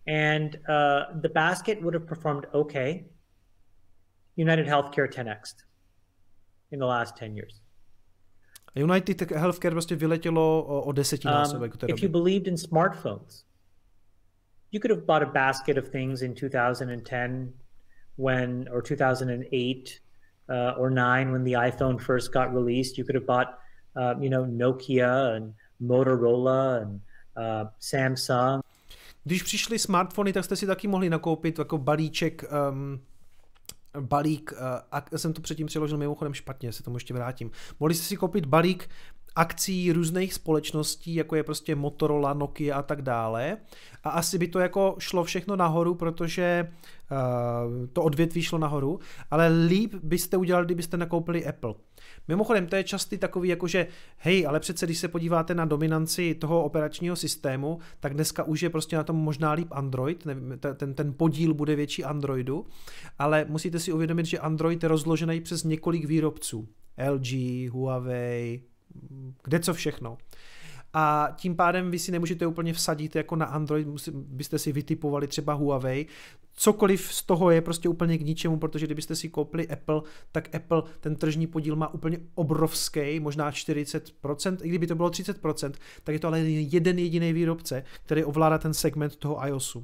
Speaker 14: and uh, the basket would have performed okay. United Healthcare ten x in the last ten years.
Speaker 1: United Healthcare prostě vyletělo o, o desetinásobek.
Speaker 14: Um, if you believed in smartphones, you could have bought a basket of things in two thousand ten when, or two thousand eight uh, or nine when the iPhone first got released. You could have bought, uh, you know, Nokia and Motorola and uh, Samsung.
Speaker 1: Když přišly smartfony, tak jste si taky mohli nakoupit jako balíček, um, balík, uh, a jsem to předtím přeložil mimochodem špatně, se tomu ještě vrátím. Mohli jste si koupit balík akcí různých společností, jako je prostě Motorola, Nokia a tak dále. A asi by to jako šlo všechno nahoru, protože uh, to odvětví šlo nahoru, ale líp byste udělali, kdybyste nakoupili Apple. Mimochodem, to je častý takový, jakože hej, ale přece, když se podíváte na dominanci toho operačního systému, tak dneska už je prostě na tom možná líp Android, nevím, ten, ten podíl bude větší Androidu, ale musíte si uvědomit, že Android je rozložený přes několik výrobců. L G, Huawei, kde co všechno. A tím pádem vy si nemůžete úplně vsadit jako na Android, byste si vytipovali třeba Huawei. Cokoliv z toho je prostě úplně k ničemu, protože kdybyste si koupili Apple, tak Apple ten tržní podíl má úplně obrovský, možná čtyřicet procent, i kdyby to bylo třicet procent, tak je to ale jeden jediný výrobce, který ovládá ten segment toho iOSu.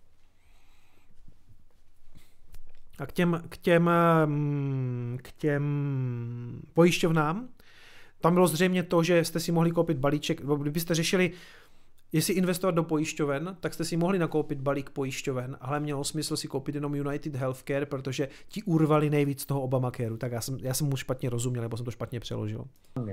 Speaker 1: A k těm, k těm, k těm pojišťovnám, tam bylo zřejmě to, že jste si mohli koupit balíček, kdybyste řešili, jestli investovat do pojišťoven, tak jste si mohli nakoupit balík pojišťoven, ale mělo smysl si koupit jenom United Healthcare, protože ti urvali nejvíc toho Obamacareu, tak já jsem, já jsem mu špatně rozuměl, nebo jsem to špatně přeložil.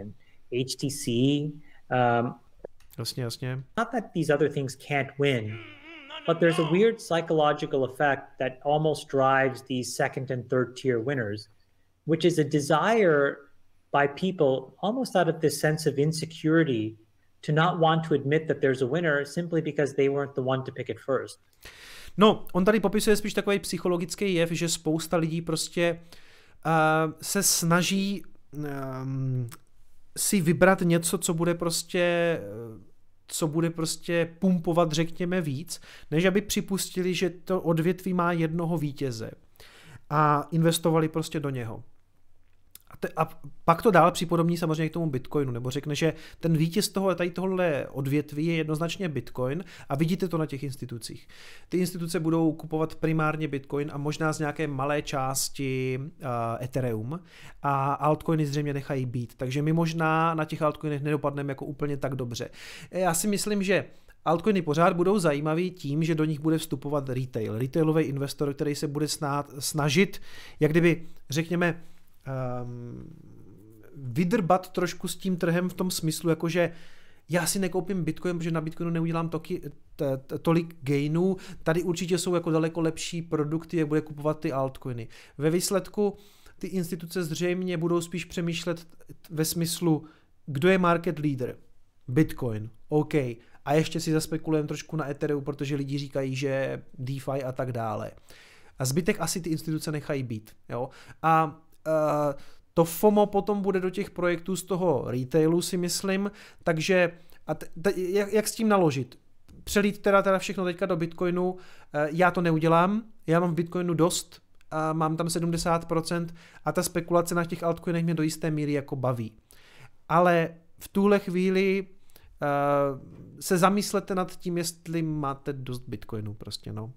Speaker 14: H T C. Um,
Speaker 1: jasně, jasně.
Speaker 14: Not that these other things can't win, but there's a weird psychological effect that almost drives these second and third tier winners, which is a desire by people almost out of this sense of insecurity to not want to admit that there's a winner simply because they weren't the one to pick it first.
Speaker 1: No, on tady popisuje spíš takový psychologický jev, že spousta lidí prostě uh, se snaží um, si vybrat něco, co bude prostě co bude prostě pumpovat, řekněme, víc, než aby připustili, že to odvětví má jednoho vítěze a investovali prostě do něho. A, te, a pak to dál připodobní samozřejmě k tomu Bitcoinu, nebo řekne, že ten vítěz toho, tady tohle odvětví je jednoznačně Bitcoin a vidíte to na těch institucích. Ty instituce budou kupovat primárně Bitcoin a možná z nějaké malé části uh, Ethereum a altcoiny zřejmě nechají být, takže my možná na těch altcoinech nedopadneme jako úplně tak dobře. Já si myslím, že altcoiny pořád budou zajímavý tím, že do nich bude vstupovat retail, retailový investor, který se bude snad, snažit, jak kdyby, řekněme, Um, vydrbat trošku s tím trhem v tom smyslu, jakože já si nekoupím Bitcoin, protože na Bitcoinu neudělám toky, t, t, tolik gainů, tady určitě jsou jako daleko lepší produkty, jak bude kupovat ty altcoiny. Ve výsledku ty instituce zřejmě budou spíš přemýšlet ve smyslu, kdo je market leader? Bitcoin, OK. A ještě si zaspekulujeme trošku na Ethereum, protože lidi říkají, že DeFi a tak dále. A zbytek asi ty instituce nechají být. Jo? A Uh, to FOMO potom bude do těch projektů z toho retailu, si myslím, takže a t- t- jak, jak s tím naložit? Přelít teda, teda všechno teďka do Bitcoinu, uh, já to neudělám, já mám v Bitcoinu dost, uh, mám tam sedmdesát procent a ta spekulace na těch altcoinech mě do jisté míry jako baví. Ale v tuhle chvíli uh, se zamyslete nad tím, jestli máte dost Bitcoinu prostě, no.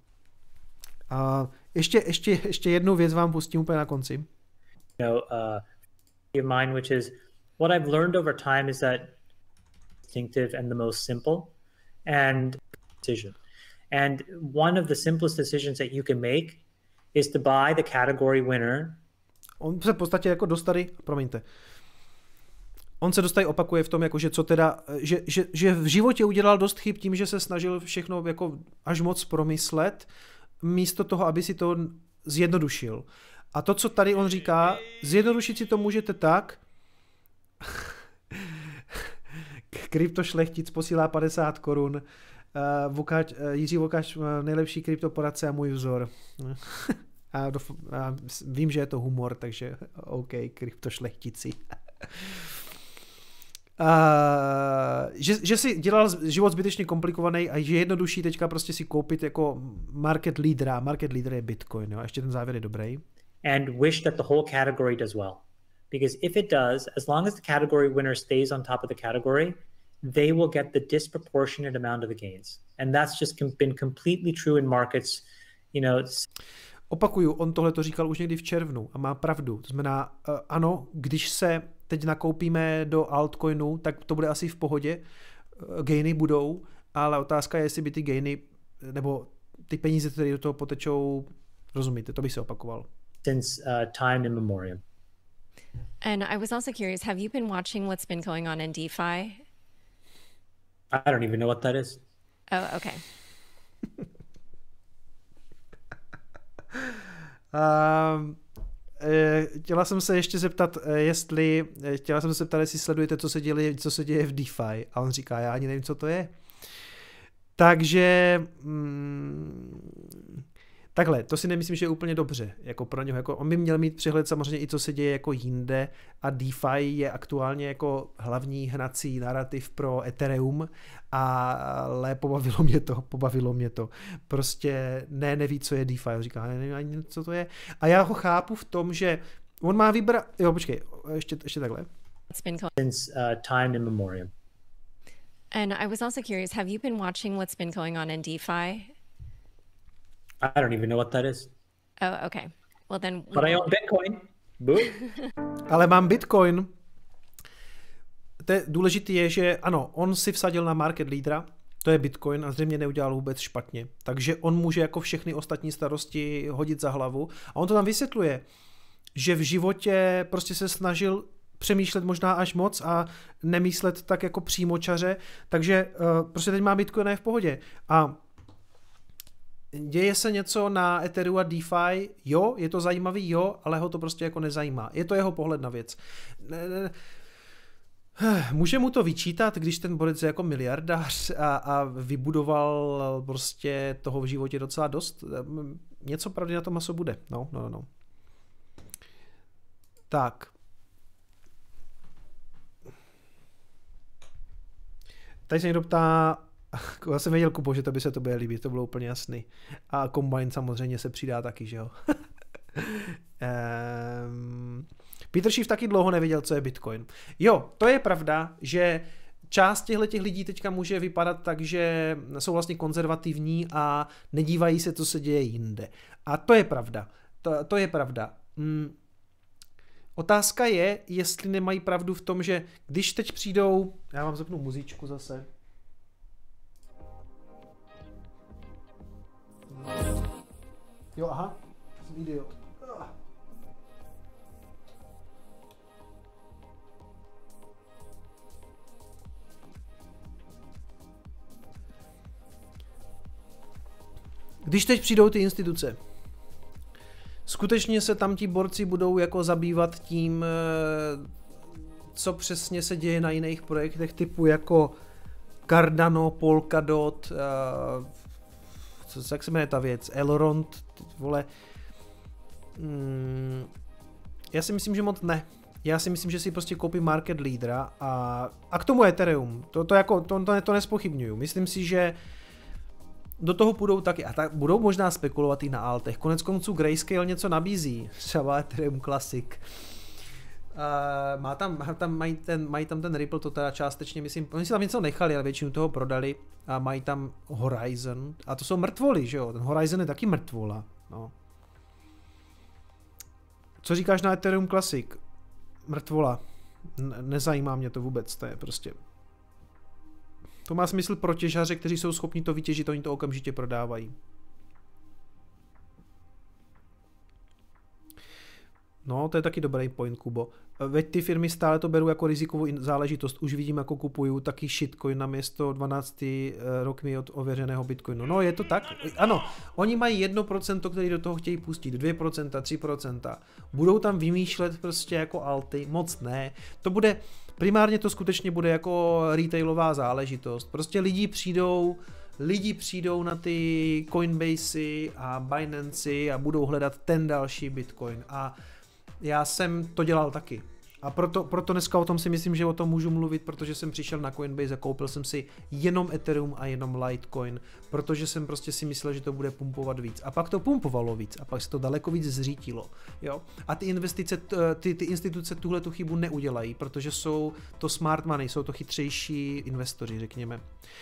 Speaker 1: A ještě, ještě, ještě jednu věc vám pustím úplně na konci.
Speaker 14: You know, uh, of mine, which is what I've learned over time is that instinctive and the most simple and decision. And one of the simplest decisions that you can make is to buy the category winner.
Speaker 1: On se v podstatě jako dostali, promiňte, on se dostají opakuje v tom, jako že co teda, že, že, že v životě udělal dost chyb tím, že se snažil všechno jako až moc promyslet, místo toho, aby si to zjednodušil. A to, co tady on říká, zjednodušit si to můžete tak, kryptošlechtic posílá padesát korun, uh, Vokač, uh, Jiří Vokač, uh, nejlepší kryptoporadce a můj vzor. a, dof, a vím, že je to humor, takže OK, kryptošlechtici. že, že si dělal život zbytečně komplikovaný a že je jednodušší teďka prostě si koupit jako market leadera. Market leader je Bitcoin, jo? A ještě ten závěr je dobrý.
Speaker 14: And wish that the whole category does well. Because if it does, as long as the category winner stays on top of the category, they will get the disproportionate amount of the gains. And that's just been completely true in markets, you know.
Speaker 1: Opakuju, on tohle to říkal už někdy v červnu a má pravdu. To znamená, uh, ano, když se teď nakoupíme do altcoinu, tak to bude asi v pohodě. Uh, gainy budou, ale otázka je, jestli by ty gainy, nebo ty peníze, které do toho potečou, rozumíte, to bych se opakoval.
Speaker 14: Since uh, time immemorial.
Speaker 15: And I was also curious, have you been watching what's been going on in DeFi?
Speaker 14: I don't even know what that is.
Speaker 15: Oh, okay.
Speaker 1: um, chtěla jsem se ještě zeptat, jestli, chtěla jsem se zeptat, jestli sledujete, co se děje, co se děje v DeFi. A on říká, já ani nevím, co to je. Takže mm, takhle, to si nemyslím, že je úplně dobře, jako pro něho, jako on by měl mít přehled samozřejmě i co se děje jako jinde a DeFi je aktuálně jako hlavní hnací narrativ pro Ethereum, ale pobavilo mě to, pobavilo mě to. Prostě ne, neví, co je DeFi, říká, nevím ani, co to je. A já ho chápu v tom, že on má vybrat, jo, počkej, ještě, ještě takhle.
Speaker 14: Since uh, time immemorial.
Speaker 15: And I was also curious, have you been watching what's been going on in DeFi?
Speaker 14: I don't even know what that is.
Speaker 15: Oh, okay. Well then.
Speaker 14: But I own Bitcoin. Boo.
Speaker 1: Ale mám Bitcoin. To je, důležitý je, že ano, on si vsadil na market leadera, to je Bitcoin a zřejmě neudělal vůbec špatně. Takže on může jako všechny ostatní starosti hodit za hlavu. A on to tam vysvětluje, že v životě prostě se snažil přemýšlet možná až moc a nemyslet tak jako přímočaře, takže uh, prostě teď má Bitcoin je v pohodě. A děje se něco na Ethereum a DeFi? Jo, je to zajímavý, jo, ale ho to prostě jako nezajímá. Je to jeho pohled na věc. Ne, ne, může mu to vyčítat, když ten borec je jako miliardář a, a vybudoval prostě toho v životě docela dost? Něco pravdy na tom maso bude. No, no, no. Tak. Tady se někdo ptá, já jsem věděl, Kubo, že to by se to bude líbit, to bylo úplně jasný. A Combine samozřejmě se přidá taky, že jo. um, Peter Schiff taky dlouho nevěděl, co je Bitcoin. Jo, to je pravda, že část těchto lidí teďka může vypadat tak, že jsou vlastně konzervativní a nedívají se, co se děje jinde. A to je pravda. To, to je pravda. Mm. Otázka je, jestli nemají pravdu v tom, že když teď přijdou, já vám zapnu muzičku zase. Jo, aha, jsem idiot. Když teď přijdou ty instituce, skutečně se tam ti borci budou jako zabývat tím, co přesně se děje na jiných projektech typu jako Cardano, Polkadot, co, jak se jmenuje ta věc, Elrond, vole. Hmm, já si myslím, že moc ne. Já si myslím, že si prostě koupím market leadera a, a k tomu Ethereum. To, to, jako, to, to, to nespochybňuju. Myslím si, že do toho půjdou taky, a tak budou možná spekulovat i na altech. Konec konců Grayscale něco nabízí, třeba Ethereum Classic. Uh, má tam, má tam, mají, ten, mají tam ten Ripple, to teda částečně, myslím, oni si tam něco nechali, ale většinu toho prodali a mají tam Horizon. A to jsou mrtvoly, že jo? Ten Horizon je taky mrtvola. No. Co říkáš na Ethereum Classic? Mrtvola. N- nezajímá mě to vůbec, to je prostě... To má smysl pro těžaře, kteří jsou schopni to vytěžit, oni to okamžitě prodávají. No, to je taky dobrý point, Kubo. Veď ty firmy stále to berou jako rizikovou záležitost. Už vidím, jako kupují taky shitcoin na město dvanáct rokmi od ověřeného bitcoinu. No, je to tak? Ano, oni mají jedno procento, který do toho chtějí pustit, dvě procenta, tři procenta. Budou tam vymýšlet prostě jako alty, moc ne. To bude, primárně to skutečně bude jako retailová záležitost. Prostě lidi přijdou, lidi přijdou na ty Coinbasey a Binancy a budou hledat ten další bitcoin. A já jsem to dělal taky. A proto, proto dneska o tom si myslím, že o tom můžu mluvit, protože jsem přišel na Coinbase a koupil jsem si jenom Ethereum a jenom Litecoin, protože jsem prostě si myslel, že to bude pumpovat víc. A pak to pumpovalo víc a pak se to daleko víc zřítilo. Jo? A ty investice, ty, ty instituce tuhle tu chybu neudělají, protože jsou to smart money, jsou to chytřejší investoři, řekněme.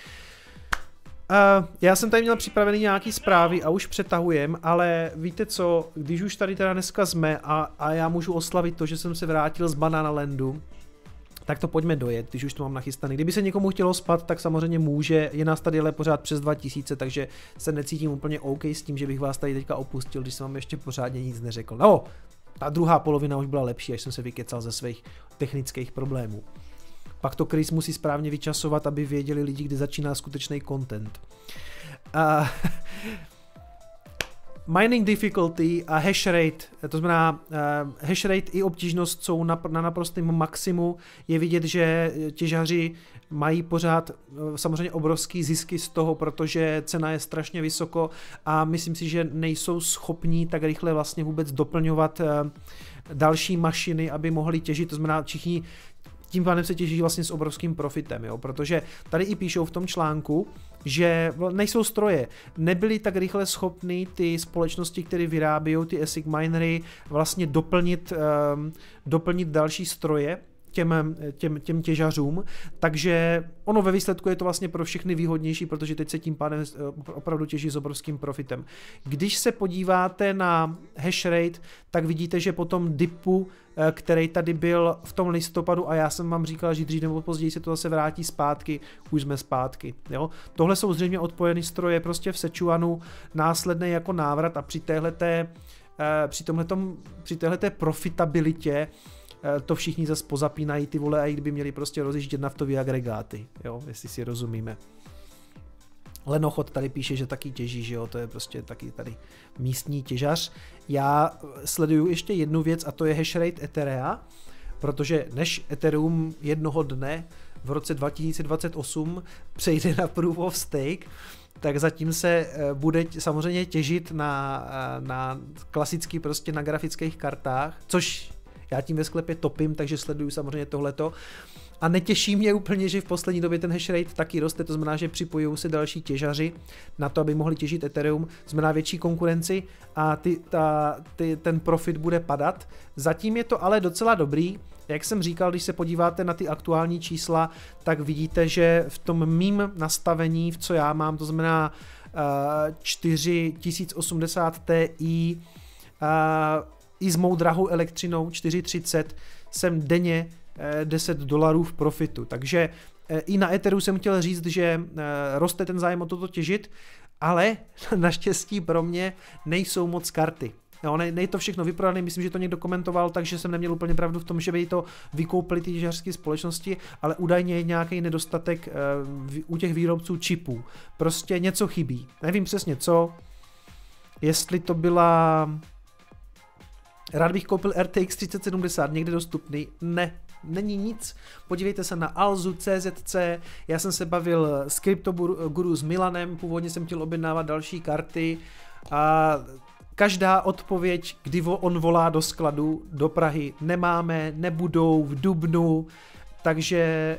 Speaker 1: Uh, já jsem tady měl připravený nějaký zprávy a už přetahujem, ale víte co, když už tady teda dneska jsme a, a já můžu oslavit to, že jsem se vrátil z Bananalandu, tak to pojďme dojet, když už to mám nachystaný. Kdyby se někomu chtělo spat, tak samozřejmě může, je nás tady ale pořád přes dva tisíce, takže se necítím úplně OK s tím, že bych vás tady teďka opustil, když jsem vám ještě pořádně nic neřekl. No, ta druhá polovina už byla lepší, až jsem se vykecal ze svých technických problémů. Pak to Chris musí správně vyčasovat, aby věděli lidi, kdy začíná skutečný content. Uh, mining difficulty a hash rate, to znamená uh, hash rate i obtížnost jsou na, na naprostém maximu. Je vidět, že těžaři mají pořád uh, samozřejmě obrovský zisky z toho, protože cena je strašně vysoko a myslím si, že nejsou schopní tak rychle vlastně vůbec doplňovat uh, další mašiny, aby mohli těžit. To znamená, všichni tím pádem se těží vlastně s obrovským profitem, jo? Protože tady i píšou v tom článku, že nejsou stroje, nebyly tak rychle schopny ty společnosti, které vyrábějí ty ASIC minery, vlastně doplnit, um, doplnit další stroje těm, těm, těm těžařům, takže ono ve výsledku je to vlastně pro všechny výhodnější, protože teď se tím pádem opravdu těží s obrovským profitem. Když se podíváte na hash rate, tak vidíte, že po tom dipu, který tady byl v tom listopadu, a já jsem vám říkal, že dřív nebo později se to zase vrátí zpátky, už jsme zpátky. Jo? Tohle jsou zřejmě odpojené stroje prostě v Sechuanu, následný jako návrat a při téhleté, při tomhletom, při téhleté profitabilitě to všichni zase pozapínají ty vole, a i kdyby měli prostě rozjíždět naftové agregáty, jo, jestli si rozumíme. Lenochod tady píše, že taky těží, že jo, to je prostě taky tady místní těžař. Já sleduju ještě jednu věc a to je hash rate Etherea, protože než Ethereum jednoho dne v roce dva tisíce dvacet osm přejde na Proof of Stake, tak zatím se bude samozřejmě těžit na, na klasicky prostě na grafických kartách, což já tím ve sklepě topím, takže sleduju samozřejmě tohleto. A netěší mě úplně, že v poslední době ten hash rate taky roste, to znamená, že připojují se další těžaři na to, aby mohli těžit Ethereum, znamená větší konkurenci a ty, ta, ty, ten profit bude padat. Zatím je to ale docela dobrý, jak jsem říkal, když se podíváte na ty aktuální čísla, tak vidíte, že v tom mým nastavení, v co já mám, to znamená uh, čtyři tisíce osmdesát Ti, uh, i s mou drahou elektřinou čtyři třicet jsem denně deset dolarů v profitu. Takže i na Etheru jsem chtěl říct, že roste ten zájem o toto těžit, ale naštěstí pro mě nejsou moc karty. No, ne, nej to všechno vyprodané, myslím, že to někdo komentoval, takže jsem neměl úplně pravdu v tom, že by to vykoupili ty těžařské společnosti, ale údajně je nějaký nedostatek uh, u těch výrobců čipů. Prostě něco chybí. Nevím přesně co, jestli to byla... Rád bych koupil R T X třicet sedmdesát, někde dostupný? Ne, není nic. Podívejte se na Alzu, C Z C, já jsem se bavil s CryptoGuru s Milanem, původně jsem chtěl objednávat další karty a každá odpověď, kdy on volá do skladu, do Prahy, nemáme, nebudou, v dubnu, takže...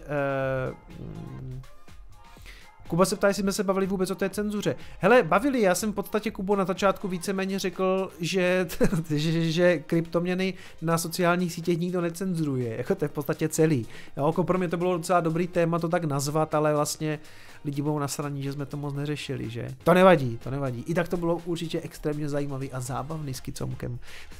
Speaker 1: Uh, Kuba se ptá, jestli jsme se bavili vůbec o té cenzuře. Hele, bavili, já jsem v podstatě Kubo na začátku víceméně řekl, že, že, že kryptoměny na sociálních sítích nikdo necenzuruje, jako to je v podstatě celý. Jo, jako pro mě to bylo docela dobrý téma to tak nazvat, ale vlastně lidi budou nasraní, že jsme to moc neřešili, že? To nevadí, to nevadí. I tak to bylo určitě extrémně zajímavý a zábavný s Kicomkem.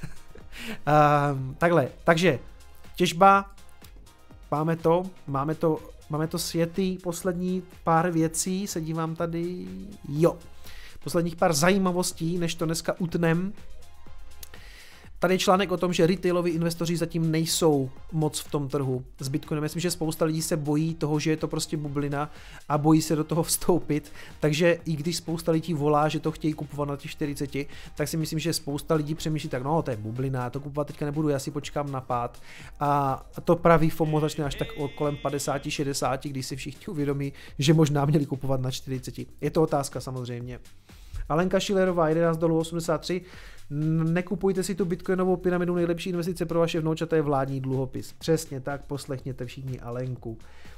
Speaker 1: um, takhle, takže těžba, máme to, máme to, Máme to světý, poslední pár věcí, se dívám tady, jo, posledních pár zajímavostí, než to dneska utnem. Tady je článek o tom, že retailoví investoři zatím nejsou moc v tom trhu s Bitcoinem. Myslím, že spousta lidí se bojí toho, že je to prostě bublina a bojí se do toho vstoupit. Takže i když spousta lidí volá, že to chtějí kupovat na těch čtyřiceti, tak si myslím, že spousta lidí přemýšlí tak, no to je bublina, to kupovat teďka nebudu, já si počkám na pád. A to pravý FOMO začne až tak kolem padesát šedesát, když si všichni uvědomí, že možná měli kupovat na čtyřiceti. Je to otázka samozřejmě. Alenka Šilerová, jedenáct dolarů osmdesát tři. Nekupujte si tu bitcoinovou pyramidu, nejlepší investice pro vaše vnoučata je vládní dluhopis. Přesně tak, poslechněte všichni Alenku.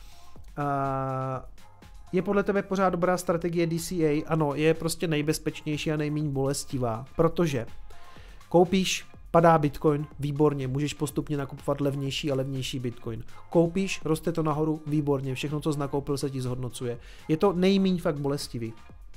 Speaker 1: A je podle tebe pořád dobrá strategie D C A? Ano, je prostě nejbezpečnější a nejméně bolestivá, protože koupíš, padá bitcoin, výborně, můžeš postupně nakupovat levnější a levnější bitcoin. Koupíš, roste to nahoru, výborně, všechno, co jsi nakoupil, se ti zhodnocuje. Je to nejméně fakt bolestivý.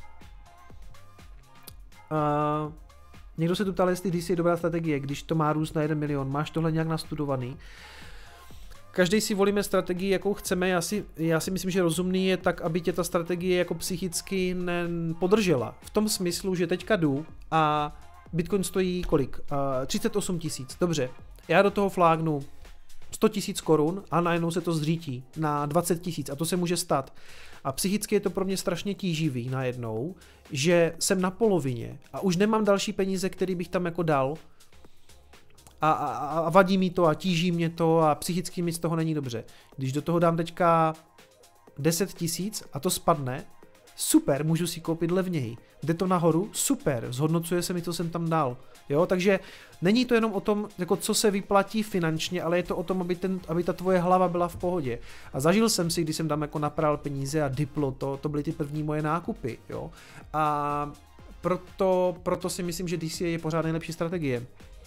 Speaker 1: A někdo se tu ptal, jestli D C je dobrá strategie, když to má růst na jeden milion. Máš tohle nějak nastudovaný? Každý si volíme strategii, jakou chceme. Já si, já si myslím, že rozumný je tak, aby tě ta strategie jako psychicky podržela. V tom smyslu, že teďka jdu a Bitcoin stojí kolik? Uh, třicet osm tisíc. Dobře. Já do toho flágnu sto tisíc korun a najednou se to zřítí na dvacet tisíc a to se může stát. A psychicky je to pro mě strašně tíživý najednou, že jsem na polovině a už nemám další peníze, které bych tam jako dal a, a, a vadí mi to a tíží mě to a psychicky mi z toho není dobře. Když do toho dám teďka deset tisíc a to spadne, super, můžu si koupit levněji. Jde to nahoru, super, zhodnocuje se mi, co jsem tam dal. Jo, takže není to jenom o tom, jako co se vyplatí finančně, ale je to o tom, aby, ten, aby ta tvoje hlava byla v pohodě. A zažil jsem si, když jsem tam jako napral peníze a Diplo, to, to byly ty první moje nákupy. Jo. A proto, proto si myslím, že D C A je pořád nejlepší strategie.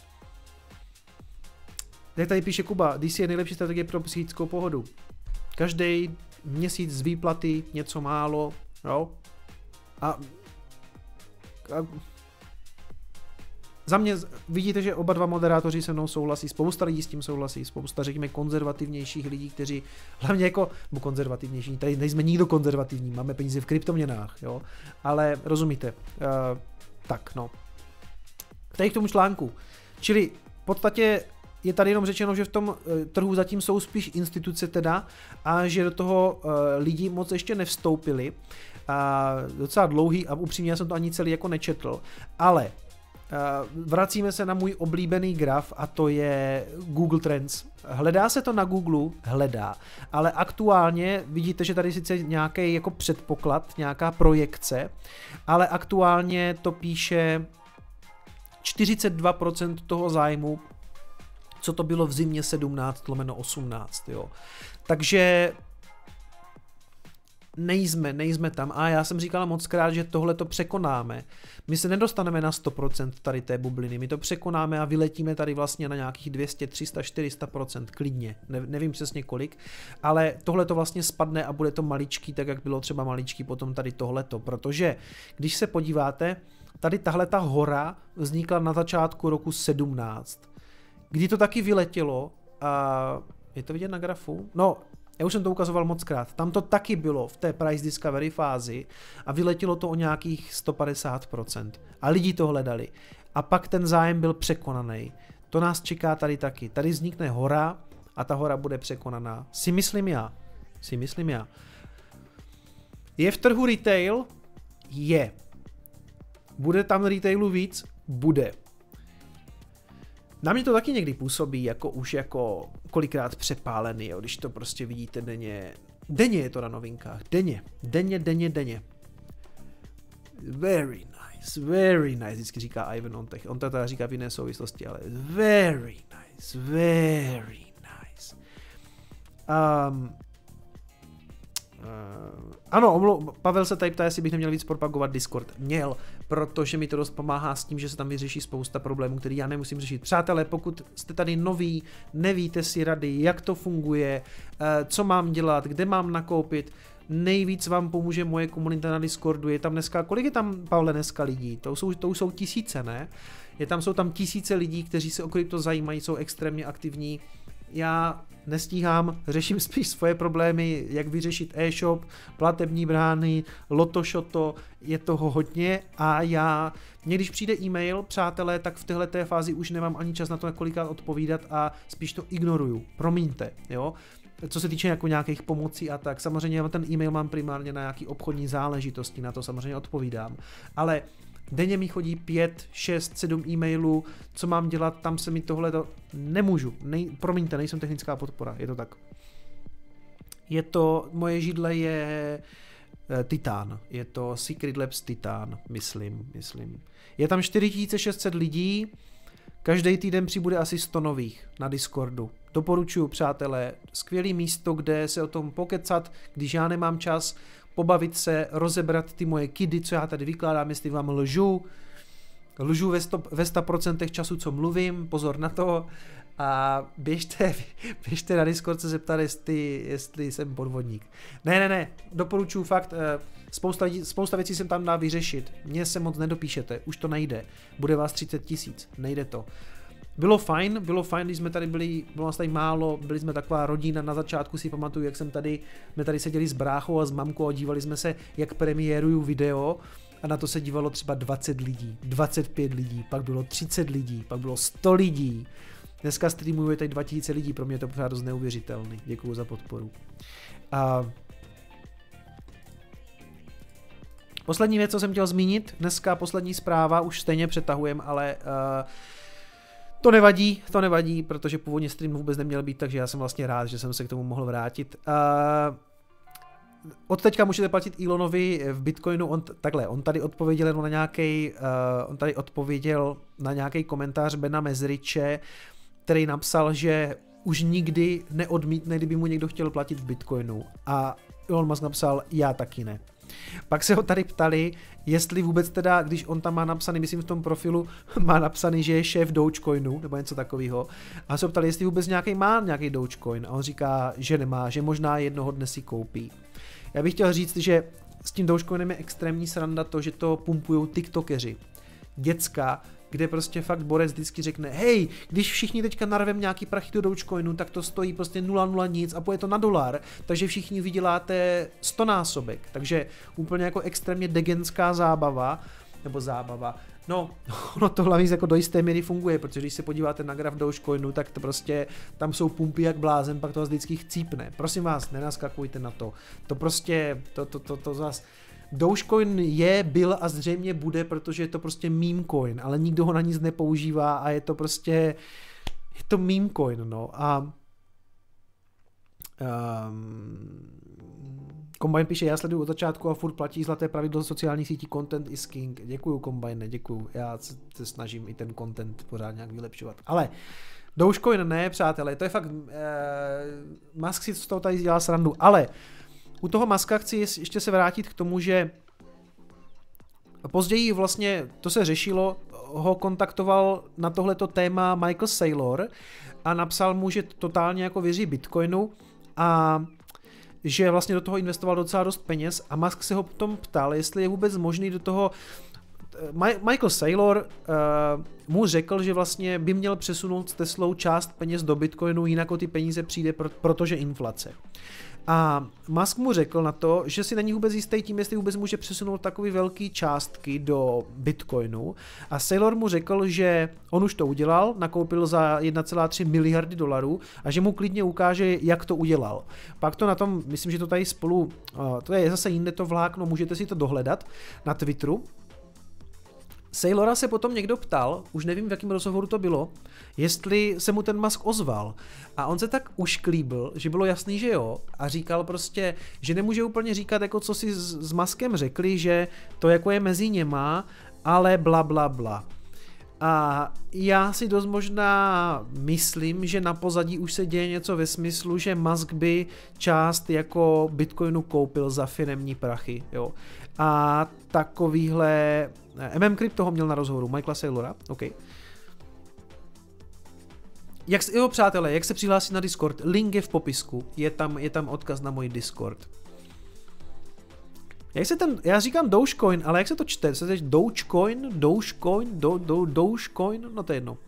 Speaker 1: Jak tady píše Kuba, D C A je nejlepší strategie pro psychickou pohodu. Každý měsíc z výplaty něco málo, jo. A, a za mě vidíte, že oba dva moderátoři se mnou souhlasí, spousta lidí s tím souhlasí, spousta řekněme konzervativnějších lidí, kteří hlavně jako, bo konzervativnější, tady nejsme nikdo konzervativní, máme peníze v kryptoměnách, jo, ale rozumíte, uh, tak no. Tady k tomu článku, čili v podstatě je tady jenom řečeno, že v tom trhu zatím jsou spíš instituce teda a že do toho lidi moc ještě nevstoupili. A docela dlouhý a upřímně já jsem to ani celý jako nečetl, ale vracíme se na můj oblíbený graf a to je Google Trends. Hledá se to na Google? Hledá, ale aktuálně vidíte, že tady sice nějaký jako předpoklad, nějaká projekce, ale aktuálně to píše čtyřicet dva procent toho zájmu, co to bylo v zimě sedmnáct lomeno osmnáct, jo. Takže nejsme, nejsme tam a já jsem říkala moc krát, že tohle to překonáme. My se nedostaneme na sto procent tady té bubliny, my to překonáme a vyletíme tady vlastně na nějakých dvě stě, tři sta, čtyři sta procent klidně, ne, nevím přesně kolik, ale tohle to vlastně spadne a bude to maličký, tak jak bylo třeba maličký potom tady tohleto, protože když se podíváte, tady tahle ta hora vznikla na začátku roku sedmnáct, kdy to taky vyletělo a je to vidět na grafu? No, já už jsem to ukazoval moc krát. Tam to taky bylo v té price discovery fázi a vyletělo to o nějakých sto padesát procent. A lidi to hledali. A pak ten zájem byl překonaný. To nás čeká tady taky. Tady vznikne hora a ta hora bude překonaná. Si myslím já. Si myslím já. Je v trhu retail? Je. Bude tam retailu víc? Bude. Na mě to taky někdy působí jako už jako kolikrát přepálený, jo, když to prostě vidíte denně. Denně je to na novinkách, denně, denně, denně, denně. Very nice, very nice, vždycky říká Ivan on Tech. On to teda říká v jiné souvislosti, ale very nice, very nice. Um, Uh, ano, omlou, Pavel se tady ptá, jestli bych neměl víc propagovat Discord. Měl, protože mi to dost pomáhá s tím, že se tam vyřeší spousta problémů, které já nemusím řešit. Přátelé, pokud jste tady noví, nevíte si rady, jak to funguje, uh, co mám dělat, kde mám nakoupit, nejvíc vám pomůže moje komunita na Discordu. Je tam dneska, kolik je tam, Pavle, dneska lidí? To jsou, to jsou tisíce, ne? Je tam, jsou tam tisíce lidí, kteří se o krypto zajímají, jsou extrémně aktivní. Já nestíhám, řeším spíš svoje problémy, jak vyřešit e-shop, platební brány, lotošoto, je toho hodně a já, mě když přijde e-mail, přátelé, tak v téhleté fázi už nemám ani čas na to několikrát odpovídat a spíš to ignoruju, promiňte, jo. Co se týče jako nějakých pomocí a tak, samozřejmě ten e-mail mám primárně na nějaký obchodní záležitosti, na to samozřejmě odpovídám, ale denně mi chodí pět, šest, sedm e-mailů, co mám dělat, tam se mi tohle do... nemůžu, Nej, promiňte, nejsem technická podpora, je to tak. Je to, moje židle je Titan. Je to Secret Labs Titan, myslím, myslím. Je tam čtyři tisíce šest set lidí, každý týden přibude asi sto nových na Discordu. Doporučuji, přátelé, skvělé místo, kde se o tom pokecat, když já nemám čas, pobavit se, rozebrat ty moje kidy, co já tady vykládám, jestli vám lžu. Lžu ve, sto, ve sto procent času, co mluvím, pozor na to. A běžte, běžte na Discord se zeptat, jestli, jestli jsem podvodník. Ne, ne, ne, doporučuji fakt, spousta, spousta věcí jsem tam dá vyřešit. Mně se moc nedopíšete, už to nejde. Bude vás třicet tisíc, nejde to. Bylo fajn, bylo fajn, když jsme tady byli, bylo nás tady málo, byli jsme taková rodina, na začátku si pamatuju, jak jsem tady, jsme tady seděli s bráchou a s mamkou a dívali jsme se, jak premiéruju video a na to se dívalo třeba dvacet lidí, dvacet pět lidí, pak bylo třicet lidí, pak bylo sto lidí. Dneska streamuje tady dva tisíce lidí, pro mě je to pořád dost neuvěřitelný. Děkuju za podporu. A poslední věc, co jsem chtěl zmínit, dneska poslední zpráva, už stejně přetahujem, ale uh, to nevadí, to nevadí, protože původně stream vůbec neměl být, takže já jsem vlastně rád, že jsem se k tomu mohl vrátit. Uh, od teďka můžete platit Elonovi v Bitcoinu, on takhle, on tady odpověděl na nějaký, uh, on tady odpověděl na nějaký komentář Bena Mezriče, který napsal, že už nikdy neodmítne, kdyby mu někdo chtěl platit v Bitcoinu. A Elon Musk napsal, já taky ne. Pak se ho tady ptali, jestli vůbec teda, když on tam má napsaný, myslím v tom profilu, má napsaný, že je šéf Dogecoinu, nebo něco takového. A se ho ptali, jestli vůbec nějaký má nějaký Dogecoin. A on říká, že nemá, že možná jednoho dne si koupí. Já bych chtěl říct, že s tím Dogecoinem je extrémní sranda to, že to pumpujou tiktokeři. Děcka, kde prostě fakt borec vždycky řekne, hej, když všichni teďka narvem nějaký prachy do Dogecoinu, tak to stojí prostě nula nula nic a půjde to na dolar, takže všichni vyděláte sto násobek, takže úplně jako extrémně degenská zábava, nebo zábava. No, ono to hlavně jako do jisté míry funguje, protože když se podíváte na graf Dogecoinu, tak to prostě, tam jsou pumpy jak blázen, pak to vás vždycky chcípne. Prosím vás, nenaskakujte na to. To prostě, to, to, to, to zas... Dogecoin je, byl a zřejmě bude, protože je to prostě meme coin, ale nikdo ho na nic nepoužívá a je to prostě, je to meme coin, no a um, Combine píše, já sleduju od začátku a furt platí zlaté pravidlo sociálních sítí, content is king. Děkuju Combine, děkuju, já se, se snažím i ten content pořád nějak vylepšovat, ale Dogecoin ne, přátelé, to je fakt, uh, Musk si z toho tady dělá srandu, ale u toho Muska chci ještě se vrátit k tomu, že později vlastně, to se řešilo, ho kontaktoval na tohleto téma Michael Saylor a napsal mu, že totálně jako věří Bitcoinu a že vlastně do toho investoval docela dost peněz a Musk se ho potom ptal, jestli je vůbec možný do toho. Michael Saylor uh, mu řekl, že vlastně by měl přesunout s Teslou část peněz do Bitcoinu, jinak o ty peníze přijde, protože inflace. A Musk mu řekl na to, že si není vůbec jistý tím, jestli vůbec může přesunout takové velké částky do Bitcoinu. A Saylor mu řekl, že on už to udělal, nakoupil za jedna celá tři miliardy dolarů a že mu klidně ukáže, jak to udělal. Pak to na tom, myslím, že to tady spolu, to je zase jinde to vlákno, můžete si to dohledat na Twitteru. Saylora se potom někdo ptal, už nevím, v jakém rozhovoru to bylo, jestli se mu ten Musk ozval. A on se tak ušklíbil, že bylo jasný, že jo. A říkal prostě, že nemůže úplně říkat, jako co si s, s Muskem řekli, že to jako je mezi něma, ale bla bla bla. A já si dost možná myslím, že na pozadí už se děje něco ve smyslu, že Musk by část jako Bitcoinu koupil za firemní prachy, jo. A takovýhle M M Crypto ho měl na rozhovoru, Michaela Saylora, OK. Jak, jo, přátelé, jak se přihlásit na Discord? Link je v popisku, je tam, je tam odkaz na můj Discord. Jak se ten, já říkám Dogecoin, ale jak se to čte? Se to Dogecoin, Dogecoin, do, do, Dogecoin, no to je jedno.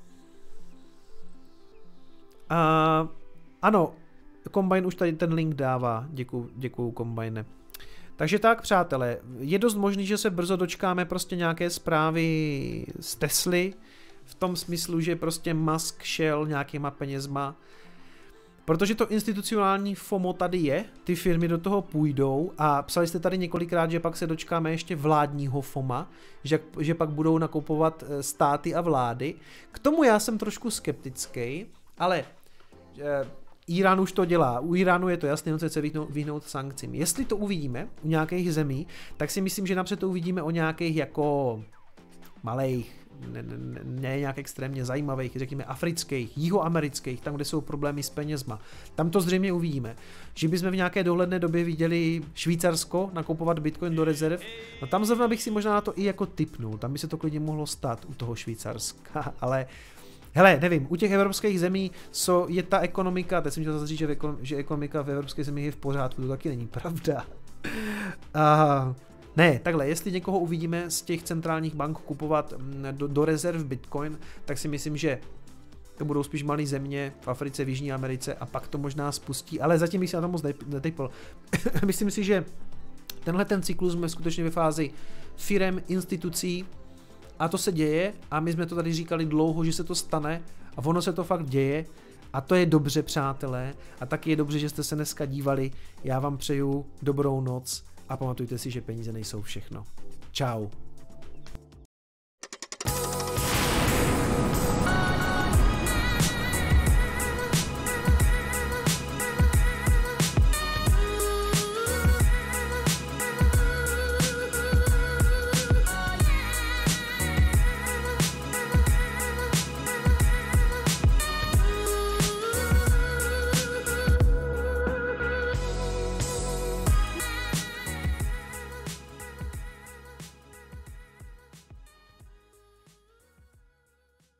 Speaker 1: A, ano, Combine už tady ten link dává, děkuju, děkuju Combine. Takže tak, přátelé, je dost možný, že se brzo dočkáme prostě nějaké zprávy z Tesly, v tom smyslu, že prostě Musk šel nějakýma penězma, protože to institucionální FOMO tady je, ty firmy do toho půjdou a psali jste tady několikrát, že pak se dočkáme ještě vládního FOMA, že, že pak budou nakupovat státy a vlády. K tomu já jsem trošku skeptický, ale Irán už to dělá. U Iránu je to jasné, on se chce vyhnout, vyhnout sankcím. Jestli to uvidíme u nějakých zemí, tak si myslím, že napřed to uvidíme o nějakých jako malých, ne, ne, ne nějak extrémně zajímavých, řekněme afrických, jihoamerických, tam, kde jsou problémy s penězma. Tam to zřejmě uvidíme. Že bychom v nějaké dohledné době viděli Švýcarsko nakupovat bitcoin do rezerv, no tam zrovna bych si možná na to i jako tipnul, tam by se to klidně mohlo stát u toho Švýcarska, ale hele, nevím, u těch evropských zemí so, je ta ekonomika, teď jsem chtěl zase říct, že, že ekonomika v evropské zemi je v pořádku, to taky není pravda. Uh, ne, takhle, jestli někoho uvidíme z těch centrálních bank kupovat do, do rezerv Bitcoin, tak si myslím, že to budou spíš malé země v Africe, v Jižní Americe a pak to možná spustí, ale zatím bych si na to moc netypl. Myslím si, že tenhle ten cyklus jsme skutečně ve fázi firem, institucí, a to se děje a my jsme to tady říkali dlouho, že se to stane a ono se to fakt děje a to je dobře, přátelé, a taky je dobře, že jste se dneska dívali. Já vám přeju dobrou noc a pamatujte si, že peníze nejsou všechno. Čau.